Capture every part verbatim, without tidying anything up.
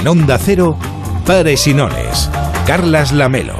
En Onda Cero, Pares y Nones. Carlas Lamelo.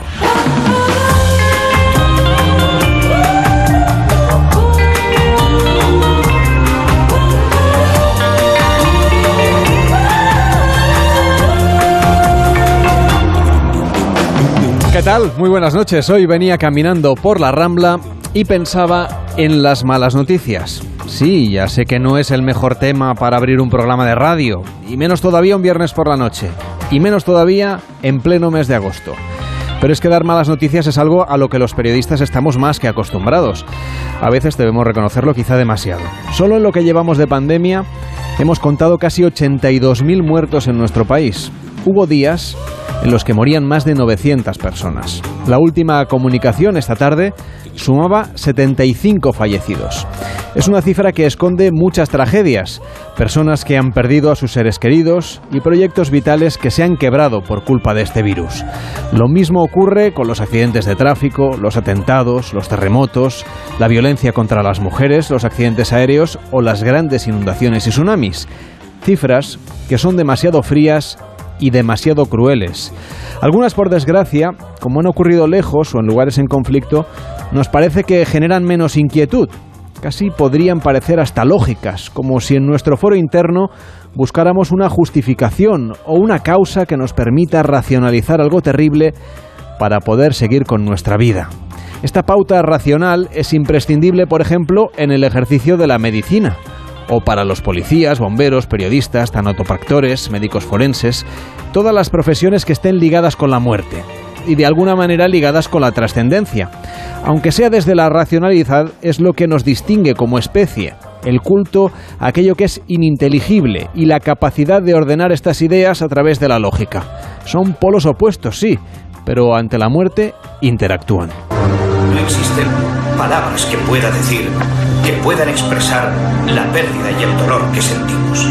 ¿Qué tal? Muy buenas noches. Hoy venía caminando por la Rambla y pensaba en las malas noticias. Sí, ya sé que no es el mejor tema para abrir un programa de radio, y menos todavía un viernes por la noche, y menos todavía en pleno mes de agosto. Pero es que dar malas noticias es algo a lo que los periodistas estamos más que acostumbrados. A veces debemos reconocerlo quizá demasiado. Solo en lo que llevamos de pandemia hemos contado casi ochenta y dos mil muertos en nuestro país. Hubo días en los que morían más de novecientas personas. La última comunicación esta tarde sumaba setenta y cinco fallecidos. Es una cifra que esconde muchas tragedias, personas que han perdido a sus seres queridos y proyectos vitales que se han quebrado por culpa de este virus. Lo mismo ocurre con los accidentes de tráfico, los atentados, los terremotos, la violencia contra las mujeres, los accidentes aéreos o las grandes inundaciones y tsunamis. Cifras que son demasiado frías y demasiado crueles. Algunas, por desgracia, como han ocurrido lejos o en lugares en conflicto, nos parece que generan menos inquietud. Casi podrían parecer hasta lógicas, como si en nuestro foro interno buscáramos una justificación o una causa que nos permita racionalizar algo terrible para poder seguir con nuestra vida. Esta pauta racional es imprescindible, por ejemplo, en el ejercicio de la medicina, o para los policías, bomberos, periodistas, tanatopractores, médicos forenses, todas las profesiones que estén ligadas con la muerte y de alguna manera ligadas con la trascendencia. Aunque sea desde la racionalidad, es lo que nos distingue como especie, el culto a aquello que es ininteligible y la capacidad de ordenar estas ideas a través de la lógica. Son polos opuestos, sí, pero ante la muerte interactúan. No existen palabras que pueda decir, que puedan expresar la pérdida y el dolor que sentimos.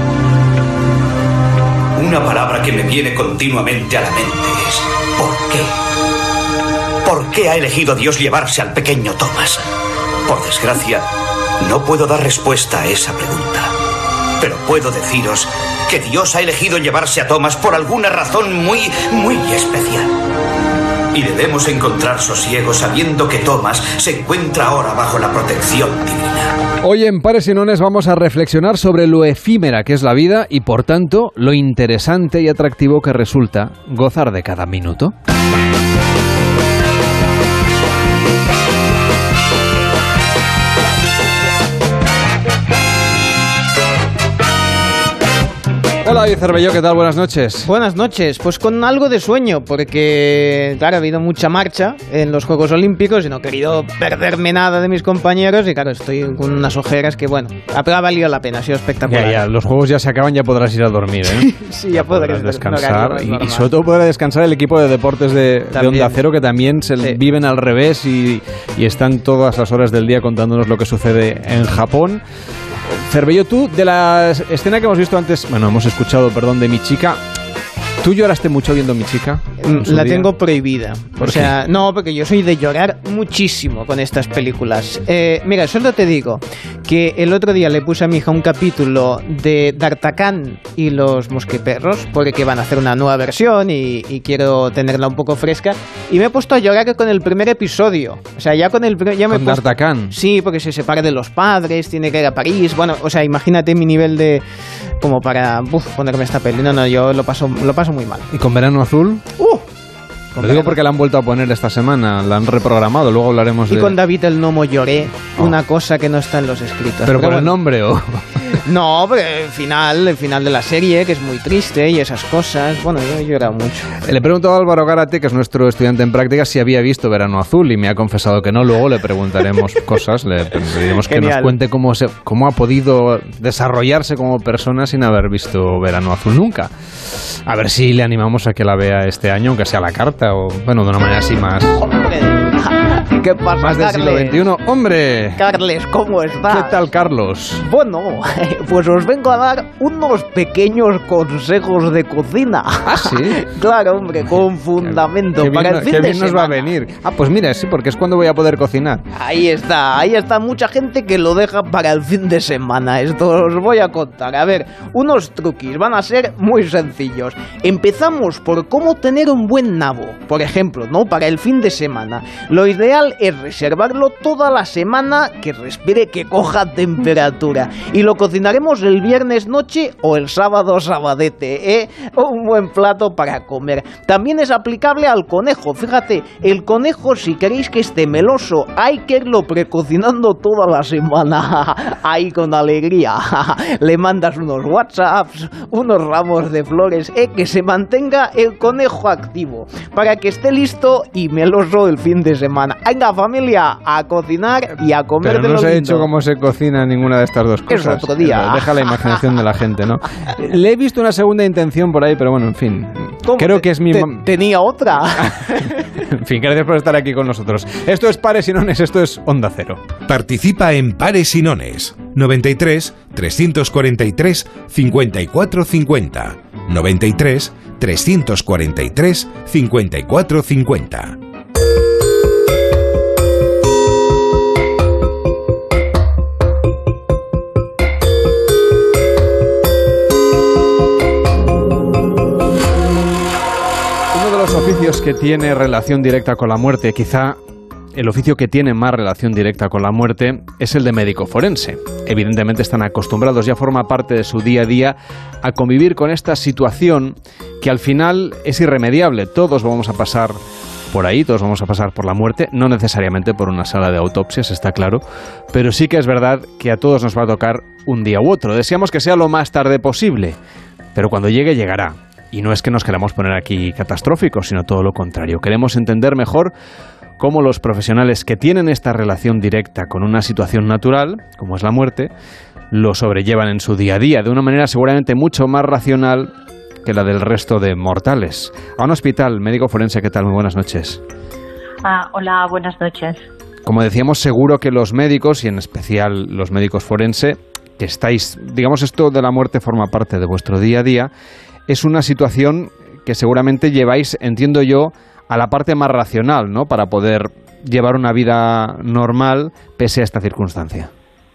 Una palabra que me viene continuamente a la mente es ¿por qué? ¿Por qué ha elegido Dios llevarse al pequeño Thomas? Por desgracia, no puedo dar respuesta a esa pregunta. Pero puedo deciros que Dios ha elegido llevarse a Thomas por alguna razón muy, muy especial. Y debemos encontrar sosiego sabiendo que Thomas se encuentra ahora bajo la protección divina. Hoy en Pares y Nones vamos a reflexionar sobre lo efímera que es la vida y, por tanto, lo interesante y atractivo que resulta gozar de cada minuto. Hola, David Cervelló, ¿qué tal? Buenas noches. Buenas noches, pues con algo de sueño, porque claro, ha habido mucha marcha en los Juegos Olímpicos y no he querido perderme nada de mis compañeros y claro, estoy con unas ojeras que bueno, ha valido la pena, ha sido espectacular. Ya, ya, los Juegos ya se acaban, ya podrás ir a dormir, ¿eh? Sí, ya podrás descansar y, y sobre todo podrá descansar el equipo de deportes de, de Onda Cero, que también se sí. viven al revés y, y están todas las horas del día contándonos lo que sucede en Japón. Cervelló, tú, de la escena que hemos visto antes, bueno, hemos escuchado, perdón, de Mi Chica, ¿tú lloraste mucho viendo Mi Chica? La día? Tengo prohibida. ¿Por o sea, qué? No, porque yo soy de llorar muchísimo con estas películas. Eh, mira, solo te digo que el otro día le puse a mi hija un capítulo de D'Artagnan y los mosqueperros, porque van a hacer una nueva versión y, y quiero tenerla un poco fresca, y me he puesto a llorar con el primer episodio. O sea, ya con el primer... Ya me ¿Con puesto, D'Artagnan? Sí, porque se separa de los padres, tiene que ir a París. Bueno, o sea, imagínate mi nivel de... como para uf, ponerme esta peli. No, no, yo lo paso, lo paso muy mal. ¿Y con Verano Azul? ¡Uh! Lo digo porque la han vuelto a poner esta semana, la han reprogramado, luego hablaremos de... Y con David el Nomo lloré, oh. una cosa que no está en los escritos. ¿Pero, ¿Pero por bueno, el nombre o...? No, porque el final, el final de la serie, que es muy triste y esas cosas, bueno, yo he llorado mucho. Le he preguntado a Álvaro Gárate, que es nuestro estudiante en prácticas, si había visto Verano Azul y me ha confesado que no. Luego le preguntaremos cosas, le pediremos que Genial. nos cuente cómo, se, cómo ha podido desarrollarse como persona sin haber visto Verano Azul nunca. A ver si le animamos a que la vea este año, aunque sea a la carta o, bueno, de una manera así más... ¿Qué pasa, Más del siglo Carles? veintiuno. ¡Hombre! Carles, ¿cómo estás? ¿Qué tal, Carlos? Bueno, pues os vengo a dar unos pequeños consejos de cocina. ¿Ah, sí? Claro, hombre, con fundamento. Qué bien, para el no- fin qué de bien nos va a semana. venir. Ah, pues mira, sí, porque es cuando voy a poder cocinar. Ahí está, ahí está mucha gente que lo deja para el fin de semana. Esto os voy a contar. A ver, unos truquis van a ser muy sencillos. Empezamos por cómo tener un buen nabo. Por ejemplo, ¿no? Para el fin de semana. Lo ideal es reservarlo toda la semana, que respire, que coja temperatura. Y lo cocinaremos el viernes noche o el sábado sabadete, ¿eh? Un buen plato para comer. También es aplicable al conejo. Fíjate, el conejo, si queréis que esté meloso, hay que irlo precocinando toda la semana. Ahí con alegría. Le mandas unos WhatsApps, unos ramos de flores, ¿eh? Que se mantenga el conejo activo, para que esté listo y meloso el fin de semana. Venga, familia, a cocinar y a comer. Pero de no lo os he lindo. dicho cómo se cocina ninguna de estas dos Es cosas. otro día. Deja la imaginación de la gente, ¿no? Le he visto una segunda intención por ahí, pero bueno, en fin. ¿Cómo? Creo que es mi... Te- mam- Tenía otra. En fin, gracias por estar aquí con nosotros. Esto es Pares y Nones, esto es Onda Cero. Participa en Pares y Nones. noventa y tres, trescientos cuarenta y tres, cincuenta y cuatro cincuenta. noventa y tres, trescientos cuarenta y tres, cincuenta y cuatro cincuenta. Uno de los oficios que tiene relación directa con la muerte, quizá el oficio que tiene más relación directa con la muerte, es el de médico forense. Evidentemente están acostumbrados, ya forma parte de su día a día, a convivir con esta situación que al final es irremediable. Todos vamos a pasar por ahí, todos vamos a pasar por la muerte, no necesariamente por una sala de autopsias, está claro, pero sí que es verdad que a todos nos va a tocar un día u otro. Deseamos que sea lo más tarde posible, pero cuando llegue, llegará. Y no es que nos queramos poner aquí catastróficos, sino todo lo contrario. Queremos entender mejor cómo los profesionales que tienen esta relación directa con una situación natural, como es la muerte, lo sobrellevan en su día a día de una manera seguramente mucho más racional que la del resto de mortales. A un hospital, médico forense, ¿qué tal? Muy buenas noches. Ah, hola, buenas noches. Como decíamos, seguro que los médicos, y en especial los médicos forense, que estáis, digamos, esto de la muerte forma parte de vuestro día a día, es una situación que seguramente lleváis, entiendo yo, a la parte más racional, ¿no? Para poder llevar una vida normal pese a esta circunstancia.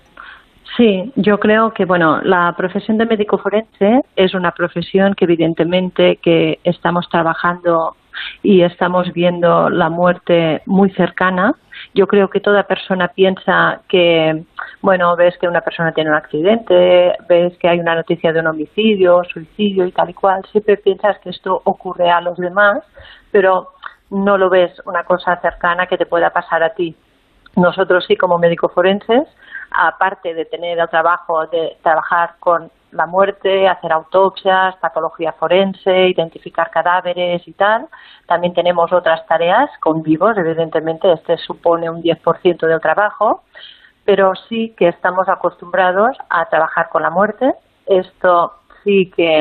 Sí, yo creo que bueno, la profesión de médico forense es una profesión que evidentemente que estamos trabajando y estamos viendo la muerte muy cercana. Yo creo que toda persona piensa que, bueno, ves que una persona tiene un accidente, ves que hay una noticia de un homicidio, suicidio y tal y cual, siempre piensas que esto ocurre a los demás, pero no lo ves una cosa cercana que te pueda pasar a ti. Nosotros sí, como médicos forenses, aparte de tener el trabajo de trabajar con la muerte, hacer autopsias, patología forense, identificar cadáveres y tal, también tenemos otras tareas con vivos, evidentemente este supone un diez por ciento del trabajo, pero sí que estamos acostumbrados a trabajar con la muerte. Esto sí que,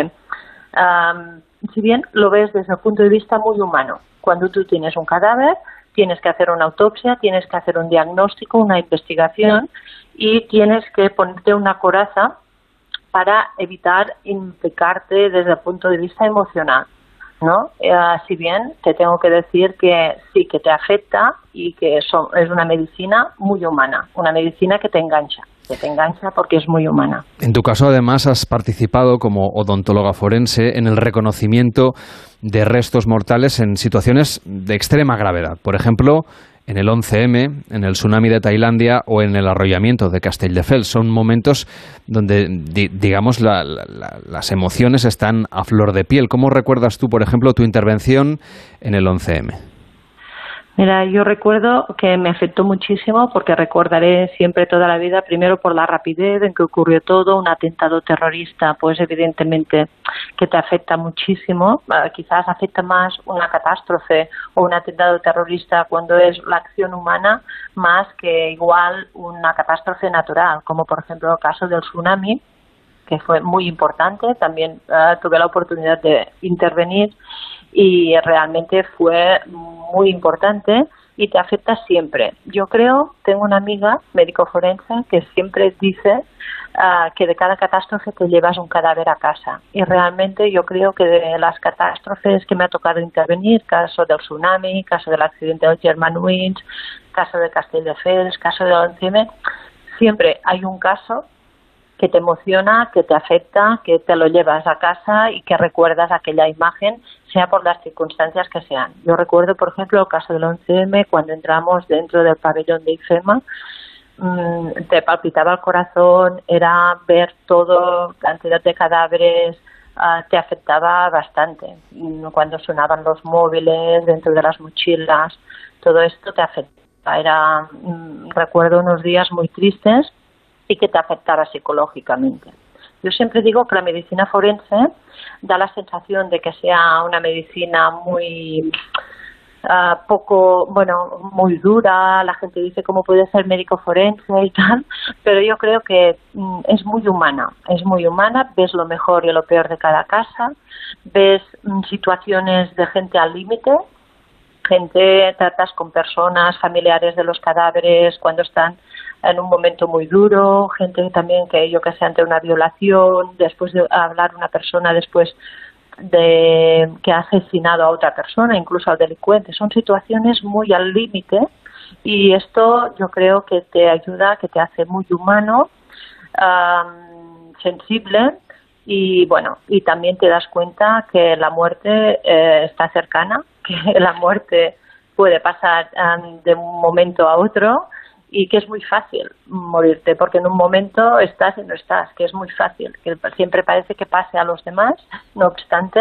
um, si bien lo ves desde el punto de vista muy humano, cuando tú tienes un cadáver, tienes que hacer una autopsia, tienes que hacer un diagnóstico, una investigación y tienes que ponerte una coraza para evitar implicarte desde el punto de vista emocional, ¿no? Eh, si bien te tengo que decir que sí que te afecta y que son, es una medicina muy humana, una medicina que te engancha, que te engancha porque es muy humana. En tu caso, además, has participado como odontóloga forense en el reconocimiento de restos mortales en situaciones de extrema gravedad. Por ejemplo, en el once eme, en el tsunami de Tailandia o en el arrollamiento de Castelldefels. Son momentos donde, di, digamos, la, la, las emociones están a flor de piel. ¿Cómo recuerdas tú, por ejemplo, tu intervención en el once eme? Mira, yo recuerdo que me afectó muchísimo porque recordaré siempre toda la vida, primero por la rapidez en que ocurrió todo, un atentado terrorista, pues evidentemente que te afecta muchísimo, uh, quizás afecta más una catástrofe o un atentado terrorista cuando es la acción humana más que igual una catástrofe natural, como por ejemplo el caso del tsunami, que fue muy importante, también uh, tuve la oportunidad de intervenir y realmente fue muy importante, y te afecta siempre. Yo creo, tengo una amiga médico forense que siempre dice uh, que de cada catástrofe te llevas un cadáver a casa, y realmente yo creo que de las catástrofes que me ha tocado intervenir, caso del tsunami, caso del accidente del Germanwings, caso de Castelldefels, caso del once eme, siempre hay un caso que te emociona, que te afecta, que te lo llevas a casa y que recuerdas aquella imagen, sea por las circunstancias que sean. Yo recuerdo, por ejemplo, el caso del once eme, cuando entramos dentro del pabellón de IFEMA, mmm, te palpitaba el corazón, era ver todo, cantidad de cadáveres, uh, te afectaba bastante. Cuando sonaban los móviles dentro de las mochilas, todo esto te afectaba. Era, mmm, recuerdo unos días muy tristes y que te afectara psicológicamente. Yo siempre digo que la medicina forense da la sensación de que sea una medicina muy uh, poco, bueno, muy dura. La gente dice cómo puede ser médico forense y tal, pero yo creo que mm, es muy humana, es muy humana. Ves lo mejor y lo peor de cada casa, ves mm, situaciones de gente al límite, gente, tratas con personas, familiares de los cadáveres cuando están en un momento muy duro, gente también que yo que sé, ante una violación, después de hablar una persona después de que ha asesinado a otra persona, incluso al delincuente. Son situaciones muy al límite, y esto yo creo que te ayuda, que te hace muy humano, um, sensible, y bueno, y también te das cuenta que la muerte eh, está cercana, que la muerte puede pasar um, de un momento a otro, y que es muy fácil morirte, porque en un momento estás y no estás, que es muy fácil, que siempre parece que pase a los demás. No obstante,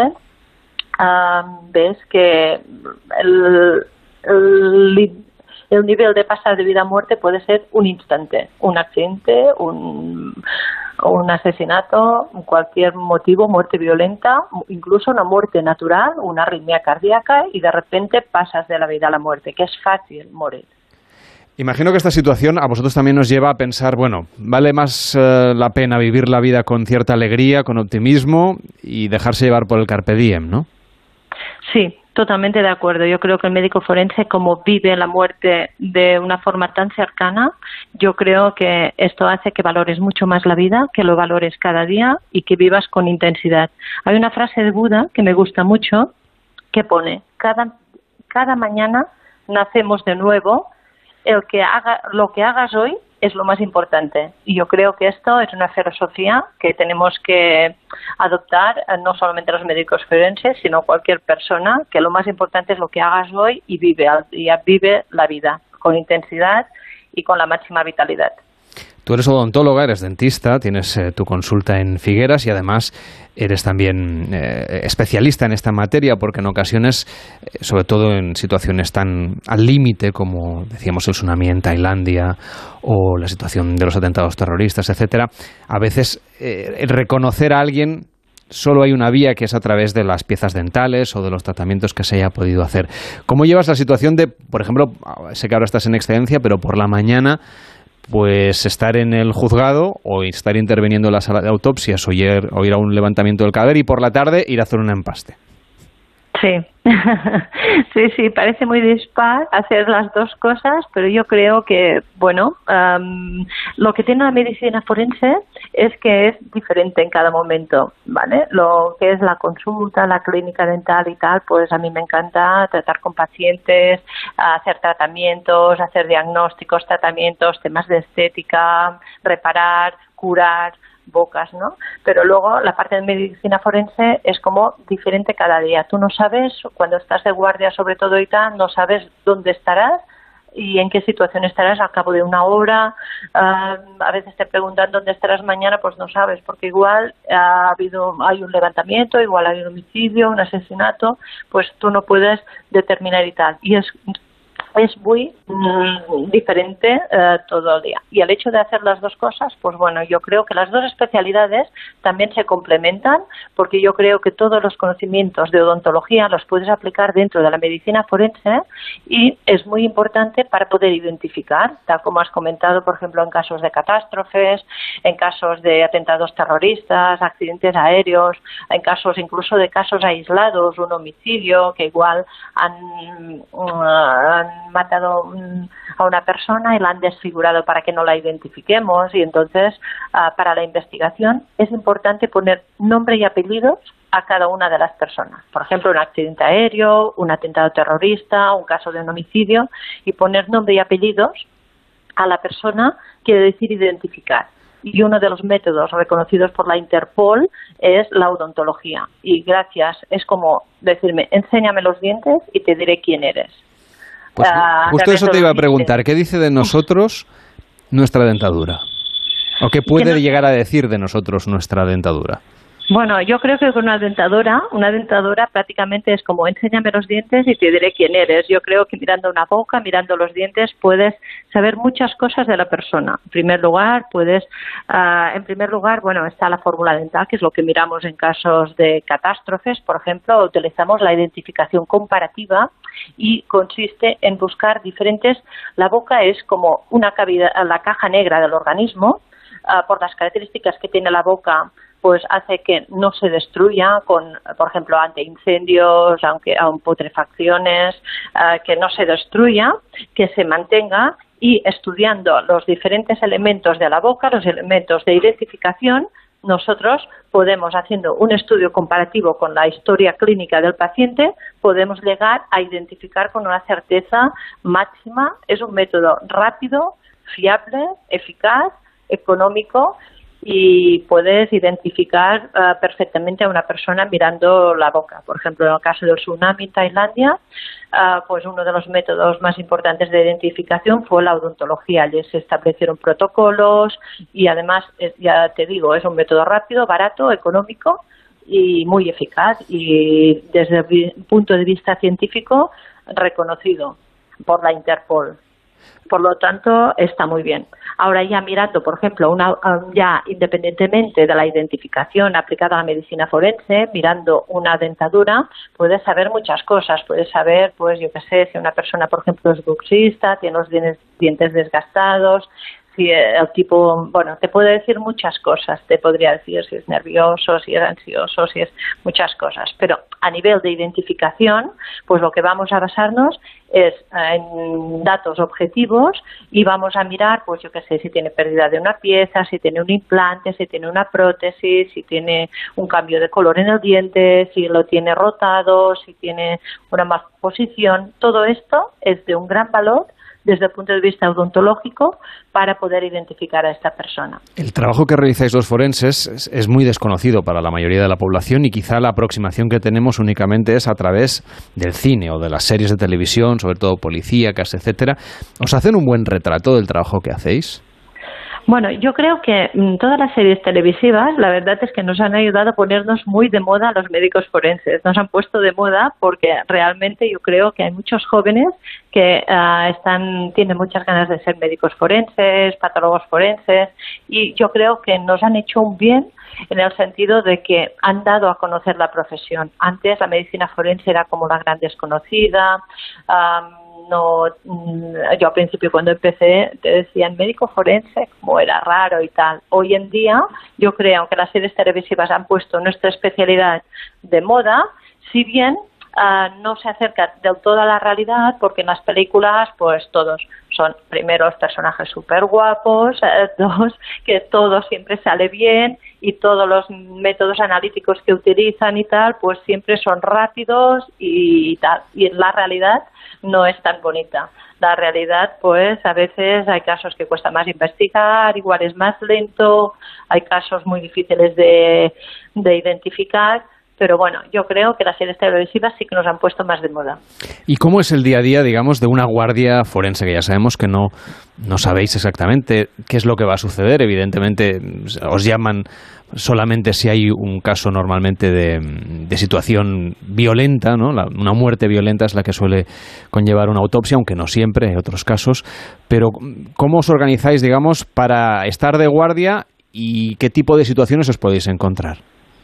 um, ves que el, el, el nivel de pasar de vida a muerte puede ser un instante, un accidente, un, un asesinato, cualquier motivo, muerte violenta, incluso una muerte natural, una arritmia cardíaca, y de repente pasas de la vida a la muerte, que es fácil morir. Imagino que esta situación a vosotros también os lleva a pensar, bueno, vale más eh, la pena vivir la vida con cierta alegría, con optimismo, y dejarse llevar por el carpe diem, ¿no? Sí, totalmente de acuerdo. Yo creo que el médico forense, como vive la muerte de una forma tan cercana, yo creo que esto hace que valores mucho más la vida, que lo valores cada día y que vivas con intensidad. Hay una frase de Buda que me gusta mucho, que pone, cada, cada mañana nacemos de nuevo. El que haga, lo que hagas hoy es lo más importante, y yo creo que esto es una filosofía que tenemos que adoptar, no solamente los médicos forenses, sino cualquier persona, que lo más importante es lo que hagas hoy, y vive, y vive la vida con intensidad y con la máxima vitalidad. Tú eres odontóloga, eres dentista, tienes eh, tu consulta en Figueras, y además eres también eh, especialista en esta materia, porque en ocasiones, eh, sobre todo en situaciones tan al límite como decíamos el tsunami en Tailandia o la situación de los atentados terroristas, etcétera, a veces eh, reconocer a alguien, solo hay una vía, que es a través de las piezas dentales o de los tratamientos que se haya podido hacer. ¿Cómo llevas la situación de, por ejemplo, sé que ahora estás en excedencia, pero por la mañana, pues estar en el juzgado o estar interviniendo en la sala de autopsias o ir, o ir a un levantamiento del cadáver, y por la tarde ir a hacer un empaste? Sí, sí, sí, parece muy dispar hacer las dos cosas, pero yo creo que, bueno, um, lo que tiene la medicina forense es que es diferente en cada momento, ¿vale? Lo que es la consulta, la clínica dental y tal, pues a mí me encanta tratar con pacientes, hacer tratamientos, hacer diagnósticos, tratamientos, temas de estética, reparar, curar bocas, ¿no? Pero luego la parte de medicina forense es como diferente cada día. Tú no sabes, cuando estás de guardia sobre todo y tal, no sabes dónde estarás y en qué situación estarás al cabo de una hora. Uh, a veces te preguntan dónde estarás mañana, pues no sabes, porque igual ha habido, hay un levantamiento, igual hay un homicidio, un asesinato, pues tú no puedes determinar y tal. Y es es muy mm, diferente eh, todo el día. Y el hecho de hacer las dos cosas, pues bueno, yo creo que las dos especialidades también se complementan, porque yo creo que todos los conocimientos de odontología los puedes aplicar dentro de la medicina forense, y es muy importante para poder identificar, tal como has comentado, por ejemplo, en casos de catástrofes, en casos de atentados terroristas, accidentes aéreos, en casos incluso de casos aislados, un homicidio, que igual han, han matado um, a una persona y la han desfigurado para que no la identifiquemos, y entonces uh, para la investigación es importante poner nombre y apellidos a cada una de las personas. Por ejemplo, un accidente aéreo, un atentado terrorista, un caso de un homicidio, y poner nombre y apellidos a la persona quiere decir identificar. Y uno de los métodos reconocidos por la Interpol es la odontología. Y gracias, es como decirme, enséñame los dientes y te diré quién eres. Pues uh, justo eso te iba a preguntar. ¿Qué dice de nosotros nuestra dentadura? ¿O qué puede no... llegar a decir de nosotros nuestra dentadura? Bueno, yo creo que con una dentadura, una dentadura prácticamente es como enséñame los dientes y te diré quién eres. Yo creo que mirando una boca, mirando los dientes, puedes saber muchas cosas de la persona. En primer lugar, puedes, uh, en primer lugar, bueno, está la fórmula dental, que es lo que miramos en casos de catástrofes. Por ejemplo, utilizamos la identificación comparativa y consiste en buscar diferentes. La boca es como una cavidad, la caja negra del organismo, uh, por las características que tiene la boca, pues hace que no se destruya con, por ejemplo, ante incendios, aunque aun putrefacciones, uh, que no se destruya, que se mantenga, y estudiando los diferentes elementos de la boca, los elementos de identificación, nosotros podemos, haciendo un estudio comparativo con la historia clínica del paciente, podemos llegar a identificar con una certeza máxima. Es un método rápido, fiable, eficaz, económico, y puedes identificar uh, perfectamente a una persona mirando la boca. Por ejemplo, en el caso del tsunami en Tailandia, uh, pues uno de los métodos más importantes de identificación fue la odontología. Allí se establecieron protocolos y además, es, ya te digo, es un método rápido, barato, económico y muy eficaz, y desde el punto de vista científico reconocido por la Interpol. Por lo tanto, está muy bien. Ahora ya mirando, por ejemplo, una, ya independientemente de la identificación aplicada a la medicina forense, mirando una dentadura, puedes saber muchas cosas. Puedes saber, pues yo qué sé, si una persona, por ejemplo, es bruxista, tiene los dientes, dientes desgastados, si el tipo, bueno, te puede decir muchas cosas. Te podría decir si es nervioso, si es ansioso, si es muchas cosas. Pero a nivel de identificación, pues lo que vamos a basarnos es en datos objetivos, y vamos a mirar, pues yo qué sé, si tiene pérdida de una pieza, si tiene un implante, si tiene una prótesis, si tiene un cambio de color en el diente, si lo tiene rotado, si tiene una malposición. Todo esto es de un gran valor desde el punto de vista odontológico para poder identificar a esta persona. El trabajo que realizáis los forenses es, es muy desconocido para la mayoría de la población, y quizá la aproximación que tenemos únicamente es a través del cine o de las series de televisión, sobre todo policíacas, etcétera. ¿Os hacen un buen retrato del trabajo que hacéis? Bueno, yo creo que mmm, todas las series televisivas, la verdad es que nos han ayudado a ponernos muy de moda a los médicos forenses. Nos han puesto de moda porque realmente yo creo que hay muchos jóvenes que uh, están tienen muchas ganas de ser médicos forenses, patólogos forenses, y yo creo que nos han hecho un bien en el sentido de que han dado a conocer la profesión. Antes la medicina forense era como la gran desconocida. Um, No, yo al principio cuando empecé te decían médico forense, como era raro y tal. Hoy en día yo creo que las series televisivas han puesto nuestra especialidad de moda, si bien uh, no se acerca del todo a la realidad, porque en las películas pues todos son, primero, los personajes súper guapos, eh, dos, que todo siempre sale bien, y todos los métodos analíticos que utilizan y tal, pues siempre son rápidos y, y tal. Y en la realidad no es tan bonita. La realidad, pues, a veces hay casos que cuesta más investigar, igual es más lento, hay casos muy difíciles de, de identificar, pero bueno, yo creo que las series televisivas sí que nos han puesto más de moda. ¿Y cómo es el día a día, digamos, de una guardia forense? Que ya sabemos que no, no sabéis exactamente qué es lo que va a suceder. Evidentemente, os llaman solamente si hay un caso normalmente de, de situación violenta, ¿no? La, una muerte violenta es la que suele conllevar una autopsia, aunque no siempre, hay otros casos. Pero, ¿cómo os organizáis, digamos, para estar de guardia y qué tipo de situaciones os podéis encontrar?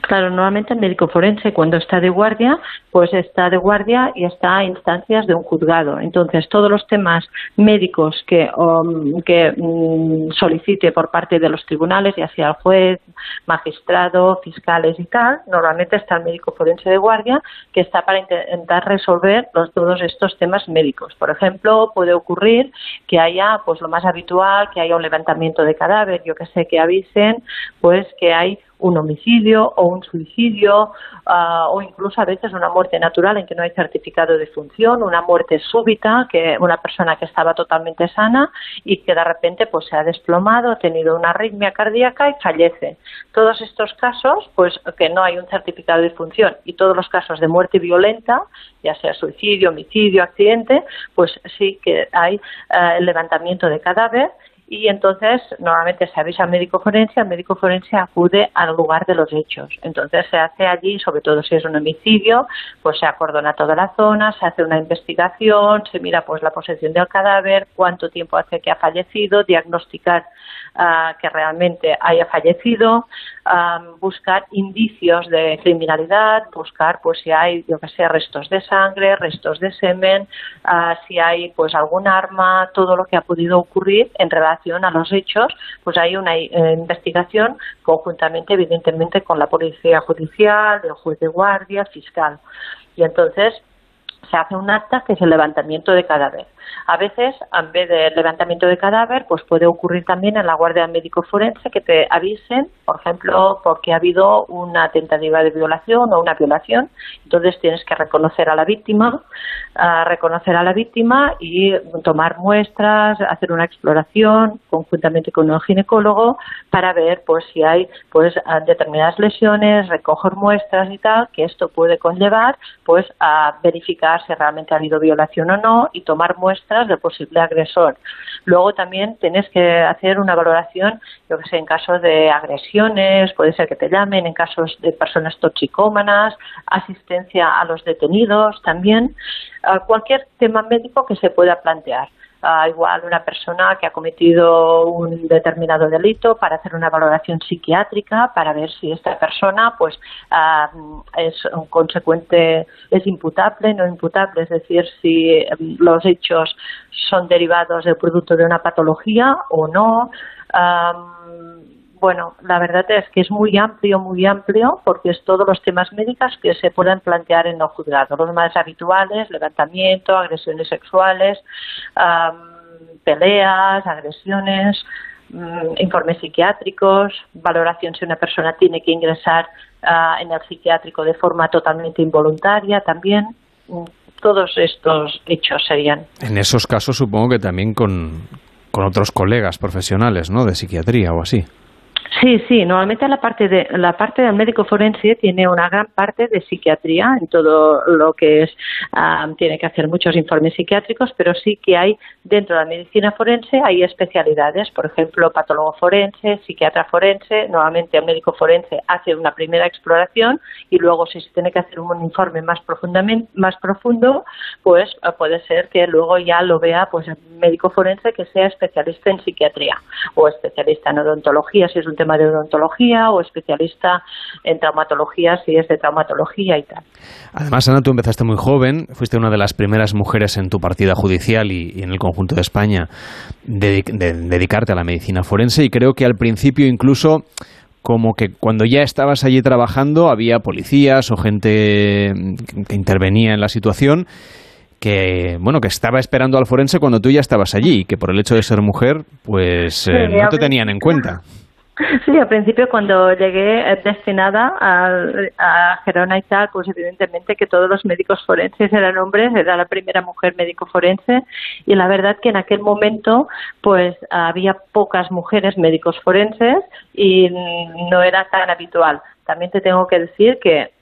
Claro, normalmente el médico forense cuando está de guardia, pues está de guardia y está a instancias de un juzgado. Entonces, todos los temas médicos que, um, que um, solicite por parte de los tribunales, ya sea el juez, magistrado, fiscales y tal, normalmente está el médico forense de guardia que está para intentar resolver los, todos estos temas médicos. Por ejemplo, puede ocurrir que haya, pues lo más habitual, que haya un levantamiento de cadáver, yo que sé, que avisen, pues que hay un homicidio o un suicidio uh, o incluso a veces una muerte natural en que no hay certificado de función, una muerte súbita, que una persona que estaba totalmente sana y que de repente pues se ha desplomado, ha tenido una arritmia cardíaca y fallece. Todos estos casos, pues que no hay un certificado de función, y todos los casos de muerte violenta, ya sea suicidio, homicidio, accidente, pues sí que hay uh, el levantamiento de cadáver. Y entonces normalmente se avisa al médico forense, el médico forense acude al lugar de los hechos. Entonces se hace allí, sobre todo si es un homicidio, pues se acordona toda la zona, se hace una investigación, se mira pues la posición del cadáver, cuánto tiempo hace que ha fallecido, diagnosticar uh, que realmente haya fallecido, um, buscar indicios de criminalidad, buscar pues si hay, yo que sé, restos de sangre, restos de semen, uh, si hay pues algún arma, todo lo que ha podido ocurrir en relación a los hechos, pues hay una eh, investigación conjuntamente, evidentemente, con la policía judicial, el juez de guardia, fiscal. Y entonces se hace un acta que es el levantamiento de cadáver. A veces, en vez de levantamiento de cadáver, pues puede ocurrir también en la guardia del médico forense que te avisen, por ejemplo, porque ha habido una tentativa de violación o una violación. Entonces tienes que reconocer a la víctima, uh, reconocer a la víctima y tomar muestras, hacer una exploración conjuntamente con un ginecólogo para ver pues si hay pues determinadas lesiones, recoger muestras y tal, que esto puede conllevar pues a verificar si realmente ha habido violación o no y tomar muestras del posible agresor. Luego también tienes que hacer una valoración, yo que sé, en casos de agresiones, puede ser que te llamen, en casos de personas toxicómanas, asistencia a los detenidos también, uh, cualquier tema médico que se pueda plantear. Uh, igual una persona que ha cometido un determinado delito, para hacer una valoración psiquiátrica para ver si esta persona pues uh, es un consecuente, es imputable, no imputable, es decir, si um, los hechos son derivados del producto de una patología o no. Um, Bueno, la verdad es que es muy amplio, muy amplio, porque es todos los temas médicos que se pueden plantear en el juzgado. Los más habituales, levantamiento, agresiones sexuales, um, peleas, agresiones, um, informes psiquiátricos, valoración si una persona tiene que ingresar uh, en el psiquiátrico de forma totalmente involuntaria también. Um, todos estos hechos serían. En esos casos supongo que también con, con otros colegas profesionales, ¿no?, de psiquiatría o así. Sí, sí, normalmente la parte de la parte del médico forense tiene una gran parte de psiquiatría en todo lo que es, um, tiene que hacer muchos informes psiquiátricos, pero sí que hay dentro de la medicina forense hay especialidades, por ejemplo, patólogo forense, psiquiatra forense. Normalmente el médico forense hace una primera exploración y luego si se tiene que hacer un informe más profundamente más profundo, pues puede ser que luego ya lo vea pues el médico forense que sea especialista en psiquiatría o especialista en odontología si es un tema de odontología o especialista en traumatología si es de traumatología y tal. Además, Ana, tú empezaste muy joven, fuiste una de las primeras mujeres en tu partida judicial y, y en el conjunto de España de, de, de dedicarte a la medicina forense, y creo que al principio incluso como que cuando ya estabas allí trabajando había policías o gente que intervenía en la situación que, bueno, que estaba esperando al forense cuando tú ya estabas allí y que por el hecho de ser mujer pues eh, sí, no te tenían en cuenta. Sí, al principio cuando llegué destinada a, a Gerona y tal, pues evidentemente que todos los médicos forenses eran hombres, era la primera mujer médico forense y la verdad que en aquel momento pues había pocas mujeres médicos forenses y no era tan habitual. También te tengo que decir que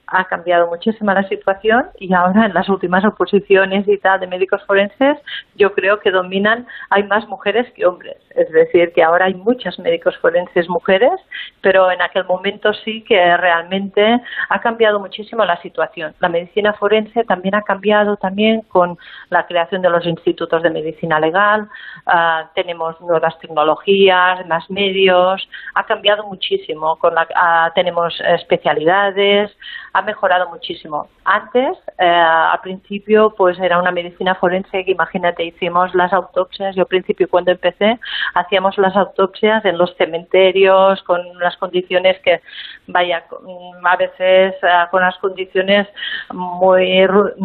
ha cambiado muchísimo la situación y ahora en las últimas oposiciones y tal de médicos forenses yo creo que dominan, hay más mujeres que hombres, es decir, que ahora hay muchas médicos forenses mujeres, pero en aquel momento sí que realmente ha cambiado muchísimo la situación. La medicina forense también ha cambiado también con la creación de los institutos de medicina legal, uh, tenemos nuevas tecnologías, más medios, ha cambiado muchísimo, con la, uh, tenemos especialidades, ha mejorado muchísimo. Antes, eh, al principio, pues era una medicina forense que, imagínate, hicimos las autopsias. Yo al principio, cuando empecé, hacíamos las autopsias en los cementerios con unas condiciones que, vaya, a veces uh, con unas condiciones muy,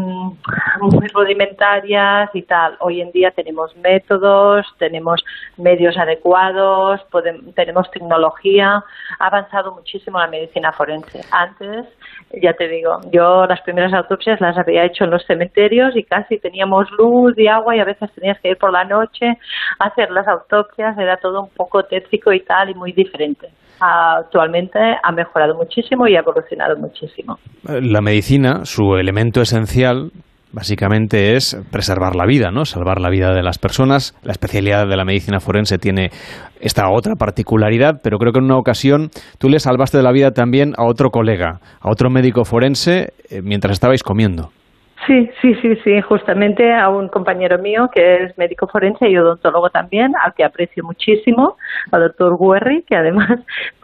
muy rudimentarias y tal. Hoy en día tenemos métodos, tenemos medios adecuados, podemos, tenemos tecnología. Ha avanzado muchísimo la medicina forense. Antes, ya te digo, yo las primeras autopsias las había hecho en los cementerios y casi teníamos luz y agua y a veces tenías que ir por la noche a hacer las autopsias, era todo un poco tétrico y tal y muy diferente. Actualmente ha mejorado muchísimo y ha evolucionado muchísimo. La medicina, su elemento esencial, básicamente es preservar la vida, ¿no? Salvar la vida de las personas. La especialidad de la medicina forense tiene esta otra particularidad, pero creo que en una ocasión tú le salvaste de la vida también a otro colega, a otro médico forense, eh, mientras estabais comiendo. Sí, sí, sí, sí, justamente a un compañero mío que es médico forense y odontólogo también, al que aprecio muchísimo, al doctor Guerri, que además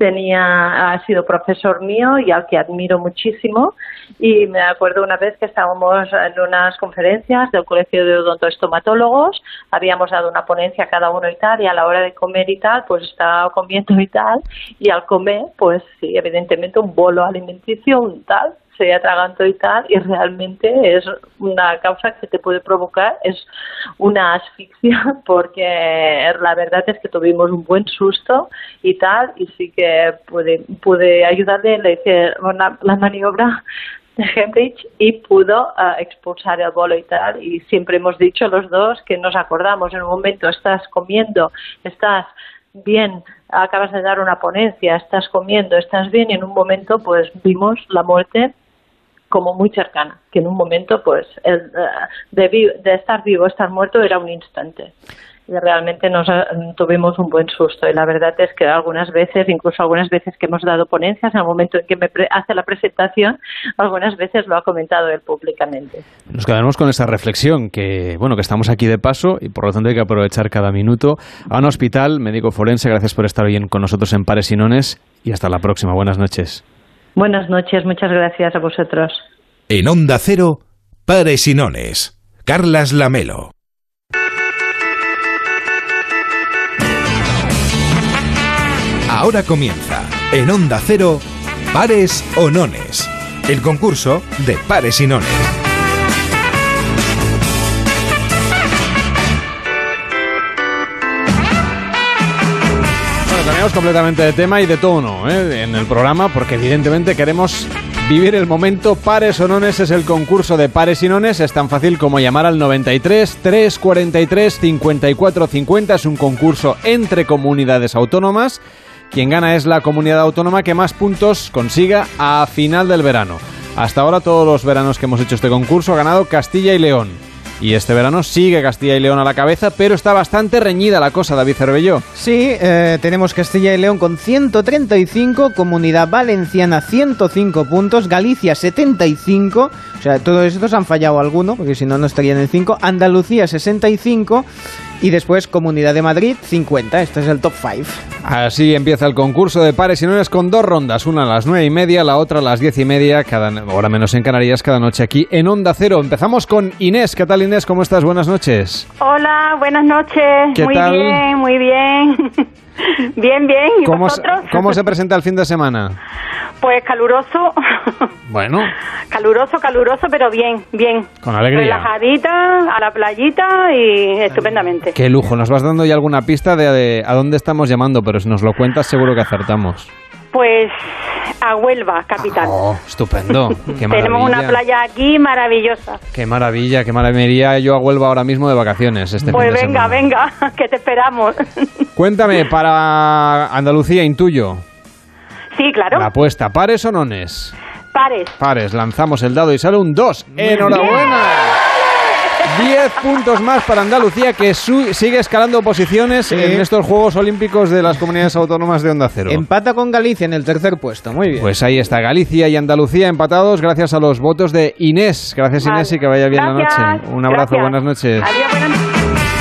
tenía, ha sido profesor mío y al que admiro muchísimo. Y me acuerdo una vez que estábamos en unas conferencias del Colegio de Odontoestomatólogos, habíamos dado una ponencia a cada uno y tal, y a la hora de comer y tal, pues estaba comiendo y tal, y al comer, pues sí, evidentemente un bolo alimenticio, un tal, se atragantó y tal, y realmente es una causa que te puede provocar, es una asfixia, porque la verdad es que tuvimos un buen susto y tal, y sí que pude, pude ayudarle, le hice una, la maniobra de Hemrich y pudo uh, expulsar el bolo y tal, y siempre hemos dicho los dos que nos acordamos, en un momento estás comiendo, estás bien, acabas de dar una ponencia, estás comiendo, estás bien, y en un momento pues vimos la muerte como muy cercana, que en un momento pues el, uh, de, vi- de estar vivo, estar muerto era un instante. Y realmente nos uh, tuvimos un buen susto, y la verdad es que algunas veces, incluso algunas veces que hemos dado ponencias, en el momento en que me pre- hace la presentación, algunas veces lo ha comentado él públicamente. Nos quedamos con esa reflexión, que bueno, que estamos aquí de paso y por lo tanto hay que aprovechar cada minuto. A un hospital, médico forense, gracias por estar bien con nosotros en Pares y Nones y hasta la próxima. Buenas noches. Buenas noches, muchas gracias a vosotros. En Onda Cero, Pares y Nones. Carlas Lamelo. Ahora comienza, en Onda Cero, Pares o Nones, el concurso de Pares y Nones. Cambiamos completamente de tema y de tono, ¿eh? En el programa, porque evidentemente queremos vivir el momento. Pares o Nones es el concurso de Pares y Nones. Es tan fácil como llamar al noventa y tres, trescientos cuarenta y tres, cincuenta y cuatro cincuenta. Es un concurso entre comunidades autónomas. Quien gana es la comunidad autónoma que más puntos consiga a final del verano. Hasta ahora, todos los veranos que hemos hecho este concurso, ha ganado Castilla y León. Y este verano sigue Castilla y León a la cabeza, pero está bastante reñida la cosa, David Cervelló. Sí, eh, tenemos Castilla y León con ciento treinta y cinco, Comunidad Valenciana ciento cinco puntos, Galicia setenta y cinco, o sea, todos estos han fallado alguno, porque si no, no estarían en cinco, Andalucía sesenta y cinco y después Comunidad de Madrid cincuenta, este es el top cinco. Así empieza el concurso de Pares y Nones con dos rondas, una a las nueve y media, la otra a las diez y media, cada hora menos en Canarias, cada noche aquí en Onda Cero. Empezamos con Inés. ¿Qué tal, Inés? ¿Cómo estás? Buenas noches. Hola, buenas noches. ¿Qué muy tal? bien, muy bien. Bien, bien. ¿Y ¿Cómo vosotros? se, ¿Cómo se presenta el fin de semana? Pues caluroso. Bueno. Caluroso, caluroso, pero bien, bien. Con alegría. Relajadita, a la playita y estupendamente. Qué lujo. Nos vas dando ya alguna pista de, de a dónde estamos llamando, pero si nos lo cuentas seguro que acertamos. Pues a Huelva, capital. Oh, estupendo. Qué maravilla. Tenemos una playa aquí maravillosa. Qué maravilla, qué maravilla. Me iría yo a Huelva ahora mismo de vacaciones este Pues fin de venga, semana. venga, que te esperamos. Cuéntame, para Andalucía, intuyo. Sí, claro. La apuesta, ¿pares o nones? Pares. Pares, lanzamos el dado y sale un dos. ¡Enhorabuena! diez puntos más para Andalucía, que su- sigue escalando posiciones Sí. en estos Juegos Olímpicos de las Comunidades Autónomas de Onda Cero. Empata con Galicia en el tercer puesto. Muy bien. Pues ahí está, Galicia y Andalucía empatados gracias a los votos de Inés. Gracias, Vale. Inés, y que vaya bien Gracias. la noche. Un abrazo, Gracias. buenas noches. Adiós, buenas noches.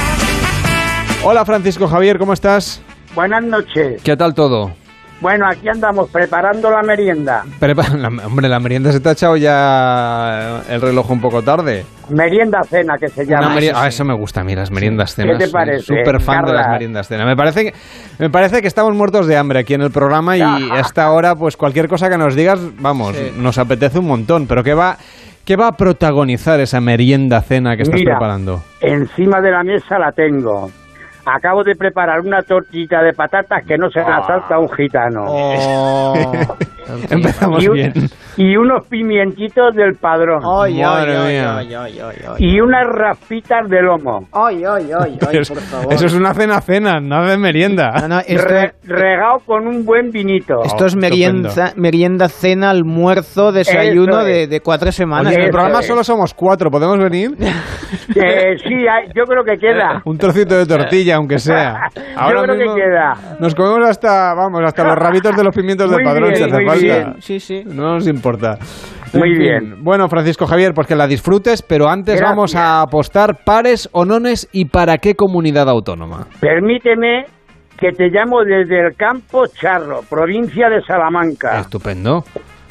Hola, Francisco Javier, ¿cómo estás? Buenas noches. ¿Qué tal todo? Bueno, aquí andamos preparando la merienda. Prepa- la- hombre, la merienda se te ha echado ya el reloj un poco tarde. Merienda cena, que se llama. Una meri- ah, eso me gusta a mí, las meriendas cenas. ¿Qué te Soy parece, súper fan de Carla? las meriendas cenas. Me parece, que, me parece que estamos muertos de hambre aquí en el programa y a esta hora, pues cualquier cosa que nos digas, vamos, Sí. nos apetece un montón. Pero ¿qué va, qué va a protagonizar esa merienda cena que estás Mira, preparando? encima de la mesa la tengo. Acabo de preparar una tortita de patatas que no se la salta un gitano. Oh. Empezamos y, un- bien. y unos pimientitos del padrón. Ay, ay, Madre ay, mía. ay, ay, ay, ay. Y unas raspitas de lomo. Ay, ay, ay, ay, Eso, por favor. eso es una cena-cena, nada de merienda. No, no, esto, Re- regado con un buen vinito. esto es Oh, merienda, merienda, cena, almuerzo, desayuno Eso de, es. de cuatro semanas. Oye, en el Eso programa es. solo somos cuatro, ¿podemos venir? Eh, sí, hay- yo creo que queda. Un trocito de tortilla, aunque sea. Yo creo que queda. Nos comemos hasta, vamos, hasta los rabitos de los pimientos del Muy padrón, bien, si hace muy falta. bien. Sí, sí. No nos importa. Muy En fin. bien. Bueno, Francisco Javier, pues que la disfrutes, pero antes Gracias. vamos a apostar pares o nones y para qué comunidad autónoma. Permíteme que te llamo desde el Campo Charro, provincia de Salamanca. Estupendo.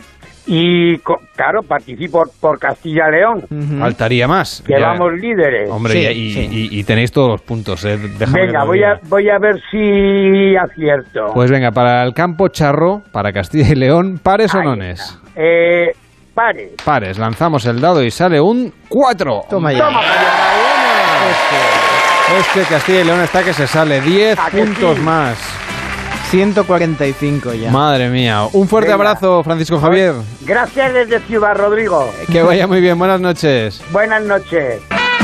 Y, co- claro, participo por Castilla-León, Ujú. Faltaría más. que Ya- vamos líderes. Hombre, Sí, y, y- sí. y- y tenéis todos los puntos, eh. Déjame que Venga, te lo voy a, diga. voy a ver si acierto. Pues venga, para el campo charro, para Castilla y León, pares o Ahí nones. Eh, pares. Pares, lanzamos el dado y sale un cuatro. Toma ya. Toma, Es que Castilla y León está que se sale. diez ¿A que puntos sí? más. ciento cuarenta y cinco ya. Madre mía. Un fuerte Venga. abrazo, Francisco Javier. Gracias desde Ciudad Rodrigo. Que vaya muy bien. Buenas noches. Buenas noches.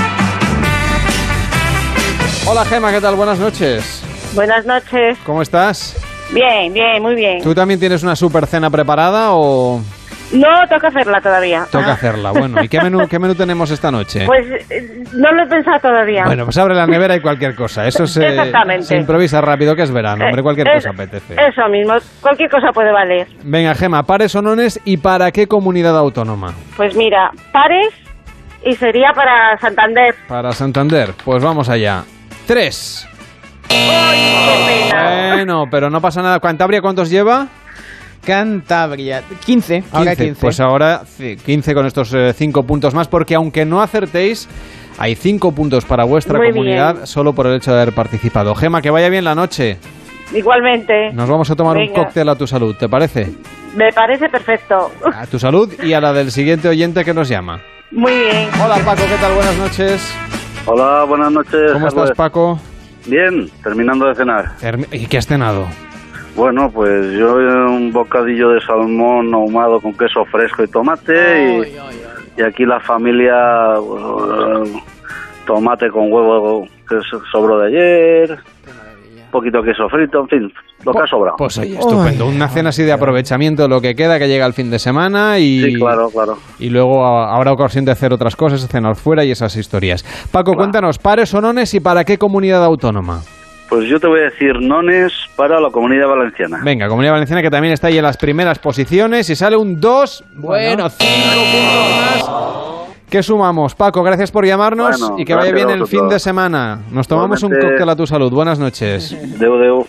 Hola, Gema. ¿Qué tal? Buenas noches. Buenas noches. ¿Cómo estás? Bien, bien, muy bien. ¿Tú también tienes una super cena preparada o No toca hacerla todavía. toca hacerla? Bueno, ¿y qué menú, qué menú tenemos esta noche? Pues eh, no lo he pensado todavía. Bueno, pues abre la nevera y cualquier cosa. Eso se, Exactamente. se improvisa rápido, que es verano. Hombre, cualquier Eh, cosa es- apetece. Eso mismo, cualquier cosa puede valer. Venga, Gema, pares o nones y para qué comunidad autónoma. Pues mira, pares y sería para Santander. Para Santander, pues vamos allá. Tres. Qué pena. Bueno, pero no pasa nada. ¿Cantabria cuántos lleva? Cantabria. quince. Ahora quince. Pues ahora sí, quince con estos eh, cinco puntos más, porque aunque no acertéis, hay cinco puntos para vuestra Muy comunidad bien. solo por el hecho de haber participado. Gema, que vaya bien la noche. Igualmente. Nos vamos a tomar un Venga. cóctel a tu salud, ¿te parece? Me parece perfecto. A tu salud y a la del siguiente oyente que nos llama. Muy bien. Hola Paco, ¿qué tal? Buenas noches. Hola, buenas noches. ¿Cómo Carlos. estás, Paco? Bien, terminando de cenar. Termi- ¿Y qué has cenado? Bueno, pues yo eh, un bocadillo de salmón ahumado con queso fresco y tomate y, y aquí la familia eh, tomate con huevo que es- sobró de ayer, un poquito de queso frito, en fin, lo que ha sobrado. Pues oye, estupendo. Una cena así de aprovechamiento de lo que queda, que llega el fin de semana y, Sí, claro, claro. y luego a- habrá ocasión de hacer otras cosas, cenar fuera y esas historias. Paco, cuéntanos, pares o nones y para qué comunidad autónoma. Pues yo te voy a decir nones para la Comunidad Valenciana. Venga, Comunidad Valenciana, que también está ahí en las primeras posiciones y sale un dos. Bueno, cinco puntos más. ¿Qué sumamos? Paco, gracias por llamarnos Bueno, y que vaya gracias bien a el vosotros. fin de semana. Nos tomamos un Igualmente. cóctel a tu salud. Buenas noches. Deu, deu.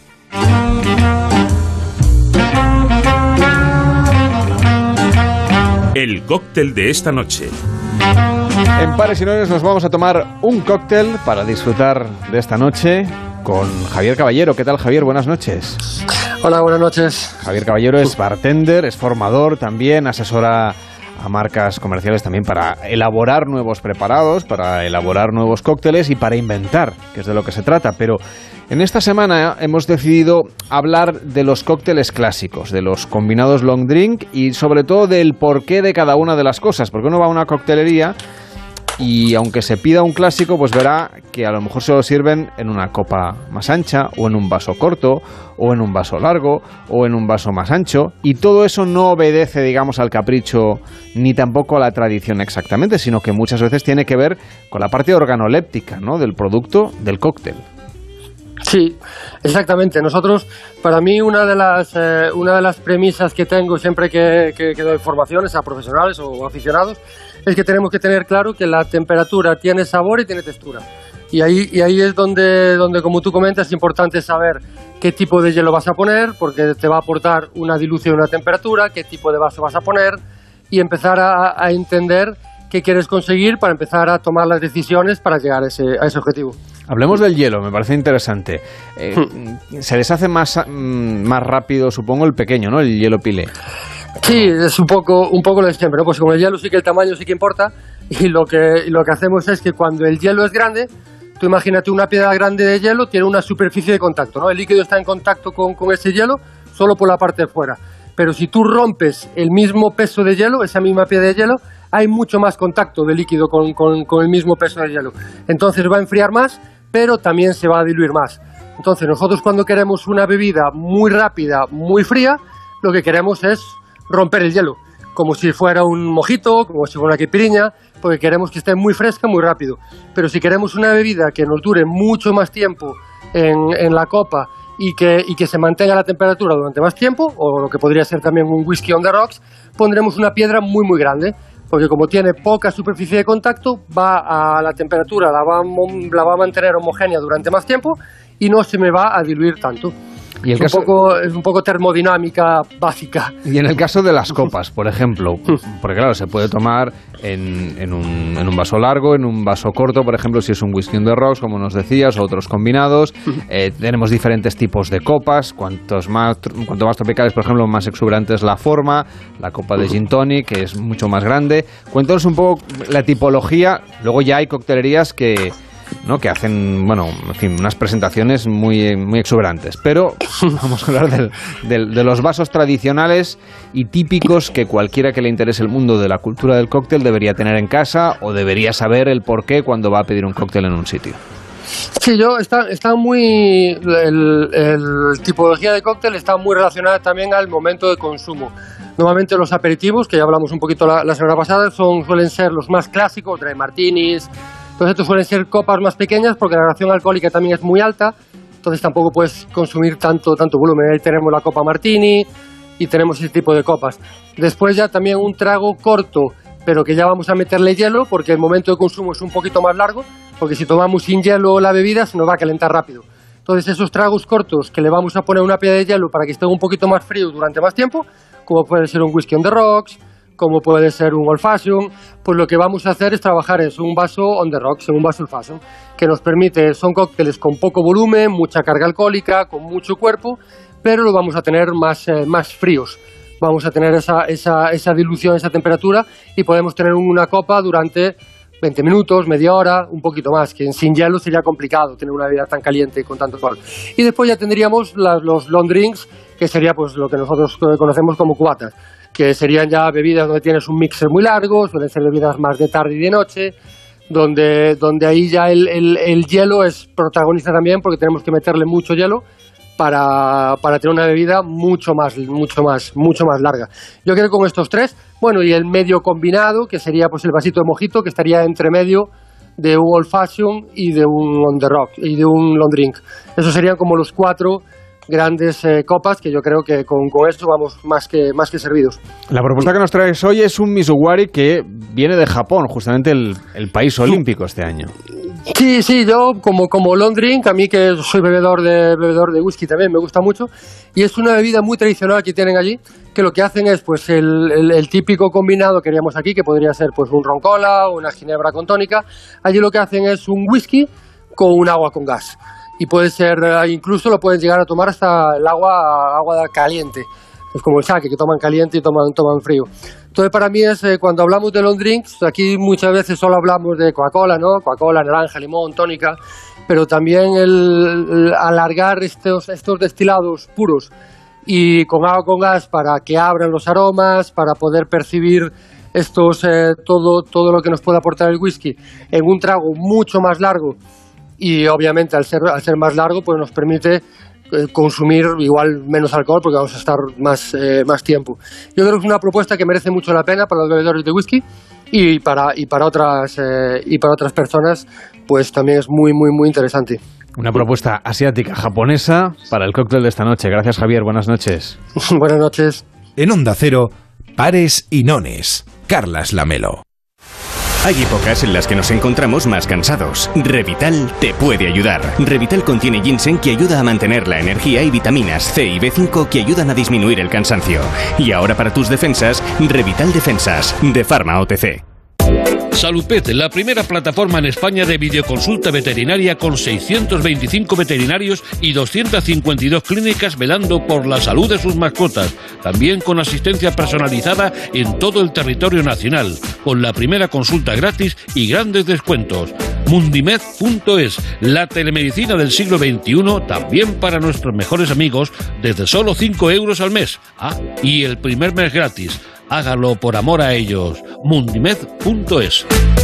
El cóctel de esta noche. En Pares y Nones nos vamos a tomar un cóctel para disfrutar de esta noche con Javier Caballero. ¿Qué tal, Javier? Buenas noches. Hola, buenas noches. Javier Caballero es bartender, es formador también, asesora a marcas comerciales también para elaborar nuevos preparados, para elaborar nuevos cócteles y para inventar, que es de lo que se trata. Pero en esta semana hemos decidido hablar de los cócteles clásicos, de los combinados long drink y sobre todo del porqué de cada una de las cosas, porque uno va a una coctelería y aunque se pida un clásico, pues verá que a lo mejor se lo sirven en una copa más ancha, o en un vaso corto, o en un vaso largo, o en un vaso más ancho, y todo eso no obedece, digamos, al capricho ni tampoco a la tradición exactamente, sino que muchas veces tiene que ver con la parte organoléptica, ¿no?, del producto del cóctel. Sí, exactamente. Nosotros, para mí, una de las eh, una de las premisas que tengo siempre que, que, que doy formaciones a profesionales o aficionados es que tenemos que tener claro que la temperatura tiene sabor y tiene textura. Y ahí, y ahí es donde, donde, como tú comentas, es importante saber qué tipo de hielo vas a poner, porque te va a aportar una dilución y una temperatura, qué tipo de vaso vas a poner, y empezar a, a entender qué quieres conseguir para empezar a tomar las decisiones para llegar a ese, a ese objetivo. Hablemos del hielo, me parece interesante. Eh, hmm. Se les hace más, más rápido, supongo, el pequeño, ¿no?, el hielo pilé. Sí, es un poco, un poco lo de siempre, ¿no? Pues con el hielo sí que el tamaño sí que importa, y lo que, y lo que hacemos es que cuando el hielo es grande, tú imagínate una piedra grande de hielo, tiene una superficie de contacto, ¿no? El líquido está en contacto con, con ese hielo solo por la parte de fuera. Pero si tú rompes el mismo peso de hielo, esa misma piedra de hielo, hay mucho más contacto de líquido con, con, con el mismo peso de hielo. Entonces va a enfriar más, pero también se va a diluir más. Entonces nosotros, cuando queremos una bebida muy rápida, muy fría, lo que queremos es romper el hielo, como si fuera un mojito, como si fuera una caipirinha, porque queremos que esté muy fresca, muy rápido. Pero si queremos una bebida que nos dure mucho más tiempo en, en la copa y que, y que se mantenga la temperatura durante más tiempo, o lo que podría ser también un whisky on the rocks, pondremos una piedra muy muy grande, porque como tiene poca superficie de contacto, va a la temperatura, la va, la va a mantener homogénea durante más tiempo y no se me va a diluir tanto. Y el es, caso... un poco, es un poco termodinámica básica. Y en el caso de las copas, por ejemplo, porque claro, se puede tomar en, en, un, en un vaso largo, en un vaso corto, por ejemplo, si es un whisky on the rocks, como nos decías, o otros combinados. Eh, tenemos diferentes tipos de copas, cuantos más, cuanto más tropicales, por ejemplo, más exuberante es la forma, la copa de gin tonic, que es mucho más grande. Cuéntanos un poco la tipología. Luego ya hay coctelerías que... ¿no?, que hacen, bueno, en fin, unas presentaciones muy, muy exuberantes. Pero vamos a hablar del, del, de los vasos tradicionales y típicos que cualquiera que le interese el mundo de la cultura del cóctel debería tener en casa, o debería saber el porqué cuando va a pedir un cóctel en un sitio. Sí, yo está, está muy... El, el tipología de cóctel está muy relacionada también al momento de consumo. Normalmente los aperitivos, que ya hablamos un poquito la, la semana pasada, son, suelen ser los más clásicos, dry martinis. Entonces estos suelen ser copas más pequeñas porque la graduación alcohólica también es muy alta, entonces tampoco puedes consumir tanto, tanto volumen. Ahí tenemos la copa martini y tenemos ese tipo de copas. Después ya también un trago corto, pero que ya vamos a meterle hielo porque el momento de consumo es un poquito más largo, porque si tomamos sin hielo la bebida se nos va a calentar rápido. Entonces esos tragos cortos que le vamos a poner una piedra de hielo para que esté un poquito más frío durante más tiempo, como puede ser un whisky on the rocks, como puede ser un old fashion, pues lo que vamos a hacer es trabajar en un vaso on the rocks, en un vaso old fashion, que nos permite, son cócteles con poco volumen, mucha carga alcohólica, con mucho cuerpo, pero lo vamos a tener más, eh, más fríos. Vamos a tener esa, esa, esa dilución, esa temperatura, y podemos tener una copa durante veinte minutos, media hora, un poquito más, que sin hielo sería complicado tener una bebida tan caliente con tanto alcohol. Y después ya tendríamos la, los long drinks, que sería pues lo que nosotros conocemos como cubatas, que serían ya bebidas donde tienes un mixer muy largo, suelen ser bebidas más de tarde y de noche, donde, donde ahí ya el, el, el hielo es protagonista también, porque tenemos que meterle mucho hielo para, para tener una bebida mucho más, mucho más, mucho más larga. Yo creo que con estos tres, bueno, y el medio combinado, que sería pues el vasito de mojito, que estaría entre medio de un old fashion y de un on the rock y de un long drink. Esos serían como los cuatro grandes eh, copas, que yo creo que con, con esto vamos más que, más que servidos. La propuesta que nos traes hoy es un mizuwari que viene de Japón, justamente el, el país olímpico este año. Sí, sí, yo como, como long drink, a mí que soy bebedor de, bebedor de whisky también, me gusta mucho, y es una bebida muy tradicional que tienen allí, que lo que hacen es pues el, el, el típico combinado que haríamos aquí, que podría ser pues un ron cola o una ginebra con tónica. Allí lo que hacen es un whisky con un agua con gas. Y puede ser, incluso lo pueden llegar a tomar hasta el agua, agua caliente. Es como el sake, que toman caliente y toman, toman frío. Entonces, para mí es, eh, cuando hablamos de long drinks, aquí muchas veces solo hablamos de Coca-Cola, ¿no? Coca-Cola, naranja, limón, tónica, pero también el, el alargar estos, estos destilados puros y con agua con gas para que abran los aromas, para poder percibir estos, eh, todo, todo lo que nos puede aportar el whisky en un trago mucho más largo, y obviamente al ser, al ser más largo pues nos permite eh, consumir igual menos alcohol porque vamos a estar más, eh, más tiempo. Yo creo que es una propuesta que merece mucho la pena para los bebedores de whisky y para, y para, otras, eh, y para otras personas pues también es muy, muy, muy interesante. Una propuesta asiática, japonesa, para el cóctel de esta noche. Gracias, Javier. Buenas noches. Buenas noches. En Onda Cero, Pares y Nones. Carlas Lamelo. Hay épocas en las que nos encontramos más cansados. Revital te puede ayudar. Revital contiene ginseng que ayuda a mantener la energía y vitaminas C y B cinco que ayudan a disminuir el cansancio. Y ahora para tus defensas, Revital Defensas, de Pharma O T C. Saludpet, la primera plataforma en España de videoconsulta veterinaria con seiscientos veinticinco veterinarios y doscientas cincuenta y dos clínicas velando por la salud de sus mascotas. También con asistencia personalizada en todo el territorio nacional, con la primera consulta gratis y grandes descuentos. Mundimed punto es, la telemedicina del siglo veintiuno, también para nuestros mejores amigos, desde solo cinco euros al mes. Ah, y el primer mes gratis. Hágalo por amor a ellos. Mundimed punto es.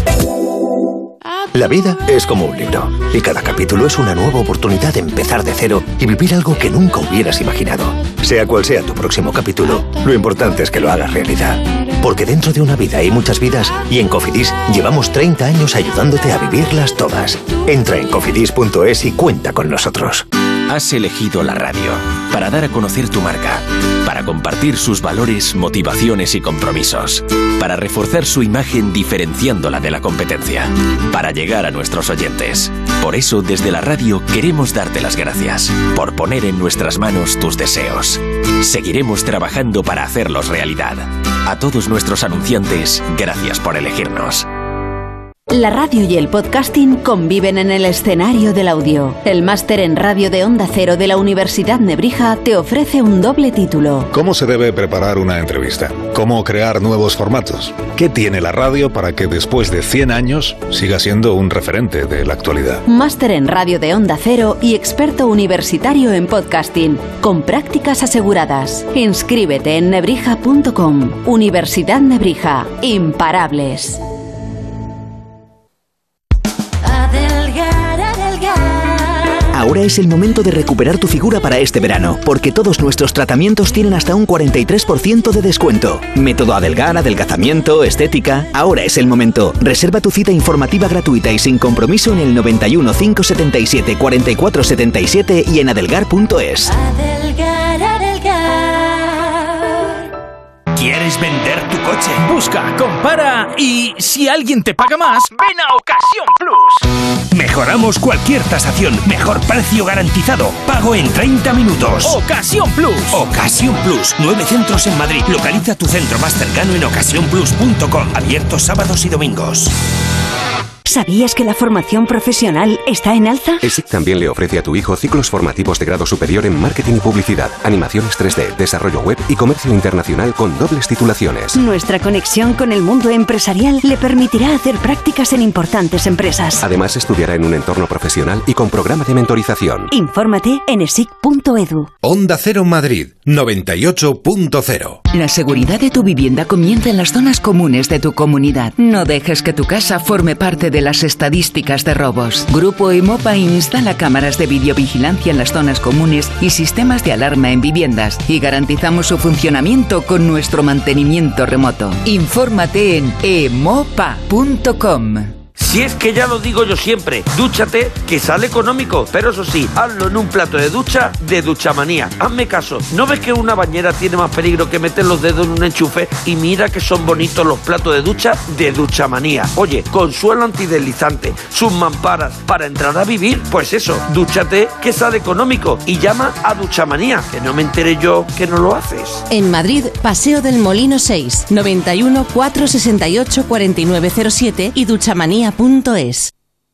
La vida es como un libro y cada capítulo es una nueva oportunidad de empezar de cero y vivir algo que nunca hubieras imaginado. Sea cual sea tu próximo capítulo, lo importante es que lo hagas realidad. Porque dentro de una vida hay muchas vidas y en Cofidis llevamos treinta años ayudándote a vivirlas todas. Entra en cofidis punto es y cuenta con nosotros. Has elegido la radio para dar a conocer tu marca, para compartir sus valores, motivaciones y compromisos, para reforzar su imagen diferenciándola de la competencia, para llegar a nuestros oyentes. Por eso, desde la radio queremos darte las gracias por poner en nuestras manos tus deseos. Seguiremos trabajando para hacerlos realidad. A todos nuestros anunciantes, gracias por elegirnos. La radio y el podcasting conviven en el escenario del audio. El máster en radio de Onda Cero de la Universidad Nebrija te ofrece un doble título. ¿Cómo se debe preparar una entrevista? ¿Cómo crear nuevos formatos? ¿Qué tiene la radio para que después de cien años siga siendo un referente de la actualidad? Máster en radio de Onda Cero y experto universitario en podcasting, con prácticas aseguradas. Inscríbete en nebrija punto com. Universidad Nebrija. Imparables. Ahora es el momento de recuperar tu figura para este verano, porque todos nuestros tratamientos tienen hasta un cuarenta y tres por ciento de descuento. Método Adelgar, adelgazamiento, estética. Ahora es el momento. Reserva tu cita informativa gratuita y sin compromiso en el noventa y uno, cinco setenta y siete, cuarenta y cuatro setenta y siete y en adelgar punto es. Adelgar, adelgar. ¿Quieres vender tu coche? Busca, compara y si alguien te paga más, ven a Ocasión Plus. Mejoramos cualquier tasación, mejor precio garantizado, pago en treinta minutos. Ocasión Plus. Ocasión Plus, nueve centros en Madrid. Localiza tu centro más cercano en ocasión plus punto com, abiertos sábados y domingos. ¿Sabías que la formación profesional está en alza? E S I C también le ofrece a tu hijo ciclos formativos de grado superior en marketing y publicidad, animaciones tres D, desarrollo web y comercio internacional con dobles titulaciones. Nuestra conexión con el mundo empresarial le permitirá hacer prácticas en importantes empresas. Además, estudiará en un entorno profesional y con programa de mentorización. Infórmate en esic punto edu. Onda Cero Madrid, noventa y ocho punto cero. La seguridad de tu vivienda comienza en las zonas comunes de tu comunidad. No dejes que tu casa forme parte de las estadísticas de robos. Grupo Emopa instala cámaras de videovigilancia en las zonas comunes y sistemas de alarma en viviendas y garantizamos su funcionamiento con nuestro mantenimiento remoto. Infórmate en emopa punto com. Si es que ya lo digo yo siempre, dúchate que sale económico, pero eso sí, hazlo en un plato de ducha de Duchamanía. Hazme caso, ¿no ves que una bañera tiene más peligro que meter los dedos en un enchufe? Y mira que son bonitos los platos de ducha de Duchamanía. Oye, con suelo antideslizante, sus mamparas para entrar a vivir, pues eso, dúchate que sale económico y llama a Duchamanía, que no me enteré yo que no lo haces. En Madrid, Paseo del Molino seis, noventa y uno, cuatrocientos sesenta y ocho, cuarenta y nueve cero siete y duchamanía punto es.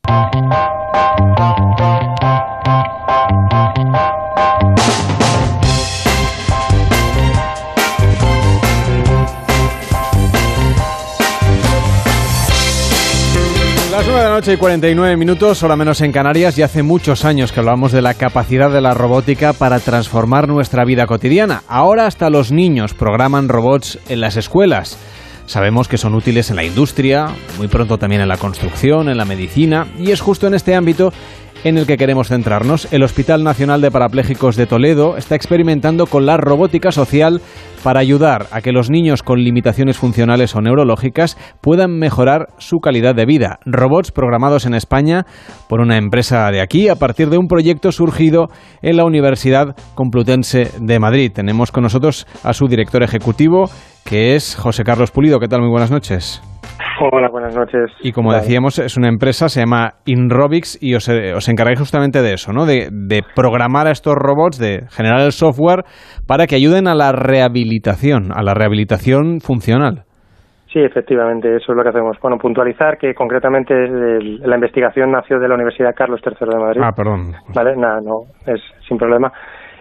Las nueve de la noche y cuarenta y nueve minutos, hora menos en Canarias, y hace muchos años que hablamos de la capacidad de la robótica para transformar nuestra vida cotidiana. Ahora hasta los niños programan robots en las escuelas. sabemos que son útiles en la industria, muy pronto también en la construcción, en la medicina, y es justo en este ámbito en el que queremos centrarnos. El Hospital Nacional de Parapléjicos de Toledo está experimentando con la robótica social para ayudar a que los niños con limitaciones funcionales o neurológicas puedan mejorar su calidad de vida. Robots programados en España por una empresa de aquí a partir de un proyecto surgido en la Universidad Complutense de Madrid. Tenemos con nosotros a su director ejecutivo, que es José Carlos Pulido. ¿Qué tal? Muy buenas noches. Hola, buenas noches. Y como decíamos, es una empresa, se llama Inrobix, y os, os encargáis justamente de eso, ¿no? De, de programar a estos robots, de generar el software para que ayuden a la rehabilitación, a la rehabilitación funcional. Sí, efectivamente, eso es lo que hacemos. Bueno, puntualizar que concretamente el, la investigación nació de la Universidad Carlos tercero de Madrid. Ah, perdón. Vale, nada, no, es sin problema.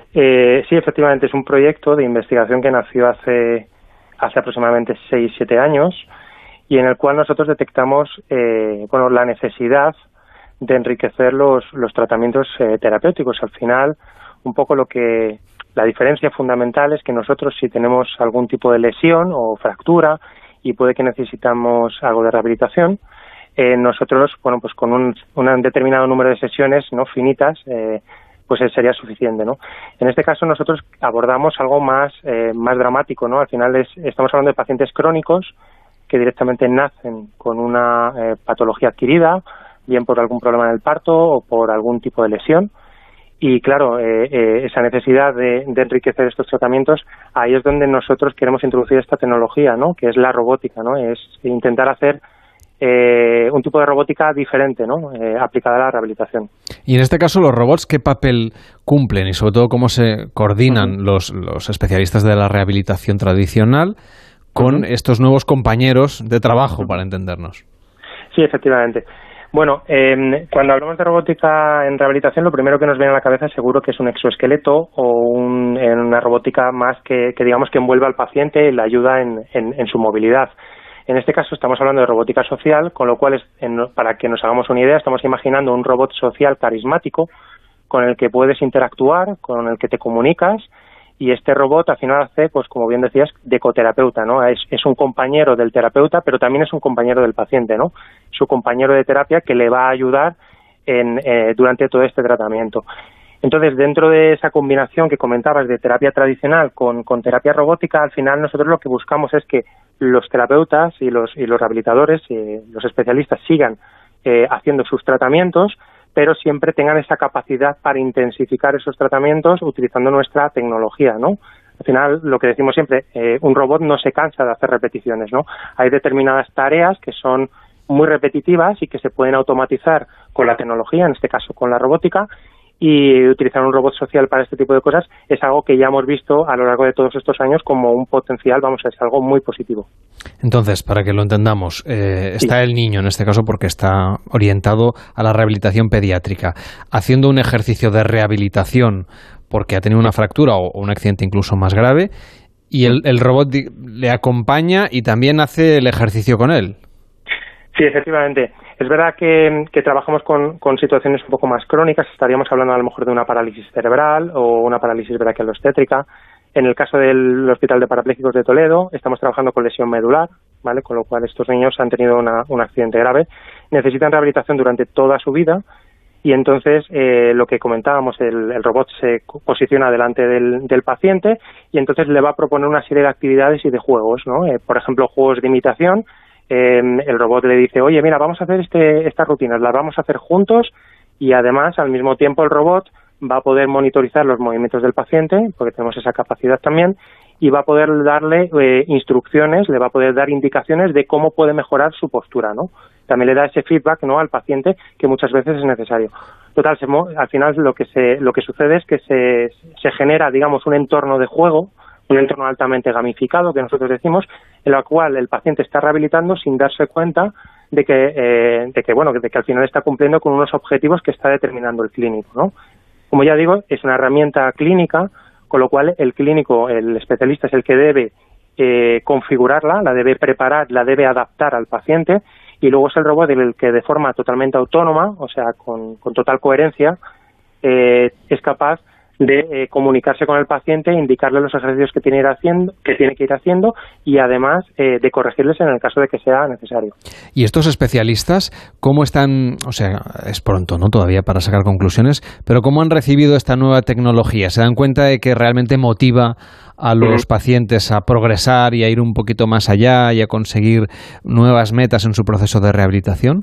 Eh, sí, efectivamente, es un proyecto de investigación que nació hace, hace aproximadamente seis siete años, y en el cual nosotros detectamos eh, bueno, la necesidad de enriquecer los, los tratamientos eh, terapéuticos. Al final, un poco lo que la diferencia fundamental es que nosotros, si tenemos algún tipo de lesión o fractura y puede que necesitamos algo de rehabilitación, eh, nosotros, bueno, pues con un, un determinado número de sesiones no finitas, eh, pues sería suficiente, ¿no? En este caso nosotros abordamos algo más eh, más dramático, ¿no? Al final es, estamos hablando de pacientes crónicos que directamente nacen con una eh, patología adquirida, bien por algún problema en el parto o por algún tipo de lesión. Y claro, eh, eh, esa necesidad de, de enriquecer estos tratamientos, ahí es donde nosotros queremos introducir esta tecnología, ¿no? Que es la robótica, ¿no? Es intentar hacer eh, un tipo de robótica diferente, ¿no? Eh, aplicada a la rehabilitación. Y en este caso, ¿los robots qué papel cumplen? Y sobre todo, ¿cómo se coordinan uh-huh. los, los especialistas de la rehabilitación tradicional con uh-huh. estos nuevos compañeros de trabajo, para entendernos? Sí, efectivamente. Bueno, eh, cuando hablamos de robótica en rehabilitación, lo primero que nos viene a la cabeza seguro que es un exoesqueleto o un, en una robótica más que, que digamos que envuelve al paciente y le ayuda en, en, en su movilidad. En este caso estamos hablando de robótica social, con lo cual, es, en, para que nos hagamos una idea, estamos imaginando un robot social carismático con el que puedes interactuar, con el que te comunicas. Y este robot al final hace, pues como bien decías, de ecoterapeuta, ¿no? Es, es un compañero del terapeuta, pero también es un compañero del paciente, ¿no? Su compañero de terapia que le va a ayudar en, eh, durante todo este tratamiento. Entonces, dentro de esa combinación que comentabas de terapia tradicional con, con terapia robótica, al final nosotros lo que buscamos es que los terapeutas y los, y los rehabilitadores, eh, los especialistas sigan eh, haciendo sus tratamientos, pero siempre tengan esa capacidad para intensificar esos tratamientos utilizando nuestra tecnología, ¿no? Al final, lo que decimos siempre, eh, un robot no se cansa de hacer repeticiones, ¿no? Hay determinadas tareas que son muy repetitivas y que se pueden automatizar con la tecnología, en este caso con la robótica, y utilizar un robot social para este tipo de cosas es algo que ya hemos visto a lo largo de todos estos años como un potencial, vamos a decir, algo muy positivo. Entonces, para que lo entendamos, eh, está sí. el niño en este caso porque está orientado a la rehabilitación pediátrica, haciendo un ejercicio de rehabilitación porque ha tenido una fractura o un accidente incluso más grave, y el, el robot le acompaña y también hace el ejercicio con él. Sí, efectivamente. Es verdad que, que trabajamos con, con situaciones un poco más crónicas. Estaríamos hablando a lo mejor de una parálisis cerebral o una parálisis braquialobstétrica. En el caso del Hospital de Parapléjicos de Toledo, estamos trabajando con lesión medular, ¿vale? Con lo cual estos niños han tenido una, un accidente grave, necesitan rehabilitación durante toda su vida, y entonces eh, lo que comentábamos, el, el robot se posiciona delante del, del paciente y entonces le va a proponer una serie de actividades y de juegos, ¿no? Eh, por ejemplo, juegos de imitación. Eh, el robot le dice, oye, mira, vamos a hacer este, estas rutinas, las vamos a hacer juntos, y además, al mismo tiempo, el robot va a poder monitorizar los movimientos del paciente, porque tenemos esa capacidad también, y va a poder darle eh, instrucciones, le va a poder dar indicaciones de cómo puede mejorar su postura, ¿no? También le da ese feedback, ¿no?, al paciente que muchas veces es necesario. Total, se, al final lo que se, lo que sucede es que se, se genera, digamos, un entorno de juego, un entorno altamente gamificado, que nosotros decimos, en el cual el paciente está rehabilitando sin darse cuenta de que, eh, de que bueno, de que al final está cumpliendo con unos objetivos que está determinando el clínico, ¿no? Como ya digo, es una herramienta clínica, con lo cual el clínico, el especialista, es el que debe eh, configurarla, la debe preparar, la debe adaptar al paciente, y luego es el robot el que de forma totalmente autónoma, o sea, con, con total coherencia, eh, es capaz de eh, comunicarse con el paciente, indicarle los ejercicios que tiene, ir haciendo, que tiene que ir haciendo y además eh, de corregirles en el caso de que sea necesario. ¿Y estos especialistas cómo están, o sea, es pronto, ¿no?, todavía para sacar conclusiones, pero cómo han recibido esta nueva tecnología? ¿Se dan cuenta de que realmente motiva a los pacientes a progresar y a ir un poquito más allá y a conseguir nuevas metas en su proceso de rehabilitación?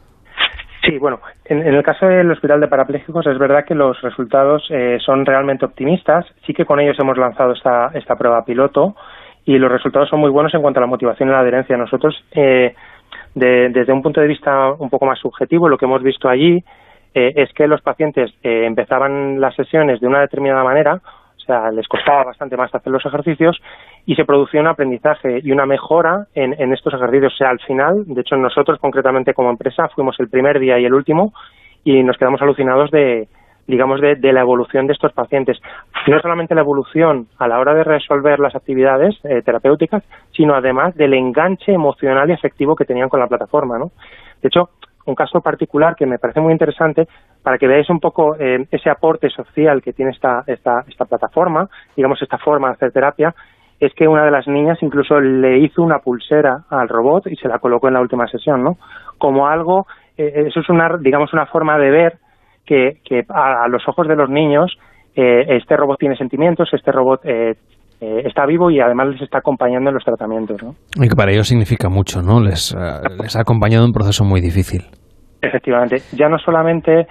Sí, bueno, en, en el caso del Hospital de Parapléjicos es verdad que los resultados eh, son realmente optimistas. Sí que con ellos hemos lanzado esta, esta prueba piloto y los resultados son muy buenos en cuanto a la motivación y la adherencia. Nosotros, eh, de, desde un punto de vista un poco más subjetivo, lo que hemos visto allí eh, es que los pacientes eh, empezaban las sesiones de una determinada manera, o sea, les costaba bastante más hacer los ejercicios y se producía un aprendizaje y una mejora en, en estos ejercicios. O sea, al final, de hecho nosotros concretamente como empresa fuimos el primer día y el último y nos quedamos alucinados de, digamos, de, de la evolución de estos pacientes. No solamente la evolución a la hora de resolver las actividades eh, terapéuticas, sino además del enganche emocional y afectivo que tenían con la plataforma, ¿no? De hecho, un caso particular que me parece muy interesante para que veáis un poco eh, ese aporte social que tiene esta, esta, esta plataforma, digamos, esta forma de hacer terapia, es que una de las niñas incluso le hizo una pulsera al robot y se la colocó en la última sesión, ¿no? Como algo, eh, eso es una, digamos, una forma de ver que, que a, a los ojos de los niños eh, este robot tiene sentimientos, este robot eh, eh, está vivo y además les está acompañando en los tratamientos, ¿no? Y que para ellos significa mucho, ¿no? Les, uh, les ha acompañado en un proceso muy difícil. Efectivamente. Ya no solamente,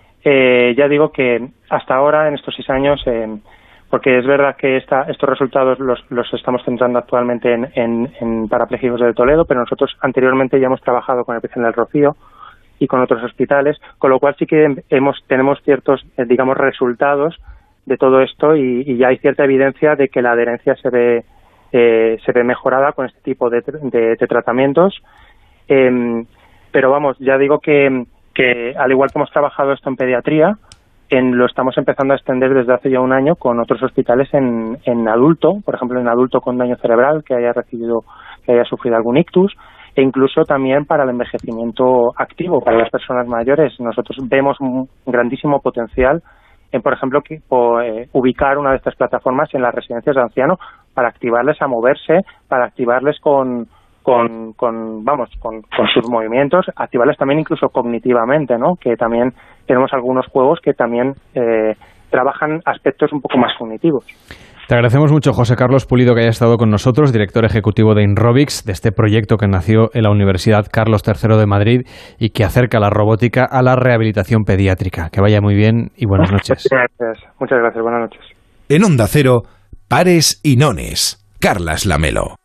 eh, ya digo que hasta ahora, en estos seis años, eh, porque es verdad que esta, estos resultados los, los estamos centrando actualmente en, en, en parapléjicos de Toledo, pero nosotros anteriormente ya hemos trabajado con el Virgen del Rocío y con otros hospitales, con lo cual sí que hemos, tenemos ciertos, eh, digamos, resultados de todo esto y, y ya hay cierta evidencia de que la adherencia se ve, eh, se ve mejorada con este tipo de, de, de tratamientos. Eh, pero vamos, ya digo que, que al igual que hemos trabajado esto en pediatría, en, lo estamos empezando a extender desde hace ya un año con otros hospitales en, en adulto, por ejemplo en adulto con daño cerebral que haya recibido, que haya sufrido algún ictus, e incluso también para el envejecimiento activo, para las personas mayores. Nosotros vemos un grandísimo potencial en, por ejemplo, que, o, eh, ubicar una de estas plataformas en las residencias de ancianos para activarles a moverse, para activarles con, con, con vamos, con, con sus movimientos, activarles también incluso cognitivamente, ¿no? Que también tenemos algunos juegos que también eh, trabajan aspectos un poco más cognitivos. Te agradecemos mucho, José Carlos Pulido, que haya estado con nosotros, director ejecutivo de Inrobix, de este proyecto que nació en la Universidad Carlos tercero de Madrid y que acerca la robótica a la rehabilitación pediátrica. Que vaya muy bien y buenas noches. Muchas gracias, muchas gracias, buenas noches. En Onda Cero, Pares y Nones, Carlas Lamelo.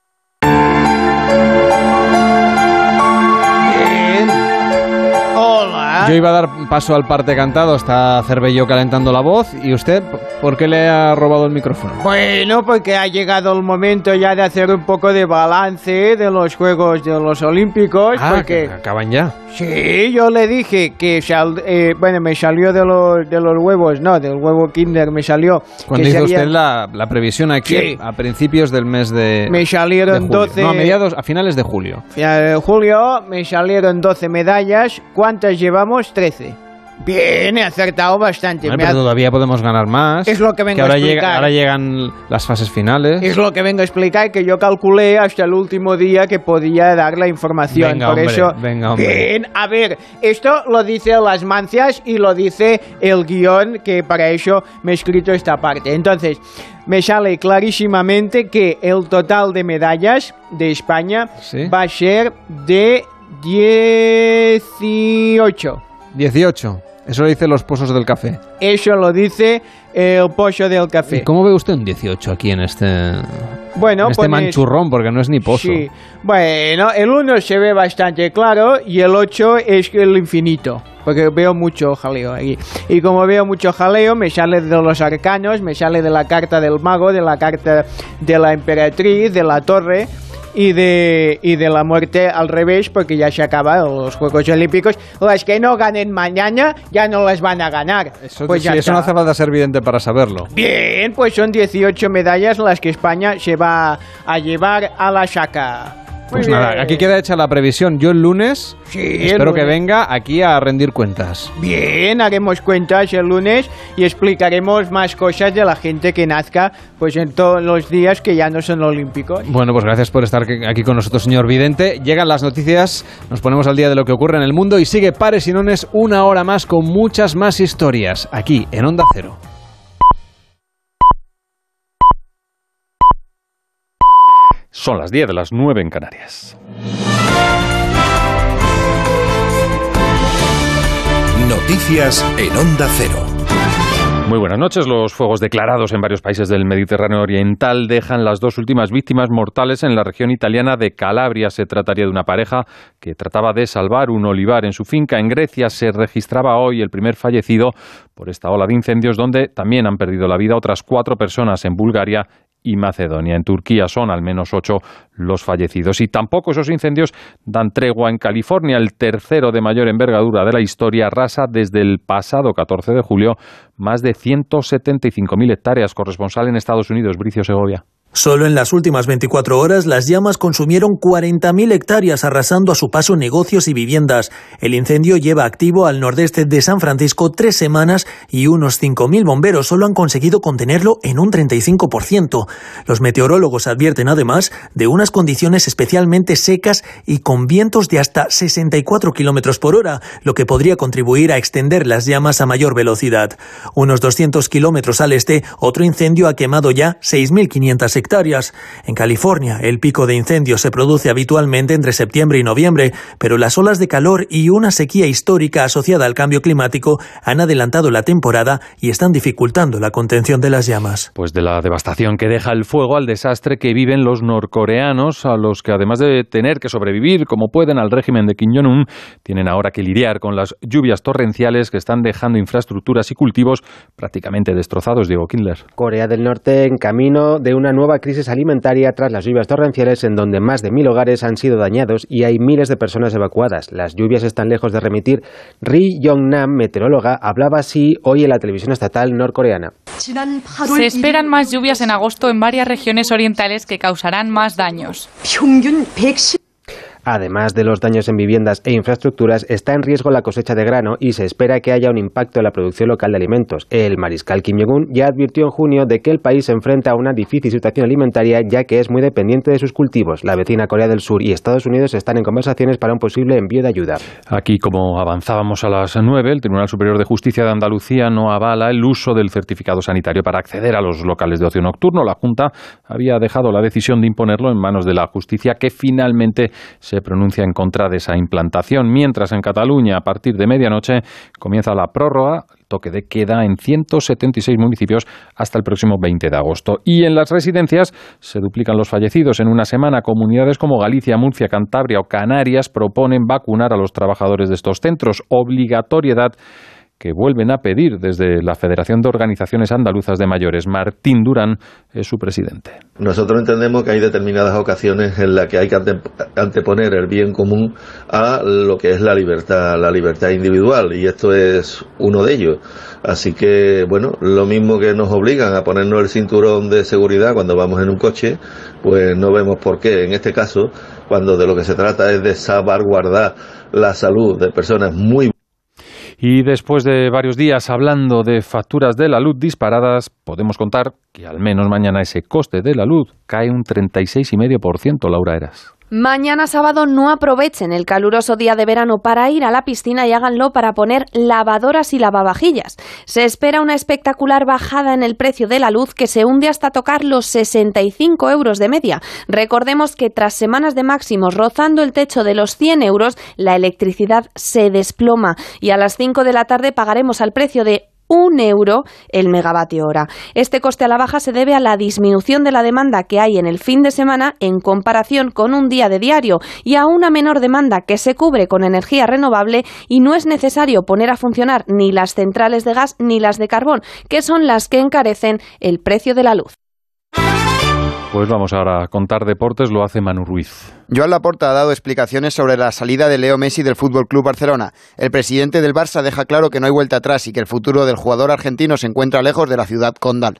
Yo iba a dar paso al parte cantado, está Cervello calentando la voz. ¿Y usted por qué le ha robado el micrófono? Bueno, porque ha llegado el momento ya de hacer un poco de balance de los Juegos de los Olímpicos. Ah, porque que acaban ya. Sí, yo le dije que sal, eh, bueno, me salió de los, de los huevos, no, del huevo Kinder me salió. Cuando que hizo sería... usted la, la previsión aquí, sí, a principios del mes de Me salieron de doce... No, a mediados, a finales de julio. De julio me salieron doce medallas. ¿Cuántas llevamos? trece. Bien, he acertado bastante. Bueno, me pero ha... todavía podemos ganar más. Es lo que vengo que ahora a explicar. Llega, ahora llegan las fases finales. Es lo que vengo a explicar, que yo calculé hasta el último día que podía dar la información. Venga, Por hombre, eso, venga, hombre. Bien, a ver, esto lo dice Las Mancias y lo dice el guión, que para eso me he escrito esta parte. Entonces, me sale clarísimamente que el total de medallas de España ¿Sí? va a ser de dieciocho. dieciocho. Eso lo dicen los pozos del café. Eso lo dice el pozo del café. ¿Y cómo ve usted un dieciocho aquí en este, bueno, en este pones... manchurrón? Porque no es ni pozo. Sí. Bueno, el uno se ve bastante claro y el ocho es el infinito. Porque veo mucho jaleo aquí. Y como veo mucho jaleo, me sale de los arcanos, me sale de la carta del mago, de la carta de la emperatriz, de la torre... Y de, y de la muerte al revés, porque ya se acaban los Juegos Olímpicos. Las que no ganen mañana ya no las van a ganar. Eso, pues ya sí, eso no hace falta ser vidente para saberlo. Bien, pues son dieciocho medallas las que España se va a llevar a la saca. Pues nada, aquí queda hecha la previsión. Yo el lunes sí, espero el lunes. que venga aquí a rendir cuentas. Bien, haremos cuentas el lunes y explicaremos más cosas de la gente que nazca pues en todos los días que ya no son olímpicos. Bueno, pues gracias por estar aquí con nosotros, señor Vidente. Llegan las noticias, nos ponemos al día de lo que ocurre en el mundo y sigue Pares y Nones una hora más con muchas más historias aquí en Onda Cero. Son las diez de las nueve en Canarias. Noticias en Onda Cero. Muy buenas noches. Los fuegos declarados en varios países del Mediterráneo oriental dejan las dos últimas víctimas mortales en la región italiana de Calabria. Se trataría de una pareja que trataba de salvar un olivar en su finca. En Grecia se registraba hoy el primer fallecido por esta ola de incendios, donde también han perdido la vida otras cuatro personas en Bulgaria y Macedonia. En Turquía son al menos ocho los fallecidos. Y tampoco esos incendios dan tregua en California. El tercero de mayor envergadura de la historia arrasa desde el pasado catorce de julio más de ciento setenta y cinco mil hectáreas. Corresponsal en Estados Unidos, Bricio Segovia. Solo en las últimas veinticuatro horas, las llamas consumieron cuarenta mil hectáreas, arrasando a su paso negocios y viviendas. El incendio lleva activo al nordeste de San Francisco tres semanas y unos cinco mil bomberos solo han conseguido contenerlo en un treinta y cinco por ciento. Los meteorólogos advierten además de unas condiciones especialmente secas y con vientos de hasta sesenta y cuatro kilómetros por hora, lo que podría contribuir a extender las llamas a mayor velocidad. Unos doscientos kilómetros al este, otro incendio ha quemado ya seis mil quinientas hectáreas. En California, el pico de incendios se produce habitualmente entre septiembre y noviembre, pero las olas de calor y una sequía histórica asociada al cambio climático han adelantado la temporada y están dificultando la contención de las llamas. Pues de la devastación que deja el fuego al desastre que viven los norcoreanos, a los que además de tener que sobrevivir como pueden al régimen de Kim Jong-un, tienen ahora que lidiar con las lluvias torrenciales que están dejando infraestructuras y cultivos prácticamente destrozados. Diego Kindler. Corea del Norte en camino de una nueva crisis alimentaria tras las lluvias torrenciales, en donde más de mil hogares han sido dañados y hay miles de personas evacuadas. Las lluvias están lejos de remitir. Ri Yong-nam, meteoróloga, hablaba así hoy en la televisión estatal norcoreana. Se esperan más lluvias en agosto en varias regiones orientales que causarán más daños. Además de los daños en viviendas e infraestructuras, está en riesgo la cosecha de grano y se espera que haya un impacto en la producción local de alimentos. El mariscal Kim Jong-un ya advirtió en junio de que el país se enfrenta a una difícil situación alimentaria, ya que es muy dependiente de sus cultivos. La vecina Corea del Sur y Estados Unidos están en conversaciones para un posible envío de ayuda. Aquí, como avanzábamos a las nueve, el Tribunal Superior de Justicia de Andalucía no avala el uso del certificado sanitario para acceder a los locales de ocio nocturno. La Junta había dejado la decisión de imponerlo en manos de la justicia, que finalmente se pronuncia en contra de esa implantación, mientras en Cataluña a partir de medianoche comienza la prórroga, toque de queda en ciento setenta y seis municipios hasta el próximo veinte de agosto. Y en las residencias se duplican los fallecidos. En una semana, comunidades como Galicia, Murcia, Cantabria o Canarias proponen vacunar a los trabajadores de estos centros, obligatoriedad que vuelven a pedir desde la Federación de Organizaciones Andaluzas de Mayores. Martín Durán es su presidente. Nosotros entendemos que hay determinadas ocasiones en las que hay que anteponer el bien común a lo que es la libertad, la libertad individual, y esto es uno de ellos. Así que, bueno, lo mismo que nos obligan a ponernos el cinturón de seguridad cuando vamos en un coche, pues no vemos por qué. En este caso, cuando de lo que se trata es de salvaguardar la salud de personas muy Y después de varios días hablando de facturas de la luz disparadas, podemos contar que al menos mañana ese coste de la luz cae un treinta y seis coma cinco por ciento, Laura Eras. Mañana sábado no aprovechen el caluroso día de verano para ir a la piscina y háganlo para poner lavadoras y lavavajillas. Se espera una espectacular bajada en el precio de la luz que se hunde hasta tocar los sesenta y cinco euros de media. Recordemos que tras semanas de máximos rozando el techo de los cien euros, la electricidad se desploma y a las cinco de la tarde pagaremos al precio de un euro el megavatio hora. Este coste a la baja se debe a la disminución de la demanda que hay en el fin de semana en comparación con un día de diario y a una menor demanda que se cubre con energía renovable, y no es necesario poner a funcionar ni las centrales de gas ni las de carbón, que son las que encarecen el precio de la luz. Pues vamos ahora a contar deportes, lo hace Manu Ruiz. Joan Laporta ha dado explicaciones sobre la salida de Leo Messi del F C Barcelona. El presidente del Barça deja claro que no hay vuelta atrás y que el futuro del jugador argentino se encuentra lejos de la ciudad condal.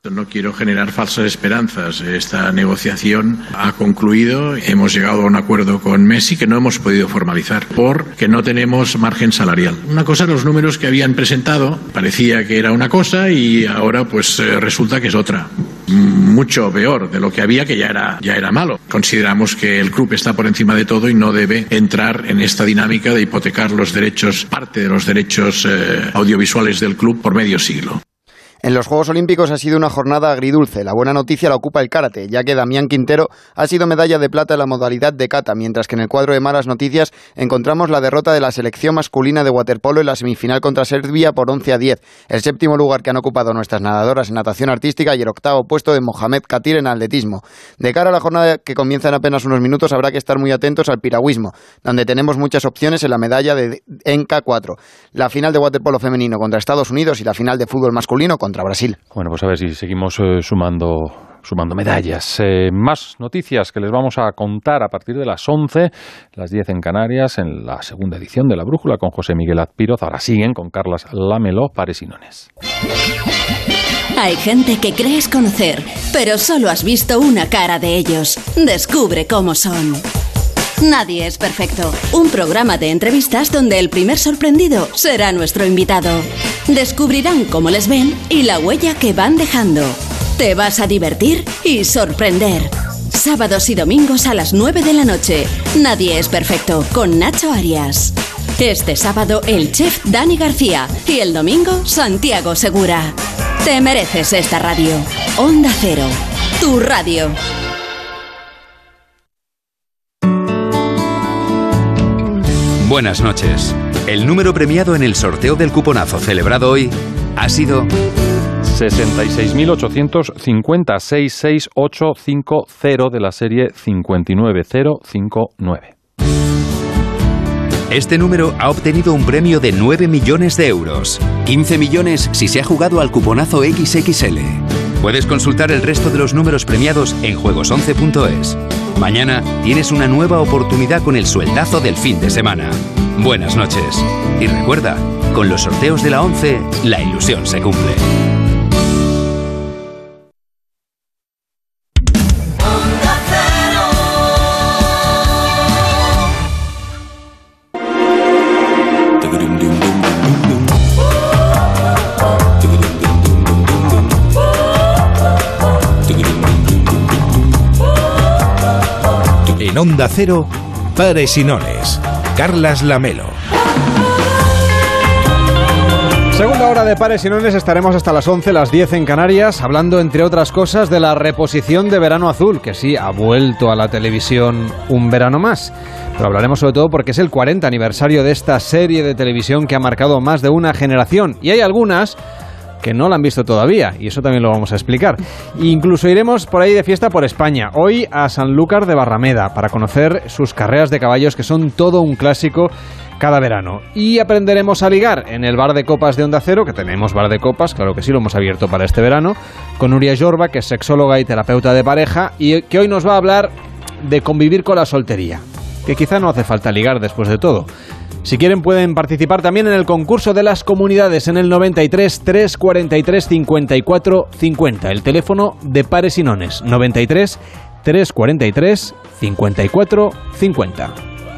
No quiero generar falsas esperanzas. Esta negociación ha concluido. Hemos llegado a un acuerdo con Messi que no hemos podido formalizar porque no tenemos margen salarial. Una cosa, los números que habían presentado parecía que era una cosa y ahora pues resulta que es otra. Mucho peor de lo que había, que ya era, ya era malo. Consideramos que el club está por encima de todo y no debe entrar en esta dinámica de hipotecar los derechos, parte de los derechos eh, audiovisuales del club por medio siglo. En los Juegos Olímpicos ha sido una jornada agridulce. La buena noticia la ocupa el karate, ya que Damián Quintero ha sido medalla de plata en la modalidad de kata, mientras que en el cuadro de malas noticias encontramos la derrota de la selección masculina de waterpolo en la semifinal contra Serbia por once a diez. El séptimo lugar que han ocupado nuestras nadadoras en natación artística y el octavo puesto de Mohamed Katir en atletismo. De cara a la jornada que comienza en apenas unos minutos, habrá que estar muy atentos al piragüismo, donde tenemos muchas opciones en la medalla de en K cuatro. La final de waterpolo femenino contra Estados Unidos y la final de fútbol masculino contra Brasil. Bueno, pues a ver si seguimos eh, sumando, sumando medallas. Eh, más noticias que les vamos a contar a partir de las once, las diez en Canarias, en la segunda edición de La Brújula con José Miguel Azpiroz. Ahora siguen con Carlas Lamelo, Pares y Nones. Hay gente que crees conocer, pero solo has visto una cara de ellos. Descubre cómo son. Nadie es perfecto. Un programa de entrevistas donde el primer sorprendido será nuestro invitado. Descubrirán cómo les ven y la huella que van dejando. Te vas a divertir y sorprender. Sábados y domingos a las nueve de la noche. Nadie es perfecto, con Nacho Arias. Este sábado el chef Dani García y el domingo Santiago Segura. Te mereces esta radio. Onda Cero, tu radio. Buenas noches. El número premiado en el sorteo del cuponazo celebrado hoy ha sido sesenta y seis mil ochocientos cincuenta, seis seis ocho cinco cero de la serie cincuenta y nueve mil cincuenta y nueve. Este número ha obtenido un premio de nueve millones de euros. quince millones si se ha jugado al cuponazo equis equis ele. Puedes consultar el resto de los números premiados en juegos once punto es. Mañana tienes una nueva oportunidad con el sueldazo del fin de semana. Buenas noches. Y recuerda, con los sorteos de la once, la ilusión se cumple. En Onda Cero, Pares y Nones. Carlas Lamelo. Segunda hora de Pares y Nones, estaremos hasta las once, las diez en Canarias, hablando, entre otras cosas, de la reposición de Verano Azul, que sí, ha vuelto a la televisión un verano más. Pero hablaremos sobre todo porque es el cuarenta aniversario de esta serie de televisión que ha marcado más de una generación. Y hay algunas que no la han visto todavía, y eso también lo vamos a explicar. Incluso iremos por ahí de fiesta por España, hoy a Sanlúcar de Barrameda, para conocer sus carreras de caballos, que son todo un clásico cada verano. Y aprenderemos a ligar en el bar de copas de Onda Cero, que tenemos bar de copas, claro que sí, lo hemos abierto para este verano, con Nuria Jorba, que es sexóloga y terapeuta de pareja, y que hoy nos va a hablar de convivir con la soltería, que quizá no hace falta ligar después de todo. Si quieren pueden participar también en el concurso de las comunidades en el noventa y tres, trescientos cuarenta y tres, cincuenta y cuatro cincuenta. El teléfono de Pares y Nones, noventa y tres, trescientos cuarenta y tres, cincuenta y cuatro cincuenta.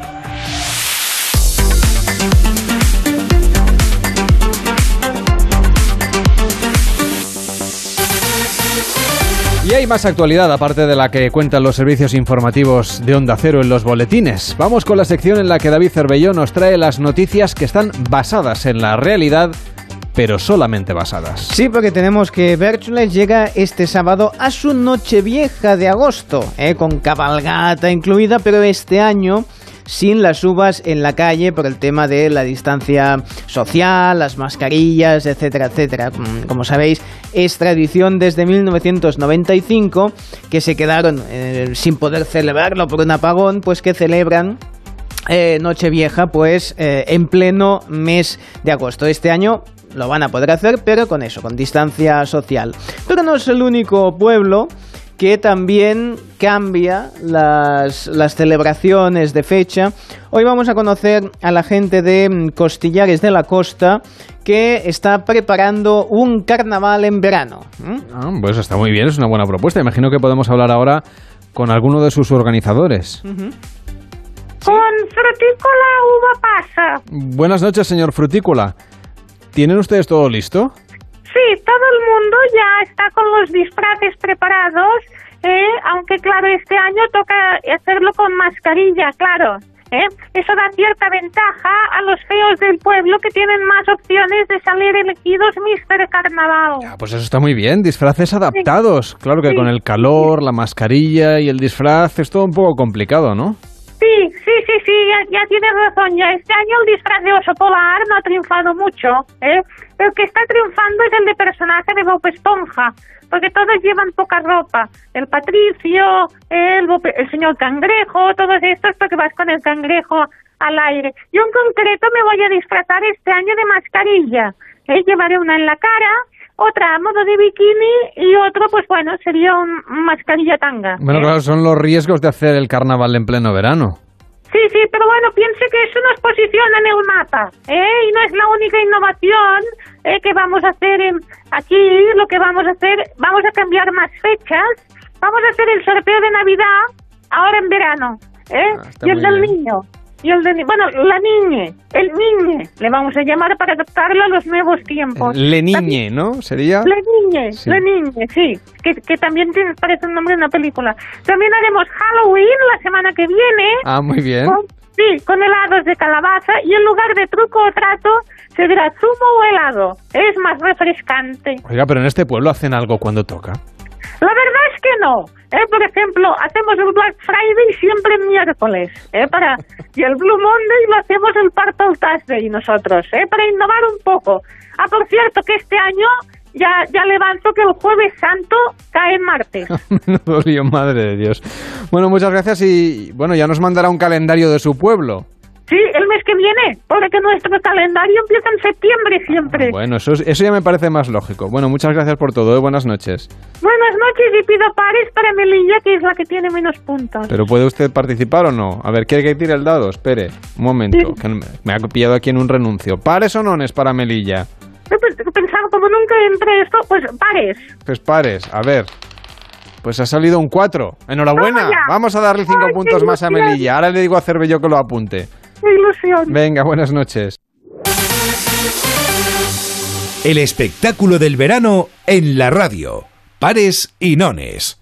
Y hay más actualidad, aparte de la que cuentan los servicios informativos de Onda Cero en los boletines. Vamos con la sección en la que David Cervelló nos trae las noticias que están basadas en la realidad, pero solamente basadas. Sí, porque tenemos que Berchulais llega este sábado a su Nochevieja de agosto, ¿eh? Con cabalgata incluida, pero este año sin las uvas en la calle por el tema de la distancia social, las mascarillas, etcétera, etcétera. Como sabéis, es tradición desde mil novecientos noventa y cinco que se quedaron eh, sin poder celebrarlo por un apagón, pues que celebran eh, Nochevieja pues eh, en pleno mes de agosto. Este año lo van a poder hacer, pero con eso, con distancia social. Pero no es el único pueblo que también cambia las, las celebraciones de fecha. Hoy vamos a conocer a la gente de Costillares de la Costa, que está preparando un carnaval en verano. ¿Mm? Ah, pues está muy bien, es una buena propuesta. Imagino que podemos hablar ahora con alguno de sus organizadores. Uh-huh. Con Frutícola Uva Pasa. Buenas noches, señor Frutícola. ¿Tienen ustedes todo listo? Sí, todo el mundo ya está con los disfraces preparados, eh, aunque claro, este año toca hacerlo con mascarilla, claro. ¿Eh? Eso da cierta ventaja a los feos del pueblo, que tienen más opciones de salir elegidos míster Carnaval. Ya, pues eso está muy bien, disfraces adaptados. Sí. Claro que sí, con el calor, la mascarilla y el disfraz es todo un poco complicado, ¿no? Sí, sí, sí, sí, ya, ya tienes razón. Ya este año el disfraz de oso polar no ha triunfado mucho, ¿eh? El que está triunfando es el de personaje de Bob Esponja, porque todos llevan poca ropa. El Patricio, el, Bob, el señor Cangrejo, todos estos, porque vas con el cangrejo al aire. Yo en concreto me voy a disfrazar este año de mascarilla, ¿eh? Llevaré una en la cara, otra a modo de bikini y otro, pues bueno, sería un mascarilla tanga. Bueno, claro, son los riesgos de hacer el carnaval en pleno verano. Sí, sí, pero bueno, piense que eso nos posiciona en el mapa, ¿eh? Y no es la única innovación eh, que vamos a hacer en, aquí. Lo que vamos a hacer, vamos a cambiar más fechas. Vamos a hacer el sorteo de Navidad ahora en verano, ¿eh? Ah, y el del bien. niño. Y el de, bueno, la niñe, el niñe, le vamos a llamar para adaptarlo a los nuevos tiempos. Le niñe, ¿no? ¿Sería? Le niñe, sí. Le niñe, sí, que, que también tiene, parece un nombre de una película. También haremos Halloween la semana que viene. Ah, muy bien. Con, sí, con helados de calabaza, y en lugar de truco o trato, se dirá zumo o helado. Es más refrescante. Oiga, pero en este pueblo hacen algo cuando toca. La verdad es que no. ¿Eh? Por ejemplo, hacemos el Black Friday siempre el miércoles, ¿eh? Para, y el Blue Monday lo hacemos el Purple Thursday nosotros, ¿eh? Para innovar un poco. Ah, por cierto, que este año ya, ya levanto que el Jueves Santo cae en martes. Menudo lío, madre de Dios. Bueno, muchas gracias y bueno, ya nos mandará un calendario de su pueblo. Sí, el mes que viene, porque nuestro calendario empieza en septiembre siempre. Bueno, eso, eso ya me parece más lógico. Bueno, muchas gracias por todo, ¿eh? Buenas noches. Buenas noches y pido pares para Melilla, que es la que tiene menos puntos. ¿Pero puede usted participar o no? A ver, ¿quiere que tire el dado? Espere, un momento, sí. Que me ha pillado aquí en un renuncio. ¿Pares o nones para Melilla? Pensaba, como nunca entré esto, pues pares. Pues pares, a ver. Pues ha salido un cuatro. Enhorabuena. Vamos a darle cinco Ay, puntos más a Melilla. Ahora le digo a Cervello que lo apunte. ¡Qué ilusión! Venga, buenas noches. El espectáculo del verano en la radio. Pares y nones.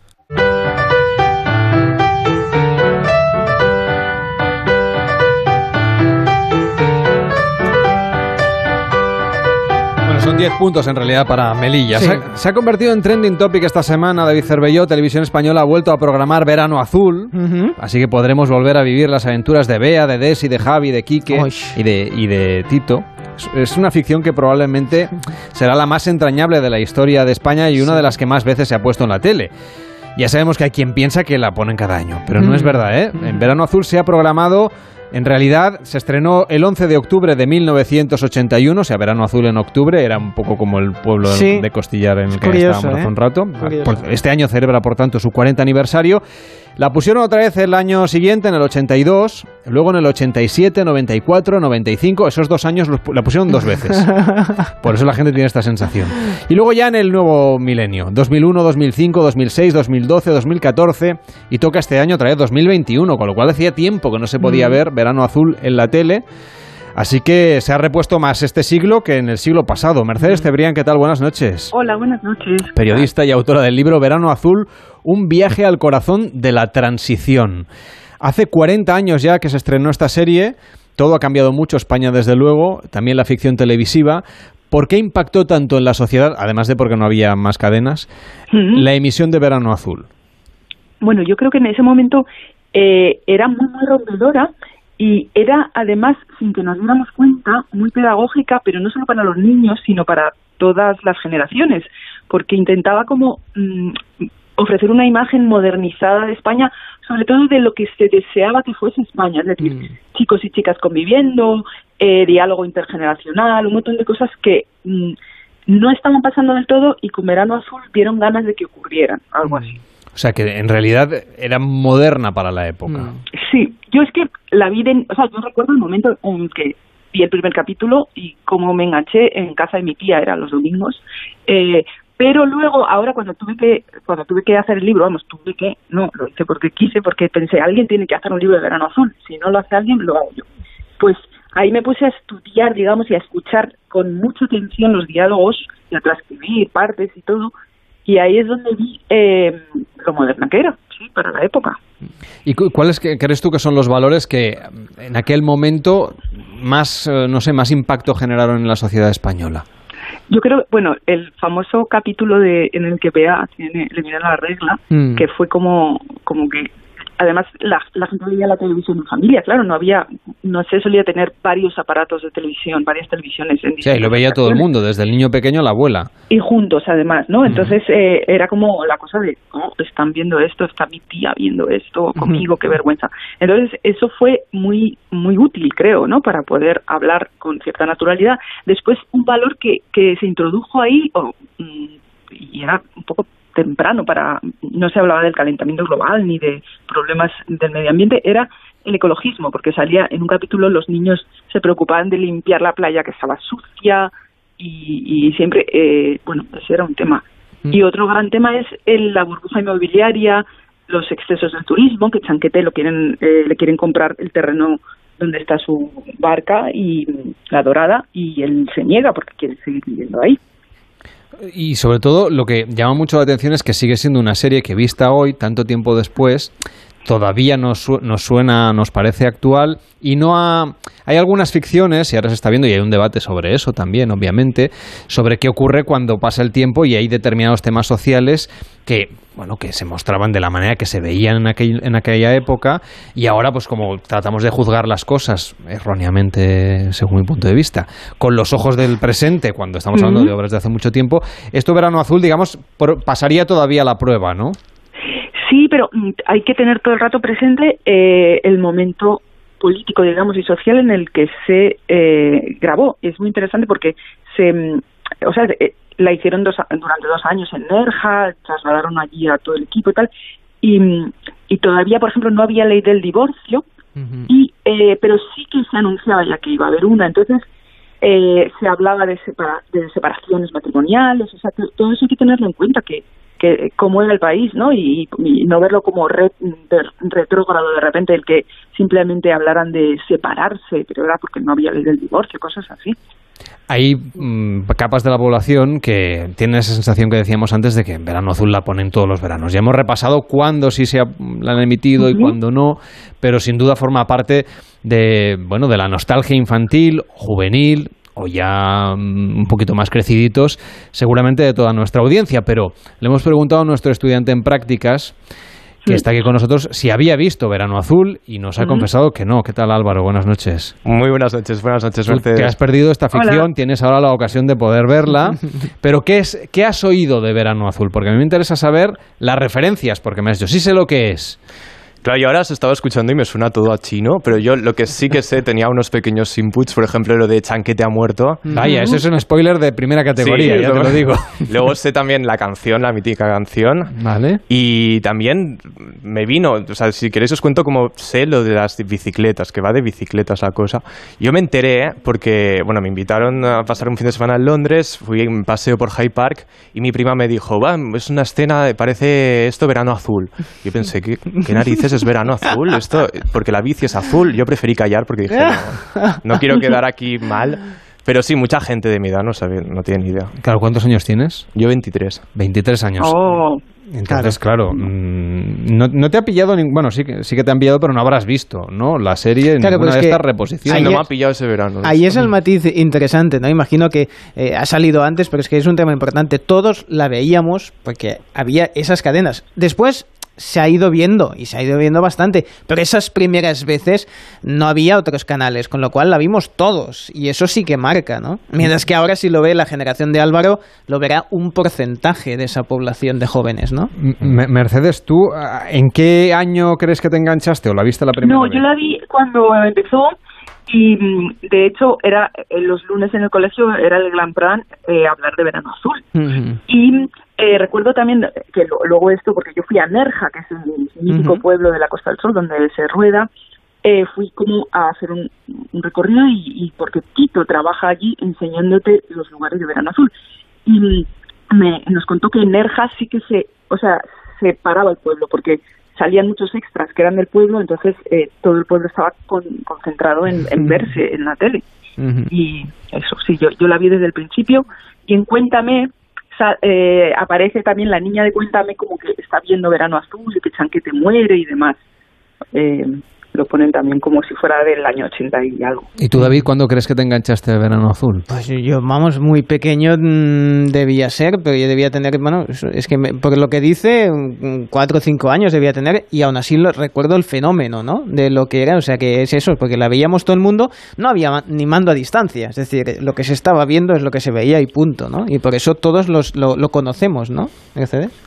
Son diez puntos en realidad para Melilla. Sí. Se, ha, se ha convertido en trending topic esta semana. David Cervelló, Televisión Española, ha vuelto a programar Verano Azul. Uh-huh. Así que podremos volver a vivir las aventuras de Bea, de Desi, de Javi, de Quique y de, y de Tito. Es, es una ficción que probablemente será la más entrañable de la historia de España y una sí. de las que más veces se ha puesto en la tele. Ya sabemos que hay quien piensa que la ponen cada año, pero no mm. es verdad, ¿eh? En Verano Azul se ha programado... En realidad, se estrenó el once de octubre de mil novecientos ochenta y uno, o sea, Verano Azul en octubre, era un poco como el pueblo sí. de Costillar en el que curioso, estábamos ¿eh? hace un rato. Por, este año celebra, por tanto, su cuarenta aniversario. La pusieron otra vez el año siguiente, en el ochenta y dos, luego en el ochenta y siete, noventa y cuatro, noventa y cinco, esos dos años los, la pusieron dos veces. Por eso la gente tiene esta sensación. Y luego ya en el nuevo milenio, dos mil uno, dos mil cinco, dos mil seis, dos mil doce, dos mil catorce, y toca este año otra vez dos mil veintiuno, con lo cual hacía tiempo que no se podía mm. ver Verano Azul en la tele. Así que se ha repuesto más este siglo que en el siglo pasado. Mercedes Cebrián, ¿qué tal? Buenas noches. Hola, buenas noches. Periodista y autora del libro Verano Azul, un viaje al corazón de la transición. Hace cuarenta años ya que se estrenó esta serie. Todo ha cambiado mucho, España desde luego, también la ficción televisiva. ¿Por qué impactó tanto en la sociedad, además de porque no había más cadenas, uh-huh. la emisión de Verano Azul? Bueno, yo creo que en ese momento eh, era muy, muy rompedora. Y era, además, sin que nos diéramos cuenta, muy pedagógica, pero no solo para los niños, sino para todas las generaciones, porque intentaba como mmm, ofrecer una imagen modernizada de España, sobre todo de lo que se deseaba que fuese España, es decir, mm. chicos y chicas conviviendo, eh, diálogo intergeneracional, un montón de cosas que mmm, no estaban pasando del todo y con Verano Azul dieron ganas de que ocurrieran, algo así. O O sea, que en realidad era moderna para la época. Sí, yo es que la vi, de, o sea, yo recuerdo el momento en que vi el primer capítulo y cómo me enganché en casa de mi tía, eran los domingos, eh, pero luego, ahora cuando tuve que cuando tuve que hacer el libro, vamos, tuve que, no, lo hice porque quise, porque pensé, alguien tiene que hacer un libro de Verano Azul, si no lo hace alguien, lo hago yo. Pues ahí me puse a estudiar, digamos, y a escuchar con mucha atención los diálogos, y a transcribir partes y todo, y ahí es donde vi eh, lo moderna que era, sí, para la época. ¿Y cuáles crees tú que son los valores que en aquel momento más, no sé, más impacto generaron en la sociedad española? Yo creo, bueno, el famoso capítulo de en el que Bea tiene, le miran la regla, mm. que fue como, como que además la, la gente veía la televisión en familia, claro, no había, no se solía tener varios aparatos de televisión, varias televisiones. En sí, y lo veía todo el mundo, desde el niño pequeño a la abuela. Y juntos, además, ¿no? Entonces uh-huh. eh, era como la cosa de, oh, están viendo esto, está mi tía viendo esto conmigo, uh-huh. qué vergüenza. Entonces eso fue muy muy útil, creo, ¿no? Para poder hablar con cierta naturalidad. Después, un valor que, que se introdujo ahí, oh, y era un poco temprano, para no se hablaba del calentamiento global ni de problemas del medio ambiente, era el ecologismo, porque salía en un capítulo, los niños se preocupaban de limpiar la playa que estaba sucia y, y siempre, eh, bueno, ese era un tema. Mm. Y otro gran tema es el, la burbuja inmobiliaria, los excesos del turismo, que Chanquete lo quieren, eh, le quieren comprar el terreno donde está su barca y la Dorada, y él se niega porque quiere seguir viviendo ahí. Y sobre todo lo que llama mucho la atención es que sigue siendo una serie que vista hoy, tanto tiempo después, todavía nos, su- nos suena, nos parece actual y no ha... Hay algunas ficciones, y ahora se está viendo, y hay un debate sobre eso también, obviamente, sobre qué ocurre cuando pasa el tiempo y hay determinados temas sociales que, bueno, que se mostraban de la manera que se veían en, aquel, en aquella época, y ahora, pues como tratamos de juzgar las cosas, erróneamente, según mi punto de vista, con los ojos del presente, cuando estamos hablando uh-huh. de obras de hace mucho tiempo, esto Verano Azul, digamos, por, pasaría todavía la prueba, ¿no? Sí, pero hay que tener todo el rato presente eh, el momento político, digamos, y social en el que se eh, grabó. Es muy interesante porque se, o sea, eh, la hicieron dos, durante dos años en Nerja, trasladaron allí a todo el equipo y tal, y, y todavía, por ejemplo, no había ley del divorcio, uh-huh. y eh, pero sí que se anunciaba ya que iba a haber una, entonces eh, se hablaba de, separa, de separaciones matrimoniales, o sea, que todo eso hay que tenerlo en cuenta, que que cómo era el país, ¿no? Y, y no verlo como re, de, retrógrado de repente, el que simplemente hablaran de separarse, pero era porque no había ley del divorcio, cosas así. Hay mmm, capas de la población que tienen esa sensación que decíamos antes de que en Verano Azul la ponen todos los veranos. Ya hemos repasado cuándo sí se ha, la han emitido uh-huh. y cuándo no, pero sin duda forma parte de, bueno, de la nostalgia infantil, juvenil, o ya um, un poquito más creciditos, seguramente de toda nuestra audiencia, pero le hemos preguntado a nuestro estudiante en prácticas, que está aquí con nosotros, si había visto Verano Azul, y nos ha uh-huh. confesado que no. ¿Qué tal, Álvaro? Buenas noches. Muy buenas noches, buenas noches, Mercedes. Te has perdido esta ficción, Hola. Tienes ahora la ocasión de poder verla, pero ¿qué es, qué has oído de Verano Azul? Porque a mí me interesa saber las referencias, porque me has dicho, sí sé lo que es. Claro, yo ahora os estaba escuchando y me suena todo a chino, pero yo lo que sí que sé, tenía unos pequeños inputs, por ejemplo, lo de Chanquete ha muerto. Vaya, eso es un spoiler de primera categoría, sí, ya te lo digo. Luego sé también la canción, la mítica canción. Vale. Y también me vino, o sea, si queréis os cuento cómo sé lo de las bicicletas, que va de bicicletas la cosa. Yo me enteré porque, bueno, me invitaron a pasar un fin de semana en Londres, fui en paseo por Hyde Park y mi prima me dijo, va, es una escena, parece esto Verano Azul. Yo pensé, ¿qué, qué narices es Verano Azul? Esto, porque la bici es azul. Yo preferí callar porque dije, no, no quiero quedar aquí mal. Pero sí, mucha gente de mi edad no sabe, no tiene ni idea. Claro, ¿cuántos años tienes? Yo veintitrés. veintitrés años. Oh, Entonces, claro, claro mmm, no, no te ha pillado, ni, bueno, sí que, sí que te han pillado, pero no habrás visto, ¿no? La serie en claro, ninguna pues de estas reposiciones. Sí, no me ha pillado ese verano. Ahí es el matiz interesante, ¿no? Imagino que eh, ha salido antes, pero es que es un tema importante. Todos la veíamos porque había esas cadenas. Después se ha ido viendo, y se ha ido viendo bastante, pero esas primeras veces no había otros canales, con lo cual la vimos todos, y eso sí que marca, ¿no? Mientras que ahora, si lo ve la generación de Álvaro, lo verá un porcentaje de esa población de jóvenes, ¿no? M- Mercedes, ¿tú en qué año crees que te enganchaste o la viste la primera No, vez? yo la vi cuando empezó Y de hecho, era los lunes en el colegio era el gran plan eh, hablar de Verano Azul. Uh-huh. Y eh, recuerdo también que lo, luego esto, porque yo fui a Nerja, que es el mítico uh-huh. pueblo de la Costa del Sol, donde se rueda, eh, fui como a hacer un, un recorrido y, y porque Tito trabaja allí enseñándote los lugares de Verano Azul. Y me, nos contó que en Nerja sí que se, o sea, se paraba el pueblo, porque salían muchos extras que eran del pueblo, entonces eh, todo el pueblo estaba con, concentrado en, en verse en la tele. Uh-huh. Y eso, sí, yo, yo la vi desde el principio. Y en Cuéntame sa, eh, aparece también la niña de Cuéntame como que está viendo Verano Azul y que Chanquete muere y demás. Eh, lo ponen también como si fuera del año ochenta y algo. ¿Y tú, David, cuándo crees que te enganchaste de Verano Azul? Pues yo, vamos, muy pequeño mmm, debía ser, pero yo debía tener, bueno, es que me, por lo que dice, cuatro o cinco años debía tener, y aún así lo, recuerdo el fenómeno, ¿no?, de lo que era, o sea, que es eso, porque la veíamos todo el mundo, no había ni mando a distancia, es decir, lo que se estaba viendo es lo que se veía y punto, ¿no? Y por eso todos los, lo, lo conocemos, ¿no? Mercedes.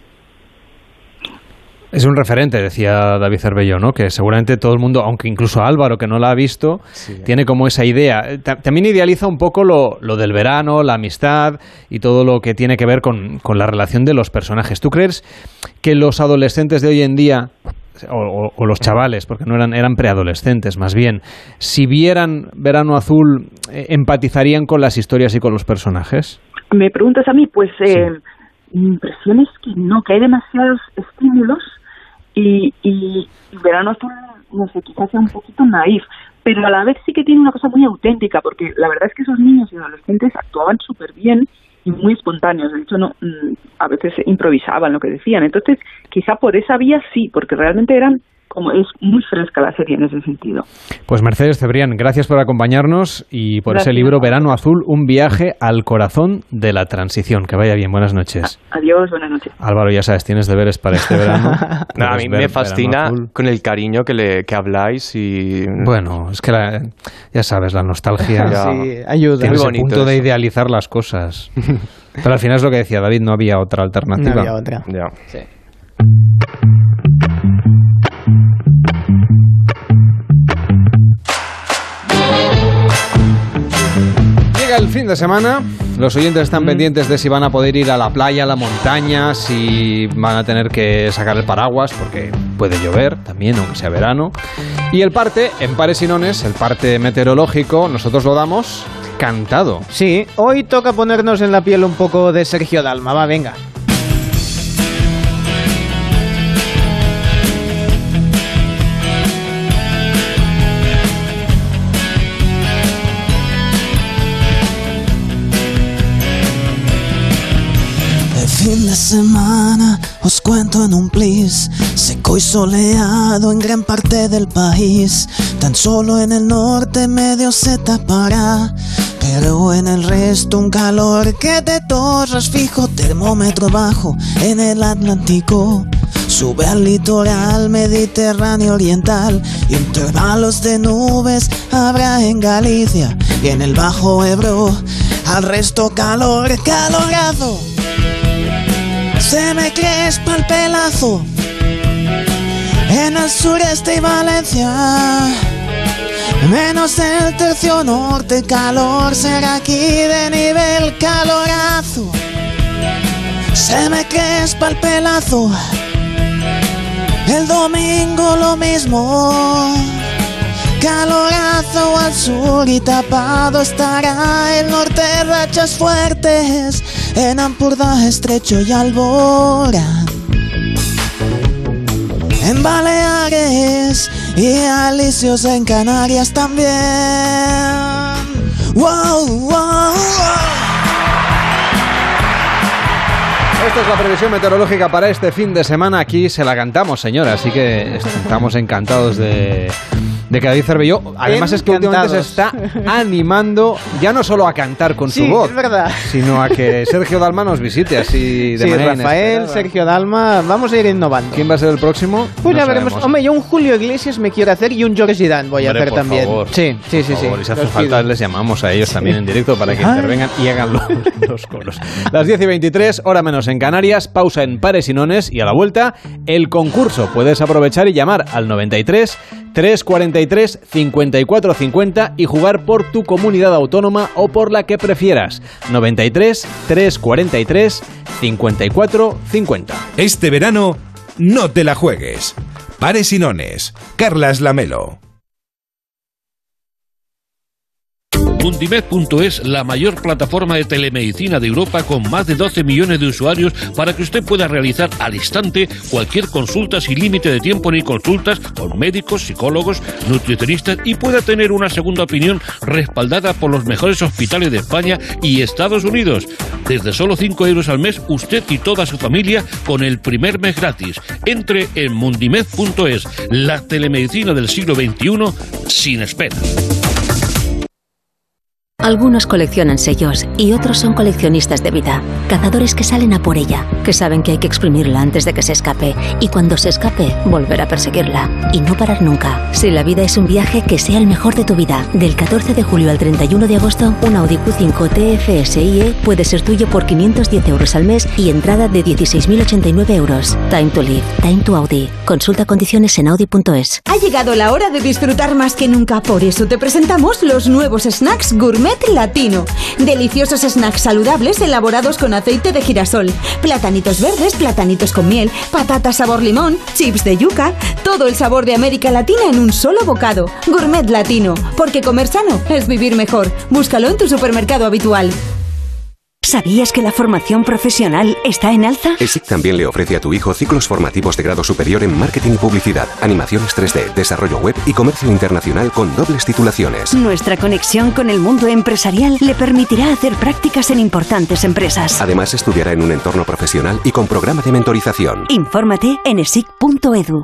Es un referente, decía David Cervelló, ¿no? Que seguramente todo el mundo, aunque incluso Álvaro, que no la ha visto, sí, tiene como esa idea. También idealiza un poco lo, lo del verano, la amistad y todo lo que tiene que ver con, con la relación de los personajes. ¿Tú crees que los adolescentes de hoy en día, o, o, o los chavales, porque no eran, eran preadolescentes más bien, si vieran Verano Azul, eh, empatizarían con las historias y con los personajes? ¿Me preguntas a mí? Pues eh, sí. Mi impresión es que no, que hay demasiados estímulos. Y, y Verano Azul, no sé, quizás sea un poquito naif, pero a la vez sí que tiene una cosa muy auténtica, porque la verdad es que esos niños y adolescentes actuaban súper bien y muy espontáneos. De hecho, no, a veces improvisaban lo que decían. Entonces, quizá por esa vía sí, porque realmente eran, como es muy fresca la serie en ese sentido. Pues Mercedes Cebrián, gracias por acompañarnos y por gracias. Ese libro Verano Azul, un viaje al corazón de la transición. Que vaya bien, buenas noches. Adiós, buenas noches. Álvaro, ya sabes, tienes deberes para este verano. No, a mí me fascina con el cariño que, le, que habláis y... Bueno, es que la, ya sabes, la nostalgia sí, ayuda. Tiene ese punto eso. De idealizar las cosas. Pero al final es lo que decía David, no había otra alternativa. No había otra. Ya. Sí. El fin de semana, los oyentes están mm. pendientes de si van a poder ir a la playa, a la montaña, si van a tener que sacar el paraguas porque puede llover también, aunque sea verano. Y el parte, en Pares y Nones, el parte meteorológico, nosotros lo damos cantado. Sí, hoy toca ponernos en la piel un poco de Sergio Dalma, va, venga. Fin de semana os cuento en un plis, seco y soleado en gran parte del país. Tan solo en el norte medio se tapará, pero en el resto un calor que te torras fijo. Termómetro bajo en el Atlántico, sube al litoral mediterráneo oriental. Intervalos de nubes habrá en Galicia y en el Bajo Ebro. Al resto calor, calorazo. Se me crespa el pelazo en el sureste y Valencia, menos el tercio norte. Calor será aquí de nivel calorazo. Se me crespa el pelazo. El domingo lo mismo. Calorazo al sur y tapado estará el norte. Rachas fuertes en Ampurdá, Estrecho y Alborán, en Baleares y alisios en Canarias también. Wow, wow, wow. Esta es la previsión meteorológica para este fin de semana. Aquí se la cantamos, señora, así que estamos encantados de... de que David Cervelló, además es que últimamente se está animando ya no solo a cantar con sí, su voz, es verdad, sino a que Sergio Dalma nos visite así de sí, manera Rafael, inesperada. Sergio Dalma, vamos a ir innovando. ¿Quién va a ser el próximo? Pues no ya veremos. sabemos. Hombre, yo un Julio Iglesias me quiero hacer y un George Dan voy Hombre, a hacer por también. Favor, sí, sí, sí, por favor, sí. Y si hace Los falta pido. les llamamos a ellos sí. también en directo para que Ay. intervengan y hagan los, los coros. Las diez y veintitrés, hora menos en Canarias, pausa en Pares y Nones y a la vuelta el concurso. Puedes aprovechar y llamar al noventa y tres, trescientos cuarenta noventa y tres, cincuenta y cuatro cincuenta y jugar por tu comunidad autónoma o por la que prefieras. noventa y tres, trescientos cuarenta y tres, cincuenta y cuatro cincuenta. Este verano, no te la juegues. Pares y nones. Carlas Lamelo. Mundimed punto es, la mayor plataforma de telemedicina de Europa con más de doce millones de usuarios para que usted pueda realizar al instante cualquier consulta sin límite de tiempo ni consultas con médicos, psicólogos, nutricionistas y pueda tener una segunda opinión respaldada por los mejores hospitales de España y Estados Unidos. Desde solo cinco euros al mes, usted y toda su familia con el primer mes gratis. Entre en Mundimed punto es, la telemedicina del siglo veintiuno sin espera. Algunos coleccionan sellos y otros son coleccionistas de vida. Cazadores que salen a por ella, que saben que hay que exprimirla antes de que se escape y cuando se escape, volver a perseguirla y no parar nunca. Si la vida es un viaje, que sea el mejor de tu vida. Del catorce de julio al treinta y uno de agosto, un Audi Q cinco T F S I E puede ser tuyo por quinientos diez euros al mes y entrada de dieciséis mil ochenta y nueve euros. Time to live. Time to Audi. Consulta condiciones en Audi punto es. Ha llegado la hora de disfrutar más que nunca. Por eso te presentamos los nuevos snacks gourmet latino. Deliciosos snacks saludables elaborados con aceite de girasol, platanitos verdes, platanitos con miel, patatas sabor limón, chips de yuca, todo el sabor de América Latina en un solo bocado. Gourmet latino, porque comer sano es vivir mejor. Búscalo en tu supermercado habitual. ¿Sabías que la formación profesional está en alza? ESIC también le ofrece a tu hijo ciclos formativos de grado superior en marketing y publicidad, animaciones tres D, desarrollo web y comercio internacional con dobles titulaciones. Nuestra conexión con el mundo empresarial le permitirá hacer prácticas en importantes empresas. Además, estudiará en un entorno profesional y con programa de mentorización. Infórmate en esic punto edu.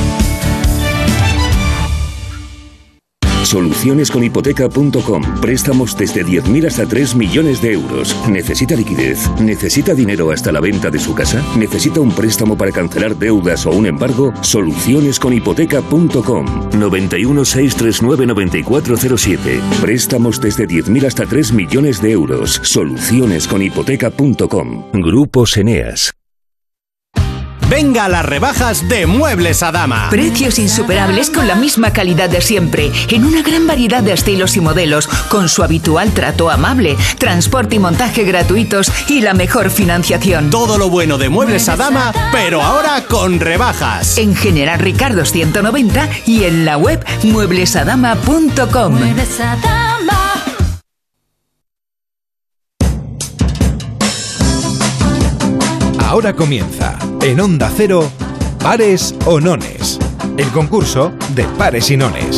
Soluciones con hipoteca punto com. Préstamos desde diez mil hasta tres millones de euros. ¿Necesita liquidez? ¿Necesita dinero hasta la venta de su casa? ¿Necesita un préstamo para cancelar deudas o un embargo? Soluciones con hipoteca punto com. noventa y uno, seiscientos treinta y nueve, noventa y cuatro cero siete. Préstamos desde diez mil hasta tres millones de euros. Soluciones con hipoteca punto com. Grupos Eneas. Venga a las rebajas de Muebles Adama. Precios insuperables con la misma calidad de siempre, en una gran variedad de estilos y modelos, con su habitual trato amable, transporte y montaje gratuitos y la mejor financiación. Todo lo bueno de Muebles Adama, pero ahora con rebajas. En General Ricardo ciento noventa y en la web muebles adama punto com. Muebles Adama. Ahora comienza, en Onda Cero, Pares o Nones, el concurso de pares y nones.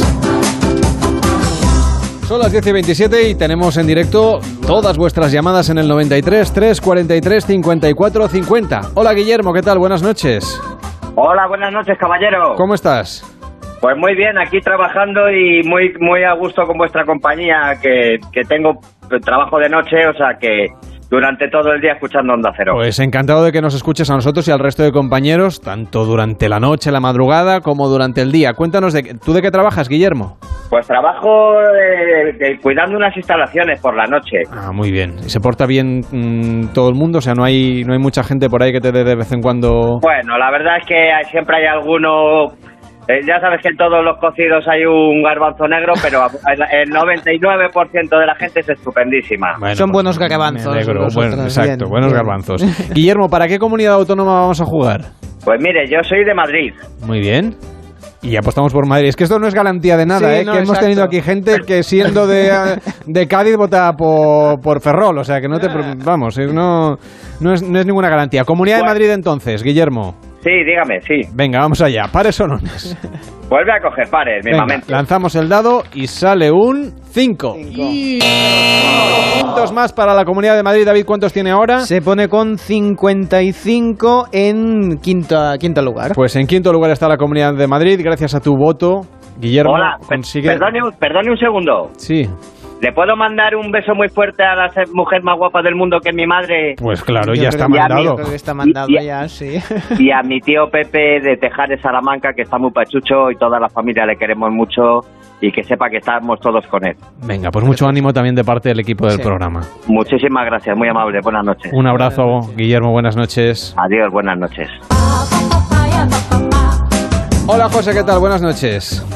Son las diez y veintisiete y tenemos en directo todas vuestras llamadas en el noventa y tres, trescientos cuarenta y tres, cincuenta y cuatro cincuenta. Hola Guillermo, ¿qué tal? Buenas noches. Hola, buenas noches, caballero. ¿Cómo estás? Pues muy bien, aquí trabajando y muy muy a gusto con vuestra compañía, que, que tengo trabajo de noche, o sea que durante todo el día escuchando Onda Cero. Pues encantado de que nos escuches a nosotros y al resto de compañeros, tanto durante la noche, la madrugada, como durante el día. Cuéntanos, de, ¿tú de qué trabajas, Guillermo? Pues trabajo eh, de, cuidando unas instalaciones por la noche. Ah, muy bien. ¿Y se porta bien mmm, todo el mundo? O sea, ¿no hay, no hay mucha gente por ahí que te dé de vez en cuando...? Bueno, la verdad es que hay, siempre hay alguno... Eh, ya sabes que en todos los cocidos hay un garbanzo negro, pero el noventa y nueve por ciento de la gente es estupendísima. Bueno, son buenos garbanzos. Bueno, exacto, bien, buenos bien. garbanzos. Guillermo, ¿para qué comunidad autónoma vamos a jugar? Pues mire, yo soy de Madrid. Muy bien. Y apostamos por Madrid. Es que esto no es garantía de nada, sí, ¿eh? No, que hemos exacto. tenido aquí gente que siendo de, de Cádiz vota por, por Ferrol. O sea, que no te... Vamos, no, no, es, no es ninguna garantía. Comunidad bueno. de Madrid entonces, Guillermo. Sí, dígame, sí. Venga, vamos allá. ¿Pares o nones? Vuelve a coger pares, mismamente. Lanzamos el dado y sale un cinco. Y... puntos más para la Comunidad de Madrid. David, ¿cuántos tiene ahora? Se pone con cincuenta y cinco en quinto, quinto lugar. Pues en quinto lugar está la Comunidad de Madrid. Gracias a tu voto, Guillermo. Hola, consigue... perdone, perdone un segundo. Sí. ¿Le puedo mandar un beso muy fuerte a la mujer más guapa del mundo, que es mi madre? Pues claro, ya está mandado. Yo creo que está mandado y, y, ya, sí. Y a mi tío Pepe de Tejares, Salamanca, que está muy pachucho y toda la familia le queremos mucho y que sepa que estamos todos con él. Venga, pues mucho ánimo también de parte del equipo del sí. programa. Muchísimas gracias, muy amable. Buenas noches. Un abrazo, Guillermo, buenas noches. Adiós, buenas noches. Hola José, ¿qué tal? Buenas noches.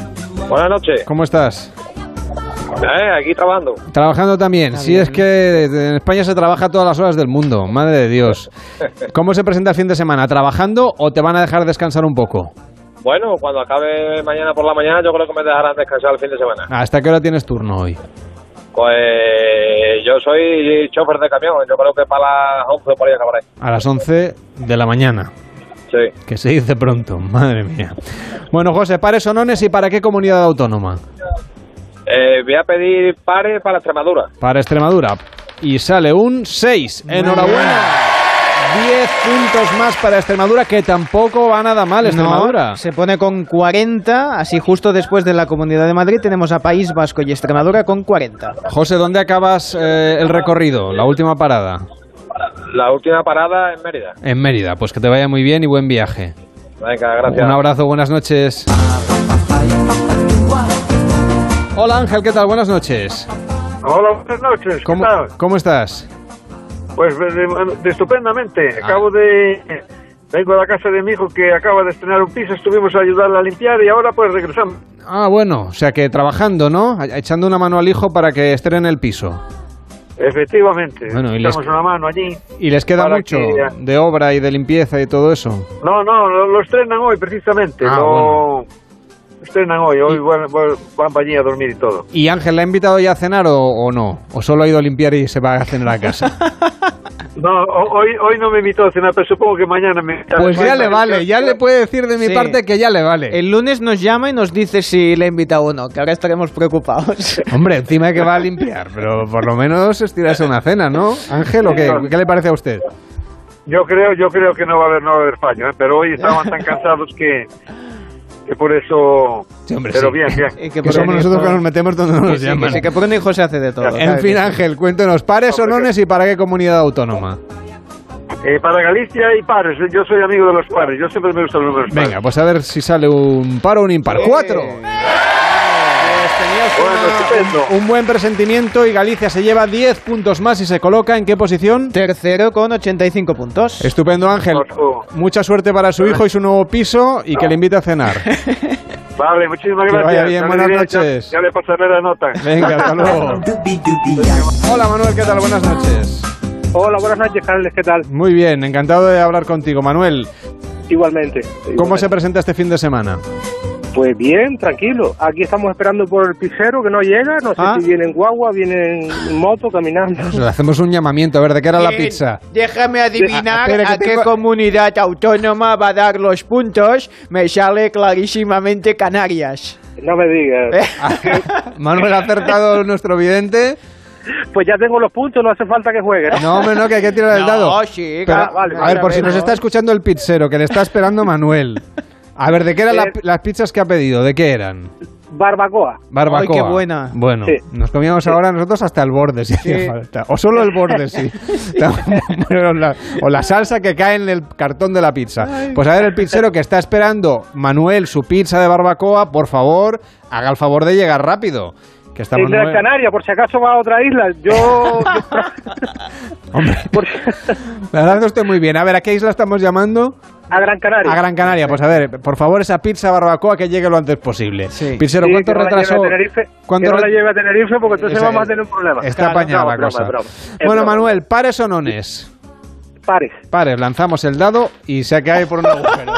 Buenas noches. ¿Cómo estás? Eh, aquí trabajando. Trabajando también. Sí, es que en España se trabaja todas las horas del mundo. Madre de Dios. ¿Cómo se presenta el fin de semana? ¿Trabajando o te van a dejar descansar un poco? Bueno, cuando acabe mañana por la mañana, yo creo que me dejarán descansar el fin de semana. ¿Hasta qué hora tienes turno hoy? Pues yo soy chofer de camión. Yo creo que para las once por ahí acabaré. A las once de la mañana. Sí. Que se dice pronto, madre mía. Bueno, José, pares o nones y para qué comunidad autónoma. Eh, voy a pedir pares para Extremadura. Para Extremadura. Y sale un seis. Enhorabuena. diez puntos más para Extremadura, que tampoco va nada mal Extremadura. No, se pone con cuarenta, así justo después de la Comunidad de Madrid tenemos a País Vasco y Extremadura con cuarenta. José, ¿dónde acabas eh, el recorrido? La última parada. La última parada en Mérida. En Mérida, pues que te vaya muy bien y buen viaje. Venga, gracias. Un abrazo, buenas noches. Hola Ángel, ¿qué tal? Buenas noches. Hola, buenas noches. ¿Qué ¿Cómo, tal? ¿Cómo estás? Pues de, de- de estupendamente. Ah. Acabo de... Vengo a la casa de mi hijo que acaba de estrenar un piso, estuvimos a ayudarle a limpiar y ahora pues regresamos. Ah, bueno, o sea que trabajando, ¿no? Echando una mano al hijo para que estrene el piso. Efectivamente. Bueno, y les- Echamos una mano allí. ¿Y les queda para mucho que- de obra y de limpieza y todo eso? No, no, lo, lo estrenan hoy precisamente. Ah, lo... Estrenan hoy, hoy van, van- van para allí a dormir y todo. ¿Y Ángel le ha invitado ya a cenar o, o no? ¿O solo ha ido a limpiar y se va a cenar a casa? No, ho- hoy, hoy no me invitó a cenar, pero supongo que mañana me... Pues ya le vale, ya le puede decir de mi Sí. parte que ya le vale. El lunes nos llama y nos dice si le ha invitado o no, que ahora estaremos preocupados. Hombre, encima de que va a limpiar, pero por lo menos estirarse una cena, ¿no? Ángel, ¿o qué? ¿Qué le parece a usted? Yo creo, yo creo que no va a haber, no va a haber fallo, ¿eh? Pero hoy estaban tan cansados que, que por eso... Sí, hombre, pero sí. bien, bien. Y Que somos nosotros que nos metemos donde no nos Sí, llaman. que sí, que por un hijo se hace de todo. En fin, Ángel, cuéntenos, pares o nones y para qué comunidad autónoma. Eh, para Galicia y pares, eh, yo soy amigo de los pares, yo siempre me gustan los números pares. Venga, pues a ver si sale un par o un impar. ¡Cuatro! Un buen presentimiento y Galicia se lleva diez puntos más y se coloca ¿en qué posición? Tercero con ochenta y cinco puntos. Estupendo, Ángel. Mucha suerte para su hijo y su nuevo piso y que le invite a cenar. Vale, muchísimas Que gracias. vaya bien, Dale buenas bien, noches. Ya, ya le pasaré la nota. Venga, hasta luego. Hola Manuel, ¿qué tal? Buenas noches. Hola, buenas noches, Carles, ¿qué tal? Muy bien, encantado de hablar contigo, Manuel. Igualmente. ¿Cómo igualmente. se presenta este fin de semana? Pues bien, tranquilo. Aquí estamos esperando por el pizzero que no llega. No sé Ah. si viene en guagua, viene en moto, caminando. Pues le hacemos un llamamiento, a ver, ¿de qué era la Bien, pizza? Déjame adivinar Ah, espera, que a qué tengo- comunidad autónoma va a dar los puntos. Me sale clarísimamente Canarias. No me digas. Manuel ha acertado nuestro vidente. Pues ya tengo los puntos, no hace falta que juegue. No, hombre, no, que hay que tirar el No, dado. sí, Pero, ah, vale, a vale, ver, por si vale, nos ¿no? está escuchando el pizzero, que le está esperando Manuel. A ver, ¿de qué eran la- Eh, las pizzas que ha pedido? ¿De qué eran? Barbacoa. Barbacoa. Ay, qué buena. Bueno, Sí. nos comíamos ahora nosotros hasta el borde, si hacía Sí. falta. O solo el borde, sí. o, la, o la salsa que cae en el cartón de la pizza. Pues a ver, el pizzero que está esperando Manuel su pizza de barbacoa, por favor, haga el favor de llegar rápido. Que está En Gran Manuel. Canaria, por si acaso va a otra isla. Yo. Hombre, la verdad que estoy muy bien. A ver, ¿a qué isla estamos llamando? A Gran Canaria. A Gran Canaria. Pues a ver, por favor, esa pizza barbacoa que llegue lo antes posible. Pizzero, Sí, ¿cuánto que no la retraso? lleve a Tenerife, ¿Cuánto que no re- la lleve a Tenerife porque entonces Esa- vamos a tener un problema. Está Claro, apañada broma, la cosa. broma, broma. Es Bueno, broma. Manuel, ¿pares o nones? Pares. Pares, lanzamos el dado y se ha caído por un agujero.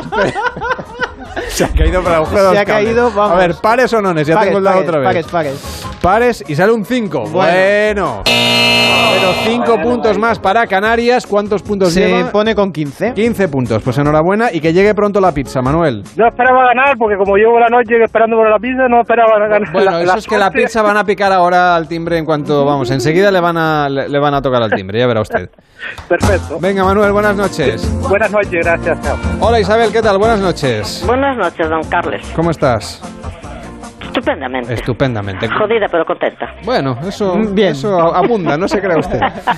Se ha caído por el agujero. de Se los ha caído, cables. vamos. A ver, pares o nones, ya Pares, tengo el dado pares, otra vez. pares, pares. Pares y sale un cinco. Bueno. Pero cinco puntos más para Canarias. ¿Cuántos puntos Se lleva? pone con quince. quince puntos. Pues enhorabuena y que llegue pronto la pizza, Manuel. No esperaba ganar porque como llevo la noche esperando por la pizza, no esperaba ganar. Bueno, La- eso la es que la suerte- pizza van a picar ahora al timbre en cuanto, vamos, enseguida le van a, le, le van a tocar al timbre, ya verá usted. Perfecto. Venga, Manuel, buenas noches. Buenas noches, gracias. Chao. Hola Isabel, ¿qué tal? Buenas noches. Buenas noches, don Carles. ¿Cómo estás? Estupendamente. Estupendamente. Jodida, pero contenta. Bueno, eso, eso abunda, no se crea usted.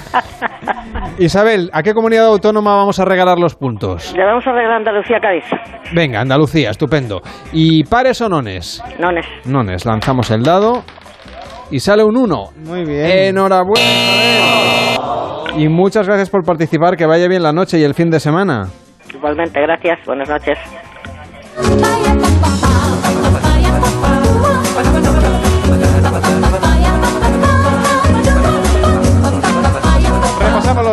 Isabel, ¿a qué comunidad autónoma vamos a regalar los puntos? Le vamos a arreglar Andalucía Cádiz. Venga, Andalucía, estupendo. ¿Y pares o nones? Nones. Nones, lanzamos el dado y sale un uno. Muy bien. Enhorabuena, Isabel. Y muchas gracias por participar, que vaya bien la noche y el fin de semana. Igualmente, gracias. Buenas noches.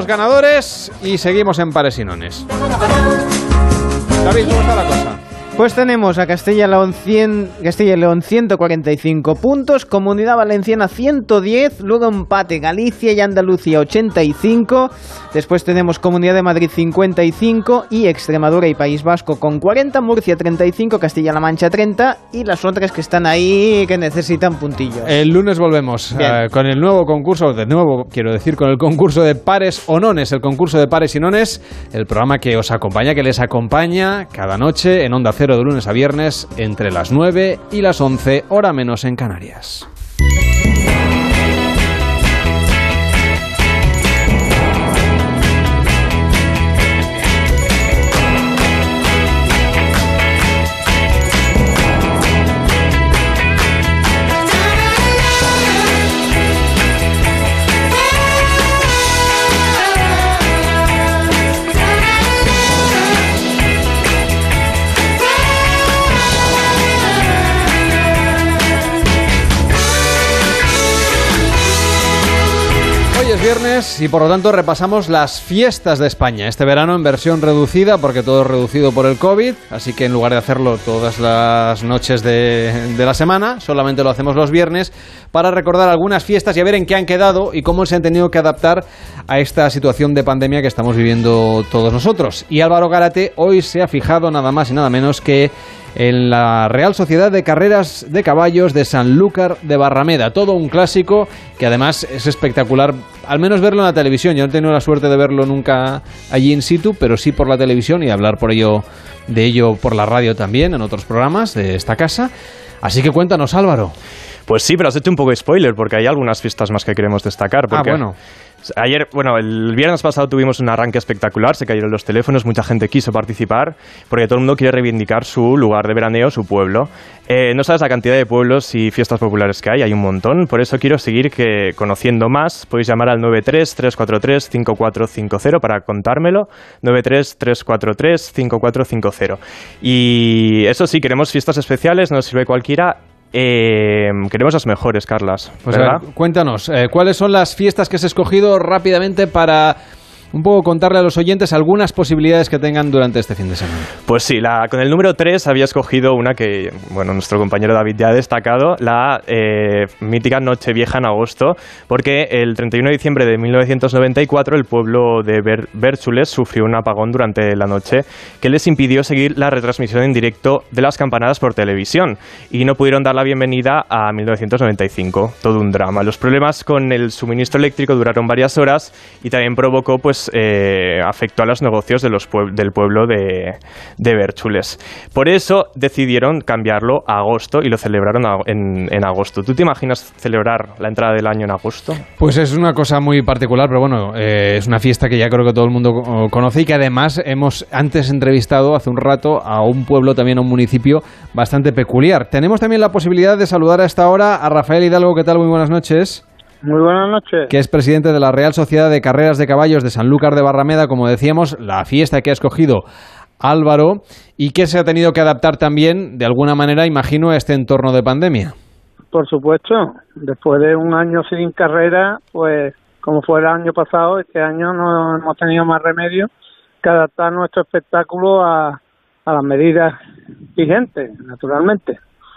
ganadores y seguimos en Pares y Nones. David, ¿cómo está la cosa? Pues tenemos a Castilla y León, cien, Castilla y León ciento cuarenta y cinco puntos, Comunidad Valenciana ciento diez, luego empate Galicia y Andalucía ochenta y cinco, después tenemos Comunidad de Madrid cincuenta y cinco y Extremadura y País Vasco con cuarenta, Murcia treinta y cinco, Castilla-La Mancha treinta y las otras que están ahí que necesitan puntillos. El lunes volvemos uh, con el nuevo concurso, de nuevo quiero decir, con el concurso de Pares o Nones, el concurso de Pares y Nones, el programa que os acompaña, que les acompaña cada noche en Onda Cero de lunes a viernes entre las nueve y las once, hora menos en Canarias. Viernes y por lo tanto repasamos las fiestas de España este verano en versión reducida porque todo es reducido por el COVID, así que en lugar de hacerlo todas las noches de, de la semana, solamente lo hacemos los viernes para recordar algunas fiestas y a ver en qué han quedado y cómo se han tenido que adaptar a esta situación de pandemia que estamos viviendo todos nosotros. Y Álvaro Gárate hoy se ha fijado nada más y nada menos que en la Real Sociedad de Carreras de Caballos de Sanlúcar de Barrameda, todo un clásico que además es espectacular, al menos verlo en la televisión. Yo no he tenido la suerte de verlo nunca allí in situ, pero sí por la televisión y hablar por ello de ello por la radio también, en otros programas de esta casa. Así que cuéntanos, Álvaro. Pues sí, pero has hecho un poco de spoiler, porque hay algunas fiestas más que queremos destacar. Porque ah, bueno. Ayer, bueno, el viernes pasado tuvimos un arranque espectacular, se cayeron los teléfonos, mucha gente quiso participar, porque todo el mundo quiere reivindicar su lugar de veraneo, su pueblo. Eh, no sabes la cantidad de pueblos y fiestas populares que hay, hay un montón, por eso quiero seguir que, conociendo más. Podéis llamar al nueve tres, tres cuatro tres, cinco cuatro cinco cero para contármelo, nueve tres, tres cuatro tres, cinco cuatro cinco cero. Y eso sí, queremos fiestas especiales, no nos sirve cualquiera. Eh, queremos las mejores, Carlas, pues ¿verdad? A ver, cuéntanos, eh, ¿cuáles son las fiestas que has escogido rápidamente para un poco contarle a los oyentes algunas posibilidades que tengan durante este fin de semana? Pues sí, la, con el número tres había escogido una que, bueno, nuestro compañero David ya ha destacado, la eh, mítica Nochevieja en agosto, porque el treinta y uno de diciembre de mil novecientos noventa y cuatro el pueblo de Ber- Bérchules sufrió un apagón durante la noche que les impidió seguir la retransmisión en directo de las campanadas por televisión y no pudieron dar la bienvenida a mil novecientos noventa y cinco, todo un drama. Los problemas con el suministro eléctrico duraron varias horas y también provocó, pues, Eh, afectó a los negocios de los pueb- del pueblo de, de Bérchules. Por eso decidieron cambiarlo a agosto y lo celebraron a, en, en agosto. ¿Tú te imaginas celebrar la entrada del año en agosto? Pues es una cosa muy particular, pero bueno, eh, es una fiesta que ya creo que todo el mundo conoce y que además hemos antes entrevistado hace un rato a un pueblo, también a un municipio bastante peculiar. Tenemos también la posibilidad de saludar a esta hora a Rafael Hidalgo. ¿Qué tal? Muy buenas noches. Muy buenas noches. Que es presidente de la Real Sociedad de Carreras de Caballos de Sanlúcar de Barrameda, como decíamos, la fiesta que ha escogido Álvaro y que se ha tenido que adaptar también, de alguna manera, imagino, a este entorno de pandemia. Por supuesto, después de un año sin carrera, pues como fue el año pasado, este año no hemos tenido más remedio que adaptar nuestro espectáculo a, a las medidas vigentes, naturalmente.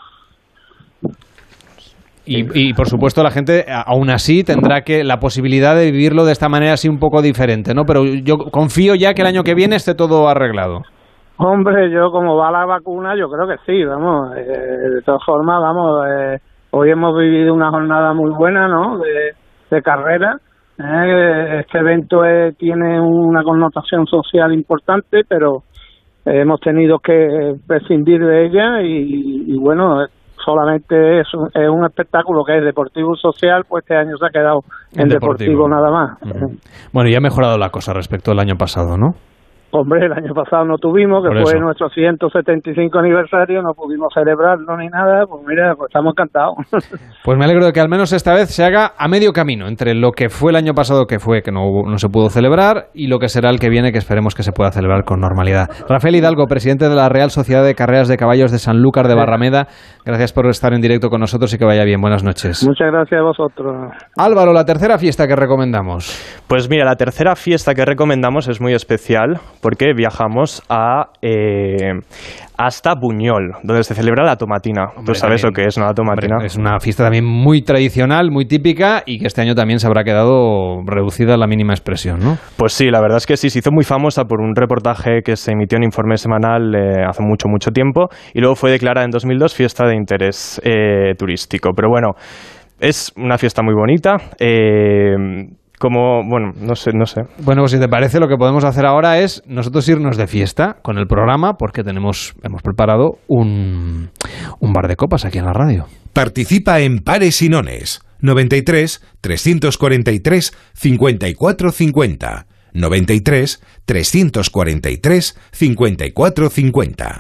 Y, y por supuesto la gente aún así tendrá que la posibilidad de vivirlo de esta manera así un poco diferente, ¿no? Pero yo confío ya que el año que viene esté todo arreglado. Hombre, yo como va la vacuna, yo creo que sí, vamos. Eh, de todas formas, vamos, eh, hoy hemos vivido una jornada muy buena, ¿no? De, de carrera. Eh, este evento eh, tiene una connotación social importante, pero eh, hemos tenido que prescindir de ella y, y bueno, solamente es un, es un espectáculo que es deportivo y social, pues este año se ha quedado en, en deportivo. deportivo nada más. Uh-huh. Bueno, ya ha mejorado la cosa respecto al año pasado, ¿no? Hombre, el año pasado no tuvimos, que Por fue eso. nuestro ciento setenta y cinco aniversario, no pudimos celebrarlo ni nada, pues mira, pues estamos encantados. Pues me alegro de que al menos esta vez se haga a medio camino entre lo que fue el año pasado, que fue que no, hubo- no se pudo celebrar, y lo que será el que viene, que esperemos que se pueda celebrar con normalidad. Rafael Hidalgo, presidente de la Real Sociedad de Carreras de Caballos de Sanlúcar de Barrameda, gracias por estar en directo con nosotros y que vaya bien. Buenas noches. Muchas gracias a vosotros. Álvaro, la tercera fiesta que recomendamos. Pues mira, la tercera fiesta que recomendamos es muy especial porque viajamos a eh, hasta Buñol, donde se celebra la tomatina. Hombre, ¿Tú sabes también. lo que es, no? La tomatina. Hombre, es una fiesta también muy tradicional, muy típica, y que este año también se habrá quedado reducida a la mínima expresión, ¿no? Pues sí, la verdad es que sí, se hizo muy famosa por un reportaje que se emitió en Informe Semanal eh, hace mucho, mucho tiempo, y luego fue declarada en dos mil dos fiesta de interés eh, turístico. Pero bueno, es una fiesta muy bonita. Eh, como, bueno, no sé, no sé. Bueno, pues si te parece, lo que podemos hacer ahora es nosotros irnos de fiesta con el programa, porque tenemos hemos preparado un, un bar de copas aquí en la radio. Participa en Pares y Nones. noventa y tres, trescientos cuarenta y tres, cincuenta y cuatro cincuenta. noventa y tres, trescientos cuarenta y tres, cincuenta y cuatro cincuenta.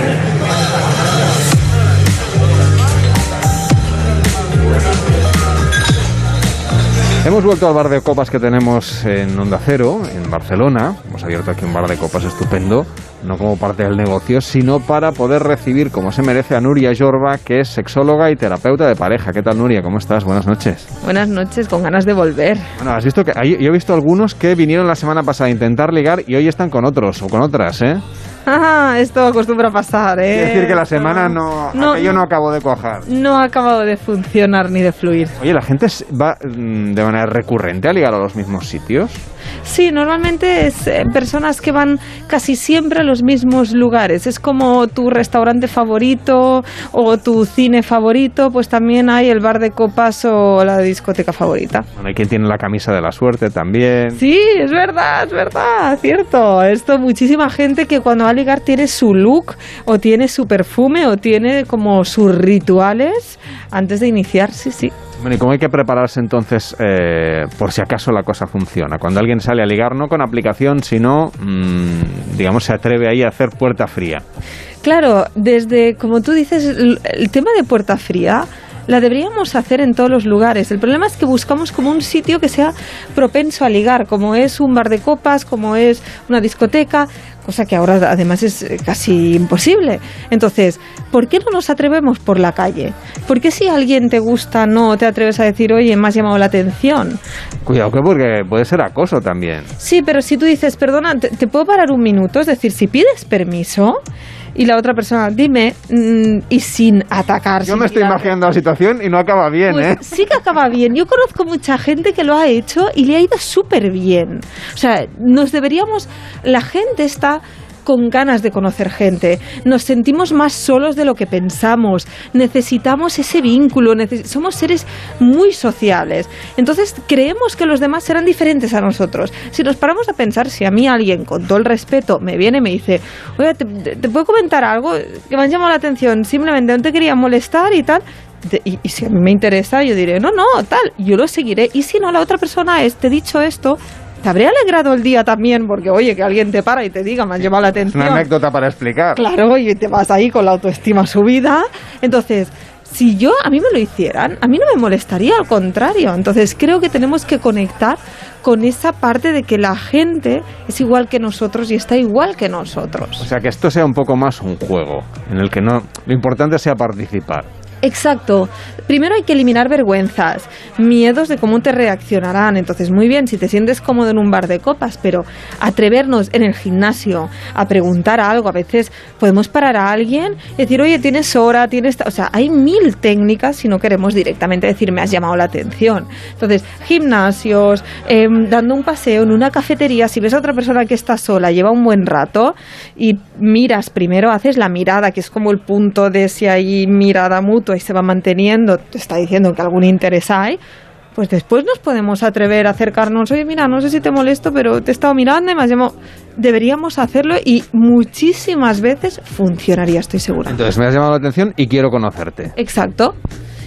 Hemos vuelto al bar de copas que tenemos en Onda Cero, en Barcelona. Hemos abierto aquí un bar de copas estupendo, no como parte del negocio, sino para poder recibir, como se merece, a Nuria Jorba, que es sexóloga y terapeuta de pareja. ¿Qué tal, Nuria? ¿Cómo estás? Buenas noches. Buenas noches, con ganas de volver. Bueno, has visto que hay- yo he visto algunos que vinieron la semana pasada a intentar ligar y hoy están con otros o con otras, ¿eh? Ah, esto acostumbra a pasar, ¿eh? Quiere decir que la semana no, No, aquello no acabó de cuajar. No ha acabado de funcionar ni de fluir. Oye, ¿la gente s- va mm, de manera recurrente a ligar a los mismos sitios? Sí, normalmente es eh, personas que van casi siempre a los mismos lugares. Es como tu restaurante favorito o tu cine favorito, pues también hay el bar de copas o la discoteca favorita. Bueno, hay quien tiene la camisa de la suerte también. Sí, es verdad, es verdad, cierto. Esto, muchísima gente que cuando va a ligar tiene su look o tiene su perfume o tiene como sus rituales antes de iniciar, sí, sí. Bueno, ¿y cómo hay que prepararse entonces eh, por si acaso la cosa funciona? Cuando alguien sale a ligar, no con aplicación, sino, mmm, digamos, se atreve ahí a hacer puerta fría. Claro, desde, como tú dices, el, el tema de puerta fría la deberíamos hacer en todos los lugares. El problema es que buscamos como un sitio que sea propenso a ligar, como es un bar de copas, como es una discoteca, cosa que ahora además es eh, casi imposible. Entonces, ¿por qué no nos atrevemos por la calle? ¿Por qué si alguien te gusta no te atreves a decir, oye, me has llamado la atención? Cuidado que porque puede ser acoso también. Sí, pero si tú dices, perdona, ¿te, te puedo parar un minuto? Es decir, si pides permiso y la otra persona, dime, mm, y sin atacar. Yo sin me estoy tirar- imaginando la situación y no acaba bien, Pues ¿eh? sí que acaba bien. Yo conozco mucha gente que lo ha hecho y le ha ido súper bien. O sea, nos deberíamos... La gente está con ganas de conocer gente. Nos sentimos más solos de lo que pensamos. Necesitamos ese vínculo. neces- somos seres muy sociales. Entonces creemos que los demás serán diferentes a nosotros. Si nos paramos a pensar, si a mí alguien, con todo el respeto, me viene y me dice, oye, ¿te, te puedo comentar algo que me ha llamado la atención? Simplemente no te quería molestar y tal... De- y, y si a mí me interesa, yo diré, no, no, tal, yo lo seguiré. Y si no, la otra persona es, te he dicho esto, te habría alegrado el día también, porque oye, que alguien te para y te diga, me has llamado la Es atención. una anécdota para explicar. Claro, y te vas ahí con la autoestima subida. Entonces, si yo, a mí me lo hicieran, a mí no me molestaría, al contrario. Entonces, creo que tenemos que conectar con esa parte de que la gente es igual que nosotros y está igual que nosotros. O sea, que esto sea un poco más un juego, en el que no lo importante sea participar. Exacto. Primero hay que eliminar vergüenzas, miedos de cómo te reaccionarán. Entonces, muy bien, si te sientes cómodo en un bar de copas, pero atrevernos en el gimnasio a preguntar algo. A veces podemos parar a alguien y decir, oye, ¿tienes hora? ¿Tienes...? O sea, hay mil técnicas si no queremos directamente decir, me has llamado la atención. Entonces, gimnasios, eh, dando un paseo en una cafetería, si ves a otra persona que está sola, lleva un buen rato y miras primero, haces la mirada, que es como el punto de si hay mirada mutua y se va manteniendo, te está diciendo que algún interés hay, pues después nos podemos atrever a acercarnos, oye, mira, no sé si te molesto, pero te he estado mirando y me has llamado. Deberíamos hacerlo y muchísimas veces funcionaría, estoy segura. Entonces me has llamado la atención y quiero conocerte. Exacto.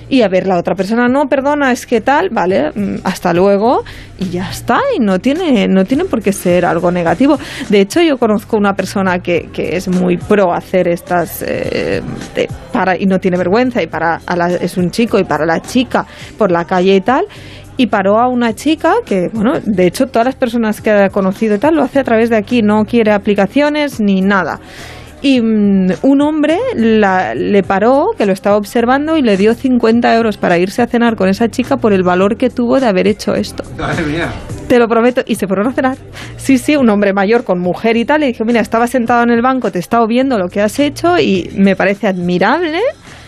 Y a ver, la otra persona, no, perdona, es que tal, vale, hasta luego, y ya está, y no tiene, no tiene por qué ser algo negativo. De hecho, yo conozco una persona que, que es muy pro hacer estas, eh, de, para, y no tiene vergüenza, y para a la, es un chico, y para la chica por la calle y tal, y paró a una chica que, bueno, de hecho, todas las personas que ha conocido y tal, lo hace a través de aquí, no quiere aplicaciones ni nada. Y um, un hombre la, le paró, que lo estaba observando, y le dio cincuenta euros para irse a cenar con esa chica por el valor que tuvo de haber hecho esto. Madre mía. Te lo prometo. Y se fueron a cenar. Sí, sí, un hombre mayor con mujer y tal. Y dijo, mira, estaba sentado en el banco, te he estado viendo lo que has hecho y me parece admirable.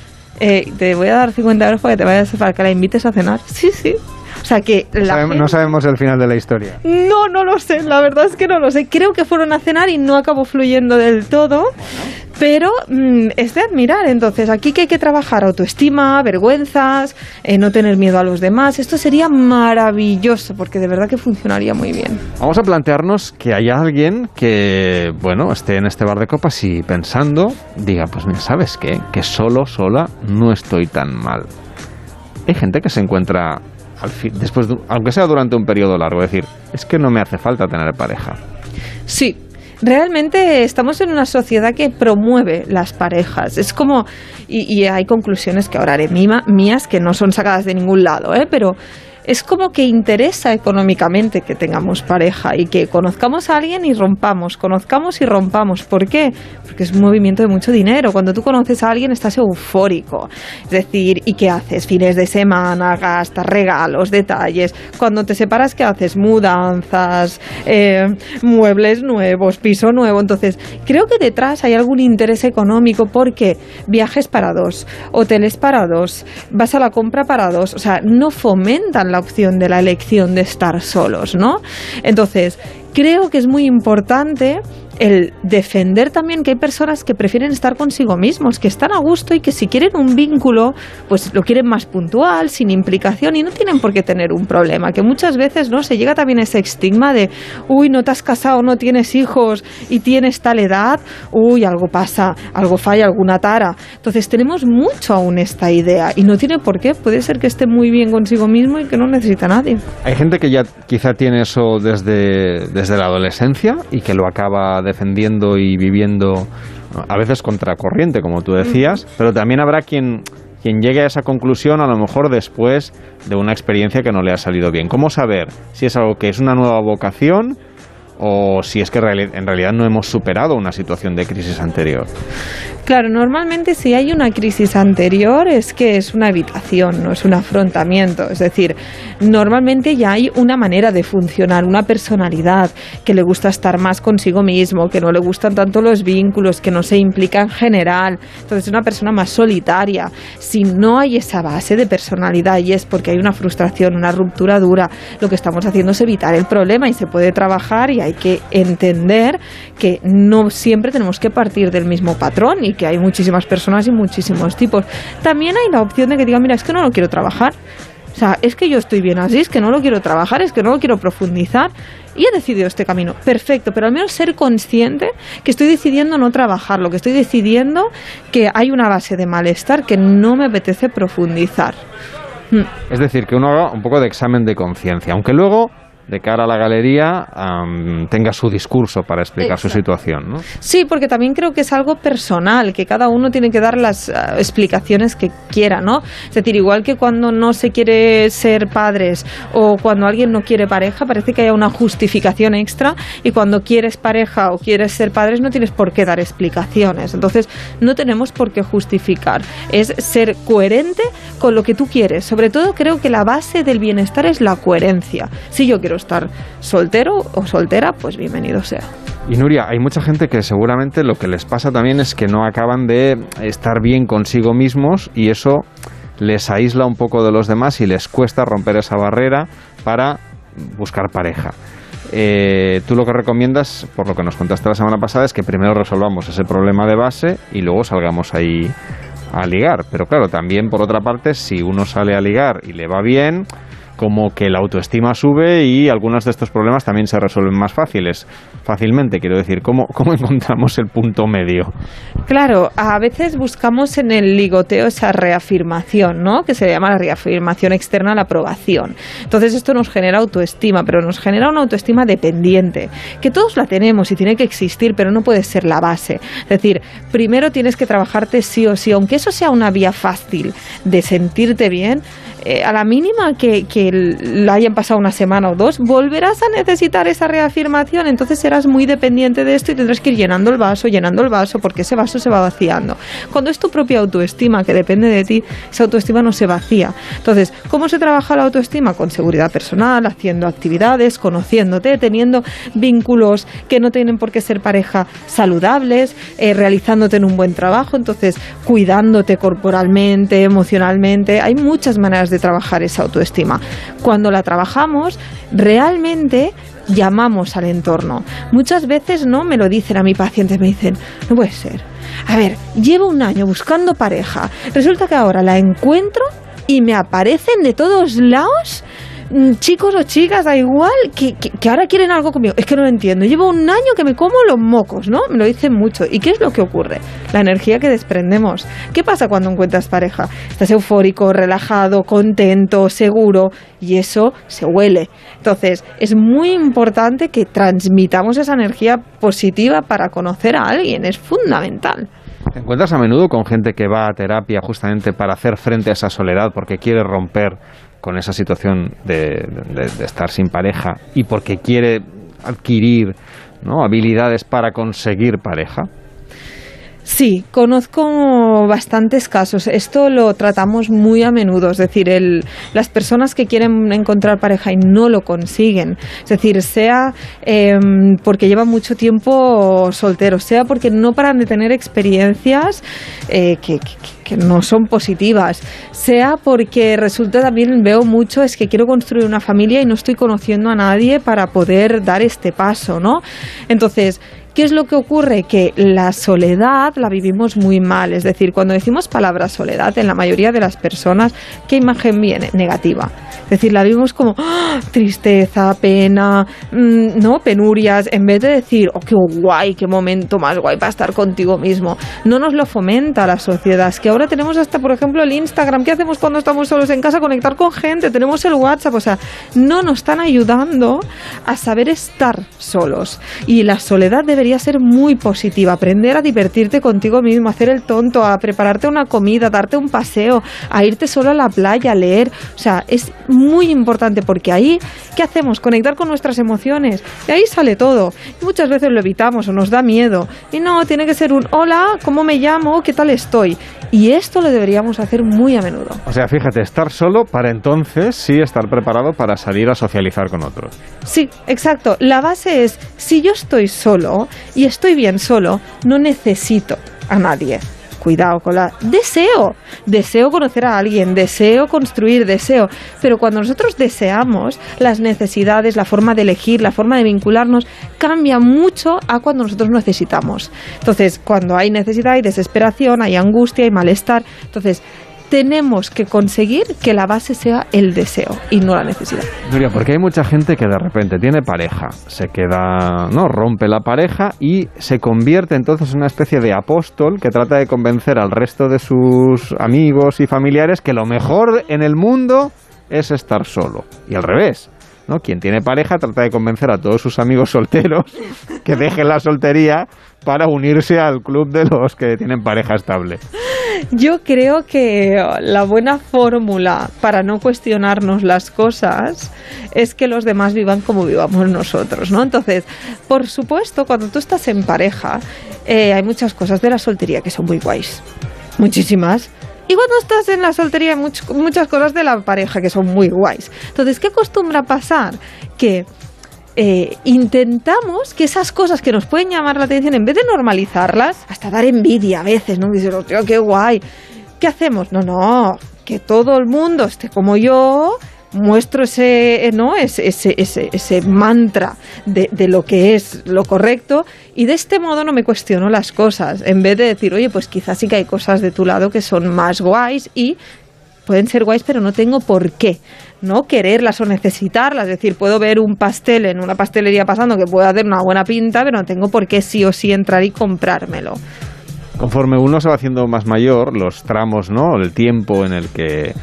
Eh, te voy a dar cincuenta euros para que te vayas, para que la invites a cenar. Sí, sí. O sea que no, la sabemos, gente... no sabemos el final de la historia. No, no lo sé, la verdad es que no lo sé. Creo que fueron a cenar y no acabó fluyendo del todo, pero mmm, es de admirar. Entonces, aquí que hay que trabajar autoestima, vergüenzas, eh, no tener miedo a los demás. Esto sería maravilloso, porque de verdad que funcionaría muy bien. Vamos a plantearnos que haya alguien que, bueno, esté en este bar de copas y pensando, diga, pues mira, ¿sabes qué? Que solo, sola, no estoy tan mal. Hay gente que se encuentra... Al fin, después de, aunque sea durante un periodo largo, es decir, es que no me hace falta tener pareja. Sí, realmente estamos en una sociedad que promueve las parejas. Es como, y, y hay conclusiones que ahora haré mima, mías que no son sacadas de ningún lado, ¿eh? Pero es como que interesa económicamente que tengamos pareja y que conozcamos a alguien y rompamos, conozcamos y rompamos. ¿Por qué? Porque es un movimiento de mucho dinero. Cuando tú conoces a alguien estás eufórico. Es decir, ¿y qué haces? Fines de semana, gastas, regalos, detalles. Cuando te separas, ¿qué haces? Mudanzas, eh, muebles nuevos, piso nuevo. Entonces, creo que detrás hay algún interés económico porque viajes para dos, hoteles para dos, vas a la compra para dos. O sea, no fomentan la opción de la elección de estar solos, ¿no? Entonces, creo que es muy importante el defender también que hay personas que prefieren estar consigo mismos, que están a gusto y que si quieren un vínculo, pues lo quieren más puntual, sin implicación, y no tienen por qué tener un problema, que muchas veces, ¿no?, se llega también a ese estigma de, uy, no te has casado, no tienes hijos y tienes tal edad, uy, algo pasa, algo falla, alguna tara. Entonces tenemos mucho aún esta idea y no tiene por qué, puede ser que esté muy bien consigo mismo y que no necesita a nadie. Hay gente que ya quizá tiene eso desde, desde la adolescencia y que lo acaba defendiendo y viviendo a veces contracorriente, como tú decías, pero también habrá quien, quien llegue a esa conclusión a lo mejor después de una experiencia que no le ha salido bien. ¿Cómo saber si es algo que es una nueva vocación o si es que en realidad no hemos superado una situación de crisis anterior? Claro, normalmente si hay una crisis anterior es que es una evitación, no es un afrontamiento. Es decir, normalmente ya hay una manera de funcionar, una personalidad que le gusta estar más consigo mismo, que no le gustan tanto los vínculos, que no se implica en general. Entonces es una persona más solitaria. Si no hay esa base de personalidad y es porque hay una frustración, una ruptura dura, lo que estamos haciendo es evitar el problema y se puede trabajar y hay que entender que no siempre tenemos que partir del mismo patrón y que hay muchísimas personas y muchísimos tipos. También hay la opción de que digan, mira, es que no lo quiero trabajar. O sea, es que yo estoy bien así, es que no lo quiero trabajar, es que no lo quiero profundizar y he decidido este camino. Perfecto, pero al menos ser consciente que estoy decidiendo no trabajarlo, que estoy decidiendo que hay una base de malestar que no me apetece profundizar. Es decir, que uno haga un poco de examen de conciencia, aunque luego de cara a la galería um, tenga su discurso para explicar Exacto. su situación, ¿no? Sí, porque también creo que es algo personal, que cada uno tiene que dar las uh, explicaciones que quiera, ¿no? Es decir, igual que cuando no se quiere ser padres o cuando alguien no quiere pareja, parece que haya una justificación extra, y cuando quieres pareja o quieres ser padres no tienes por qué dar explicaciones. Entonces, no tenemos por qué justificar. Es ser coherente con lo que tú quieres. Sobre todo, creo que la base del bienestar es la coherencia. Si yo quiero estar soltero o soltera, pues bienvenido sea. Y Nuria, hay mucha gente que seguramente lo que les pasa también es que no acaban de estar bien consigo mismos y eso les aísla un poco de los demás y les cuesta romper esa barrera para buscar pareja. Eh, tú lo que recomiendas, por lo que nos contaste la semana pasada, es que primero resolvamos ese problema de base y luego salgamos ahí a ligar. Pero claro, también por otra parte, si uno sale a ligar y le va bien, como que la autoestima sube y algunos de estos problemas también se resuelven más fáciles, fácilmente, quiero decir. ¿Cómo, cómo encontramos el punto medio? Claro, a veces buscamos en el ligoteo esa reafirmación, ¿no? Que se llama la reafirmación externa, la aprobación. Entonces esto nos genera autoestima, pero nos genera una autoestima dependiente, que todos la tenemos y tiene que existir, pero no puede ser la base. Es decir, primero tienes que trabajarte sí o sí, aunque eso sea una vía fácil de sentirte bien, eh, a la mínima que, que la hayan pasado una semana o dos, volverás a necesitar esa reafirmación, entonces serás muy dependiente de esto y tendrás que ir llenando el vaso, llenando el vaso, porque ese vaso se va vaciando. Cuando es tu propia autoestima, que depende de ti, esa autoestima no se vacía. Entonces, ¿cómo se trabaja la autoestima? Con seguridad personal, haciendo actividades, conociéndote, teniendo vínculos que no tienen por qué ser pareja saludables, eh, realizándote en un buen trabajo, entonces cuidándote corporalmente, emocionalmente. Hay muchas maneras de trabajar esa autoestima. Cuando la trabajamos, realmente llamamos al entorno. Muchas veces no me lo dicen a mi paciente, me dicen, no puede ser. A ver, llevo un año buscando pareja, resulta que ahora la encuentro y me aparecen de todos lados chicos o chicas, da igual, que, que, que ahora quieren algo conmigo. Es que no lo entiendo. Llevo un año que me como los mocos, ¿no? Me lo dicen mucho. ¿Y qué es lo que ocurre? La energía que desprendemos. ¿Qué pasa cuando encuentras pareja? Estás eufórico, relajado, contento, seguro, y eso se huele. Entonces, es muy importante que transmitamos esa energía positiva para conocer a alguien. Es fundamental. ¿Te encuentras a menudo con gente que va a terapia justamente para hacer frente a esa soledad porque quiere romper con esa situación de, de, de estar sin pareja y porque quiere adquirir, ¿no?, habilidades para conseguir pareja? Sí, conozco bastantes casos. Esto lo tratamos muy a menudo. Es decir, el, las personas que quieren encontrar pareja y no lo consiguen, es decir, sea eh, porque llevan mucho tiempo solteros, sea porque no paran de tener experiencias eh, que, que, que no son positivas, sea porque resulta, también veo mucho, es que quiero construir una familia y no estoy conociendo a nadie para poder dar este paso, ¿no? Entonces, ¿qué es lo que ocurre? Que la soledad la vivimos muy mal. Es decir, cuando decimos palabra soledad, en la mayoría de las personas, ¿qué imagen viene? Negativa. Es decir, la vivimos como ¡oh!, tristeza, pena, mmm, ¿no?, penurias, en vez de decir, oh, qué guay, qué momento más guay para estar contigo mismo. No nos lo fomenta la sociedad. Es que ahora tenemos hasta, por ejemplo, el Instagram. ¿Qué hacemos cuando estamos solos en casa? Conectar con gente. Tenemos el WhatsApp. O sea, no nos están ayudando a saber estar solos. Y la soledad debe debería ser muy positiva, aprender a divertirte contigo mismo, hacer el tonto, a prepararte una comida, darte un paseo, a irte solo a la playa, a leer. O sea, es muy importante porque ahí, ¿qué hacemos? Conectar con nuestras emociones. Y ahí sale todo. Y muchas veces lo evitamos o nos da miedo. Y no, tiene que ser un hola, ¿cómo me llamo? ¿Qué tal estoy? Y esto lo deberíamos hacer muy a menudo. O sea, fíjate, estar solo para entonces sí estar preparado para salir a socializar con otros. Sí, exacto. La base es, si yo estoy solo y estoy bien solo, no necesito a nadie. Cuidado con la... Deseo, deseo conocer a alguien, deseo construir, deseo. Pero cuando nosotros deseamos, las necesidades, la forma de elegir, la forma de vincularnos, cambia mucho a cuando nosotros necesitamos. Entonces, cuando hay necesidad, hay desesperación, hay angustia, hay malestar. Entonces, tenemos que conseguir que la base sea el deseo y no la necesidad. Nuria, porque hay mucha gente que de repente tiene pareja, se queda, no, rompe la pareja y se convierte entonces en una especie de apóstol que trata de convencer al resto de sus amigos y familiares que lo mejor en el mundo es estar solo. Y al revés, ¿no? Quien tiene pareja trata de convencer a todos sus amigos solteros que dejen la soltería para unirse al club de los que tienen pareja estable. Yo creo que la buena fórmula para no cuestionarnos las cosas es que los demás vivan como vivamos nosotros, ¿no? Entonces, por supuesto, cuando tú estás en pareja, eh, hay muchas cosas de la soltería que son muy guays. Muchísimas. Y cuando estás en la soltería hay much- muchas cosas de la pareja que son muy guays. Entonces, ¿qué acostumbra pasar? Que Eh, intentamos que esas cosas que nos pueden llamar la atención, en vez de normalizarlas, hasta dar envidia a veces, ¿no? Dices, oh, tío, qué guay. ¿Qué hacemos? No, no, que todo el mundo esté como yo, muestro ese, ¿no?, ese, ese, ese, ese mantra de, de lo que es lo correcto, y de este modo no me cuestiono las cosas, en vez de decir, oye, pues quizás sí que hay cosas de tu lado que son más guays y pueden ser guays, pero no tengo por qué no quererlas o necesitarlas. Es decir, puedo ver un pastel en una pastelería pasando que puede hacer una buena pinta, pero no tengo por qué sí o sí entrar y comprármelo. Conforme uno se va haciendo más mayor, los tramos, ¿no? El tiempo en el que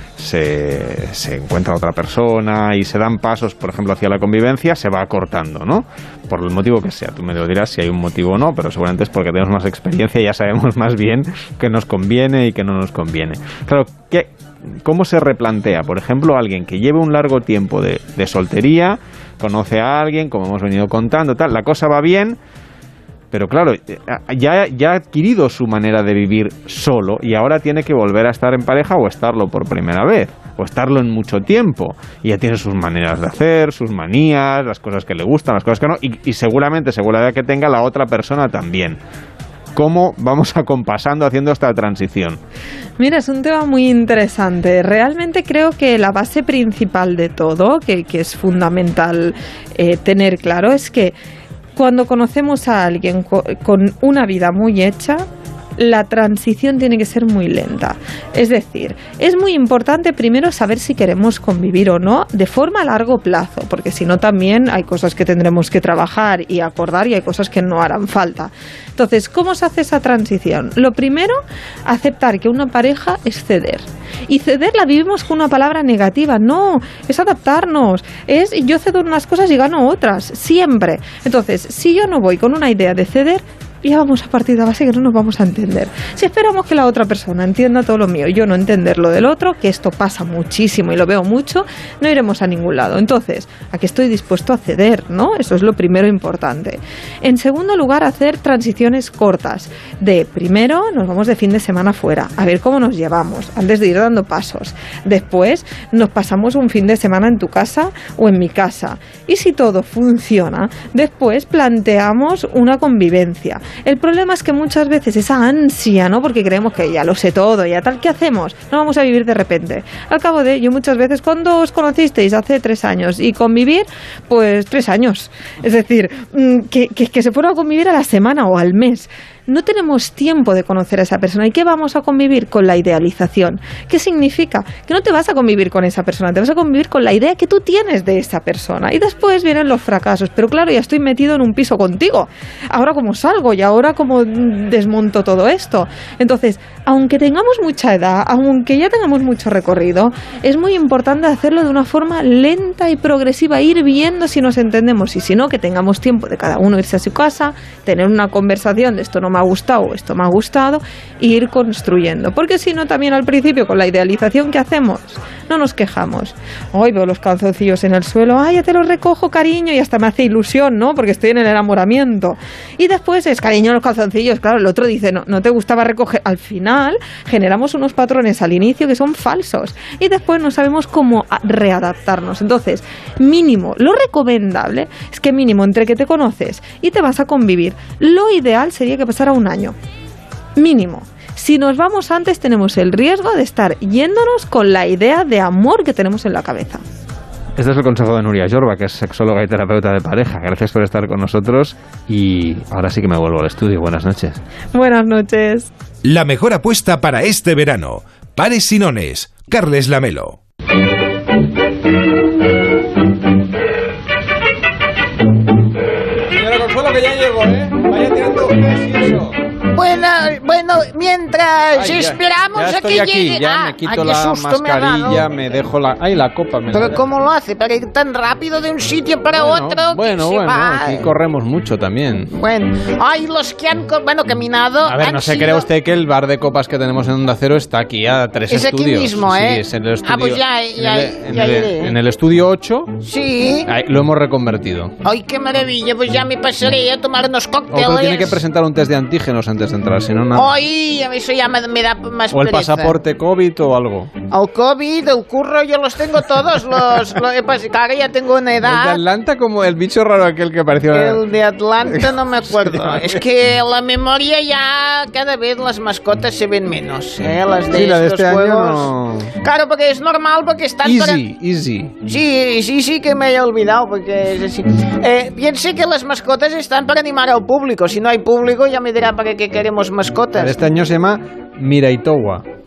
se, se encuentra otra persona y se dan pasos, por ejemplo, hacia la convivencia, se va acortando, ¿no? Por el motivo que sea. Tú me lo dirás si hay un motivo o no, pero seguramente es porque tenemos más experiencia y ya sabemos más bien qué nos conviene y qué no nos conviene. Claro, ¿qué, ¿cómo se replantea? Por ejemplo, alguien que lleve un largo tiempo de, de soltería, conoce a alguien, como hemos venido contando, tal, la cosa va bien. Pero claro, ya, ya ha adquirido su manera de vivir solo y ahora tiene que volver a estar en pareja o estarlo por primera vez, o estarlo en mucho tiempo. Y ya tiene sus maneras de hacer, sus manías, las cosas que le gustan, las cosas que no, y, y seguramente, según la edad que tenga, la otra persona también. ¿Cómo vamos acompasando haciendo esta transición? Mira, es un tema muy interesante. Realmente creo que la base principal de todo, que, que es fundamental eh, tener claro, es que cuando conocemos a alguien con una vida muy hecha, la transición tiene que ser muy lenta. Es decir, es muy importante primero saber si queremos convivir o no de forma a largo plazo, porque si no también hay cosas que tendremos que trabajar y acordar y hay cosas que no harán falta. Entonces, ¿cómo se hace esa transición? Lo primero, aceptar que una pareja es ceder. Y ceder la vivimos con una palabra negativa. No, es adaptarnos. Es yo cedo unas cosas y gano otras, siempre. Entonces, si yo no voy con una idea de ceder, ya vamos a partir de la base que no nos vamos a entender. Si esperamos que la otra persona entienda todo lo mío y yo no entender lo del otro, que esto pasa muchísimo y lo veo mucho, no iremos a ningún lado. Entonces, ¿a qué estoy dispuesto a ceder? ¿No? Eso es lo primero importante. En segundo lugar, hacer transiciones cortas. De primero, nos vamos de fin de semana fuera, a ver cómo nos llevamos, antes de ir dando pasos. Después, nos pasamos un fin de semana en tu casa o en mi casa. Y si todo funciona, después planteamos una convivencia. El problema es que muchas veces esa ansia, ¿no? Porque creemos que ya lo sé todo, ya tal, ¿qué hacemos? No vamos a vivir de repente. Al cabo de ello, muchas veces, cuando os conocisteis hace tres años y convivir, pues tres años. Es decir, que, que, que se fuera a convivir a la semana o al mes. No tenemos tiempo de conocer a esa persona. ¿Y qué vamos a convivir? Con la idealización. ¿Qué significa? Que no te vas a convivir con esa persona, te vas a convivir con la idea que tú tienes de esa persona. Y después vienen los fracasos. Pero claro, ya estoy metido en un piso contigo. Ahora cómo salgo y ahora cómo desmonto todo esto. Entonces, aunque tengamos mucha edad, aunque ya tengamos mucho recorrido, es muy importante hacerlo de una forma lenta y progresiva, ir viendo si nos entendemos y si no, que tengamos tiempo de cada uno irse a su casa, tener una conversación de esto no me ha gustado, esto me ha gustado, e ir construyendo. Porque si no, también al principio, con la idealización que hacemos, no nos quejamos. Hoy veo los calzoncillos en el suelo, ay, ya te los recojo, cariño, y hasta me hace ilusión, ¿no? Porque estoy en el enamoramiento. Y después es, cariño, los calzoncillos, claro, el otro dice, no, no te gustaba recoger. Al final, generamos unos patrones al inicio que son falsos. Y después no sabemos cómo readaptarnos. Entonces, mínimo, lo recomendable es que mínimo entre que te conoces y te vas a convivir, lo ideal sería que pasara un año. Mínimo. Si nos vamos antes, tenemos el riesgo de estar yéndonos con la idea de amor que tenemos en la cabeza. Este es el consejo de Nuria Jorba, que es sexóloga y terapeuta de pareja. Gracias por estar con nosotros y ahora sí que me vuelvo al estudio. Buenas noches. Buenas noches. La mejor apuesta para este verano. Pares Sinones. Carles Lamelo. Señora Consuelo, que ya llego, ¿eh? Vaya tirando eso. Bueno, bueno, mientras Ay, ya, esperamos ya a estoy que aquí, llegue... ya ah, me quito ah, qué la susto me ha mascarilla, dado. me dejo la... Ay, la copa me Pero la... ¿cómo lo hace? ¿Para ir tan rápido de un sitio para Bueno, otro? Bueno, que se bueno, va? aquí corremos mucho también. Bueno, ay, los que han, co- bueno, caminado... A ver, han no se sido- crea usted que el bar de copas que tenemos en Onda Cero está aquí a tres Es aquí estudios. mismo, ¿eh? Sí, es en el estudio... Ah, pues ya, ya, en el, ya en el- iré. en el estudio ocho, Sí. ahí lo hemos reconvertido. Ay, qué maravilla, pues ya me pasaré a tomar unos cócteles. Otro tiene que presentar un test de antígenos antes de entrar, si no, nada. Ay, eso ya me, me da más O el pereza. pasaporte COVID o algo. El COVID, el curro, yo los tengo todos. Los, lo que pasa es que ahora ya tengo una El de edad. Atlanta como el bicho raro aquel que apareció... El de Atlanta no me acuerdo. Es que la memoria ya cada vez las mascotas se ven menos. ¿eh? Las de Sí, la de estos este año juegos. no... Claro, porque es normal, porque están para... Easy, easy. Sí, sí, sí que me haya olvidado, porque es así. Eh, piense que las mascotas están para animar al público. Si no hay público, ya me dirá para qué queremos mascotas. Este año se llama Miraitowa.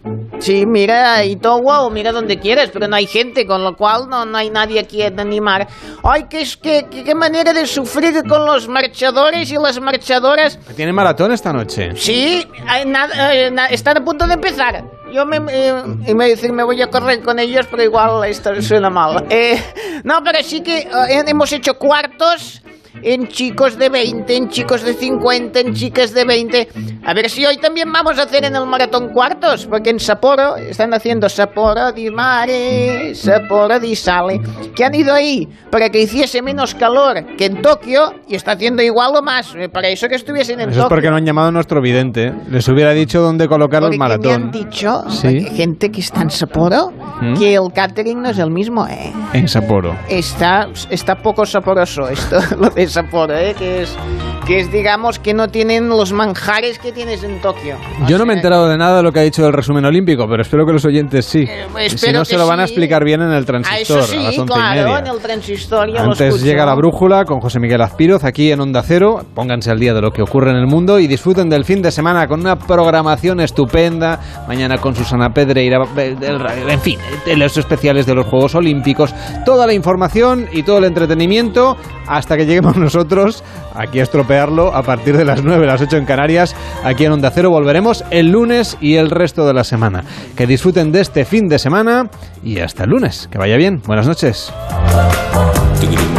Sí, mira a Itowa o mira donde quieras, pero no hay gente, con lo cual no, no hay nadie aquí a animar. Ay, qué, qué, qué manera de sufrir con los marchadores y las marchadoras. ¿Tiene maratón esta noche? Sí, eh, na- eh, na- están a punto de empezar. Yo me, eh, iba a decir, me voy a correr con ellos, pero igual esto suena mal. Eh, no, pero sí que eh, hemos hecho cuartos en chicos de veinte, en chicos de cincuenta, en chicas de veinte. A ver si hoy también vamos a hacer en el maratón cuartos, porque en Sapporo están haciendo Sapporo di mare, Sapporo di sale, que han ido ahí para que hiciese menos calor que en Tokio y está haciendo igual o más. Para eso que estuviesen en Eso es Tokio. porque no han llamado a nuestro vidente. Les hubiera dicho dónde colocar Porque el maratón. me han dicho, Sí. gente que está en Sapporo, ¿Mm? que el catering no es el mismo, ¿eh? En Sapporo. Está, está poco saboroso esto, lo de Sapporo, ¿eh? Que es, que es, digamos, que no tienen los manjares que tienes en Tokio. Yo no me he enterado de nada de lo que ha dicho el resumen olímpico, pero espero que los oyentes sí. pues si no, espero se que lo van a sí. explicar bien en el A transistor, eso sí, a las once claro, y media. en el transistor ya lo Antes escucho. llega la brújula con José Miguel Azpiroz aquí en Onda Cero. Pónganse al día de lo que ocurre en el mundo y disfruten del fin de semana con una programación estupenda. Mañana con Susana Pedreira, en fin, los especiales de los Juegos Olímpicos. Toda la información y todo el entretenimiento hasta que lleguemos nosotros aquí a estropearlo a partir de las nueve, las ocho en Canarias. Aquí en Onda Cero volveremos el lunes y el resto de la semana. Que disfruten de este fin de semana y hasta el lunes. Que vaya bien. Buenas noches.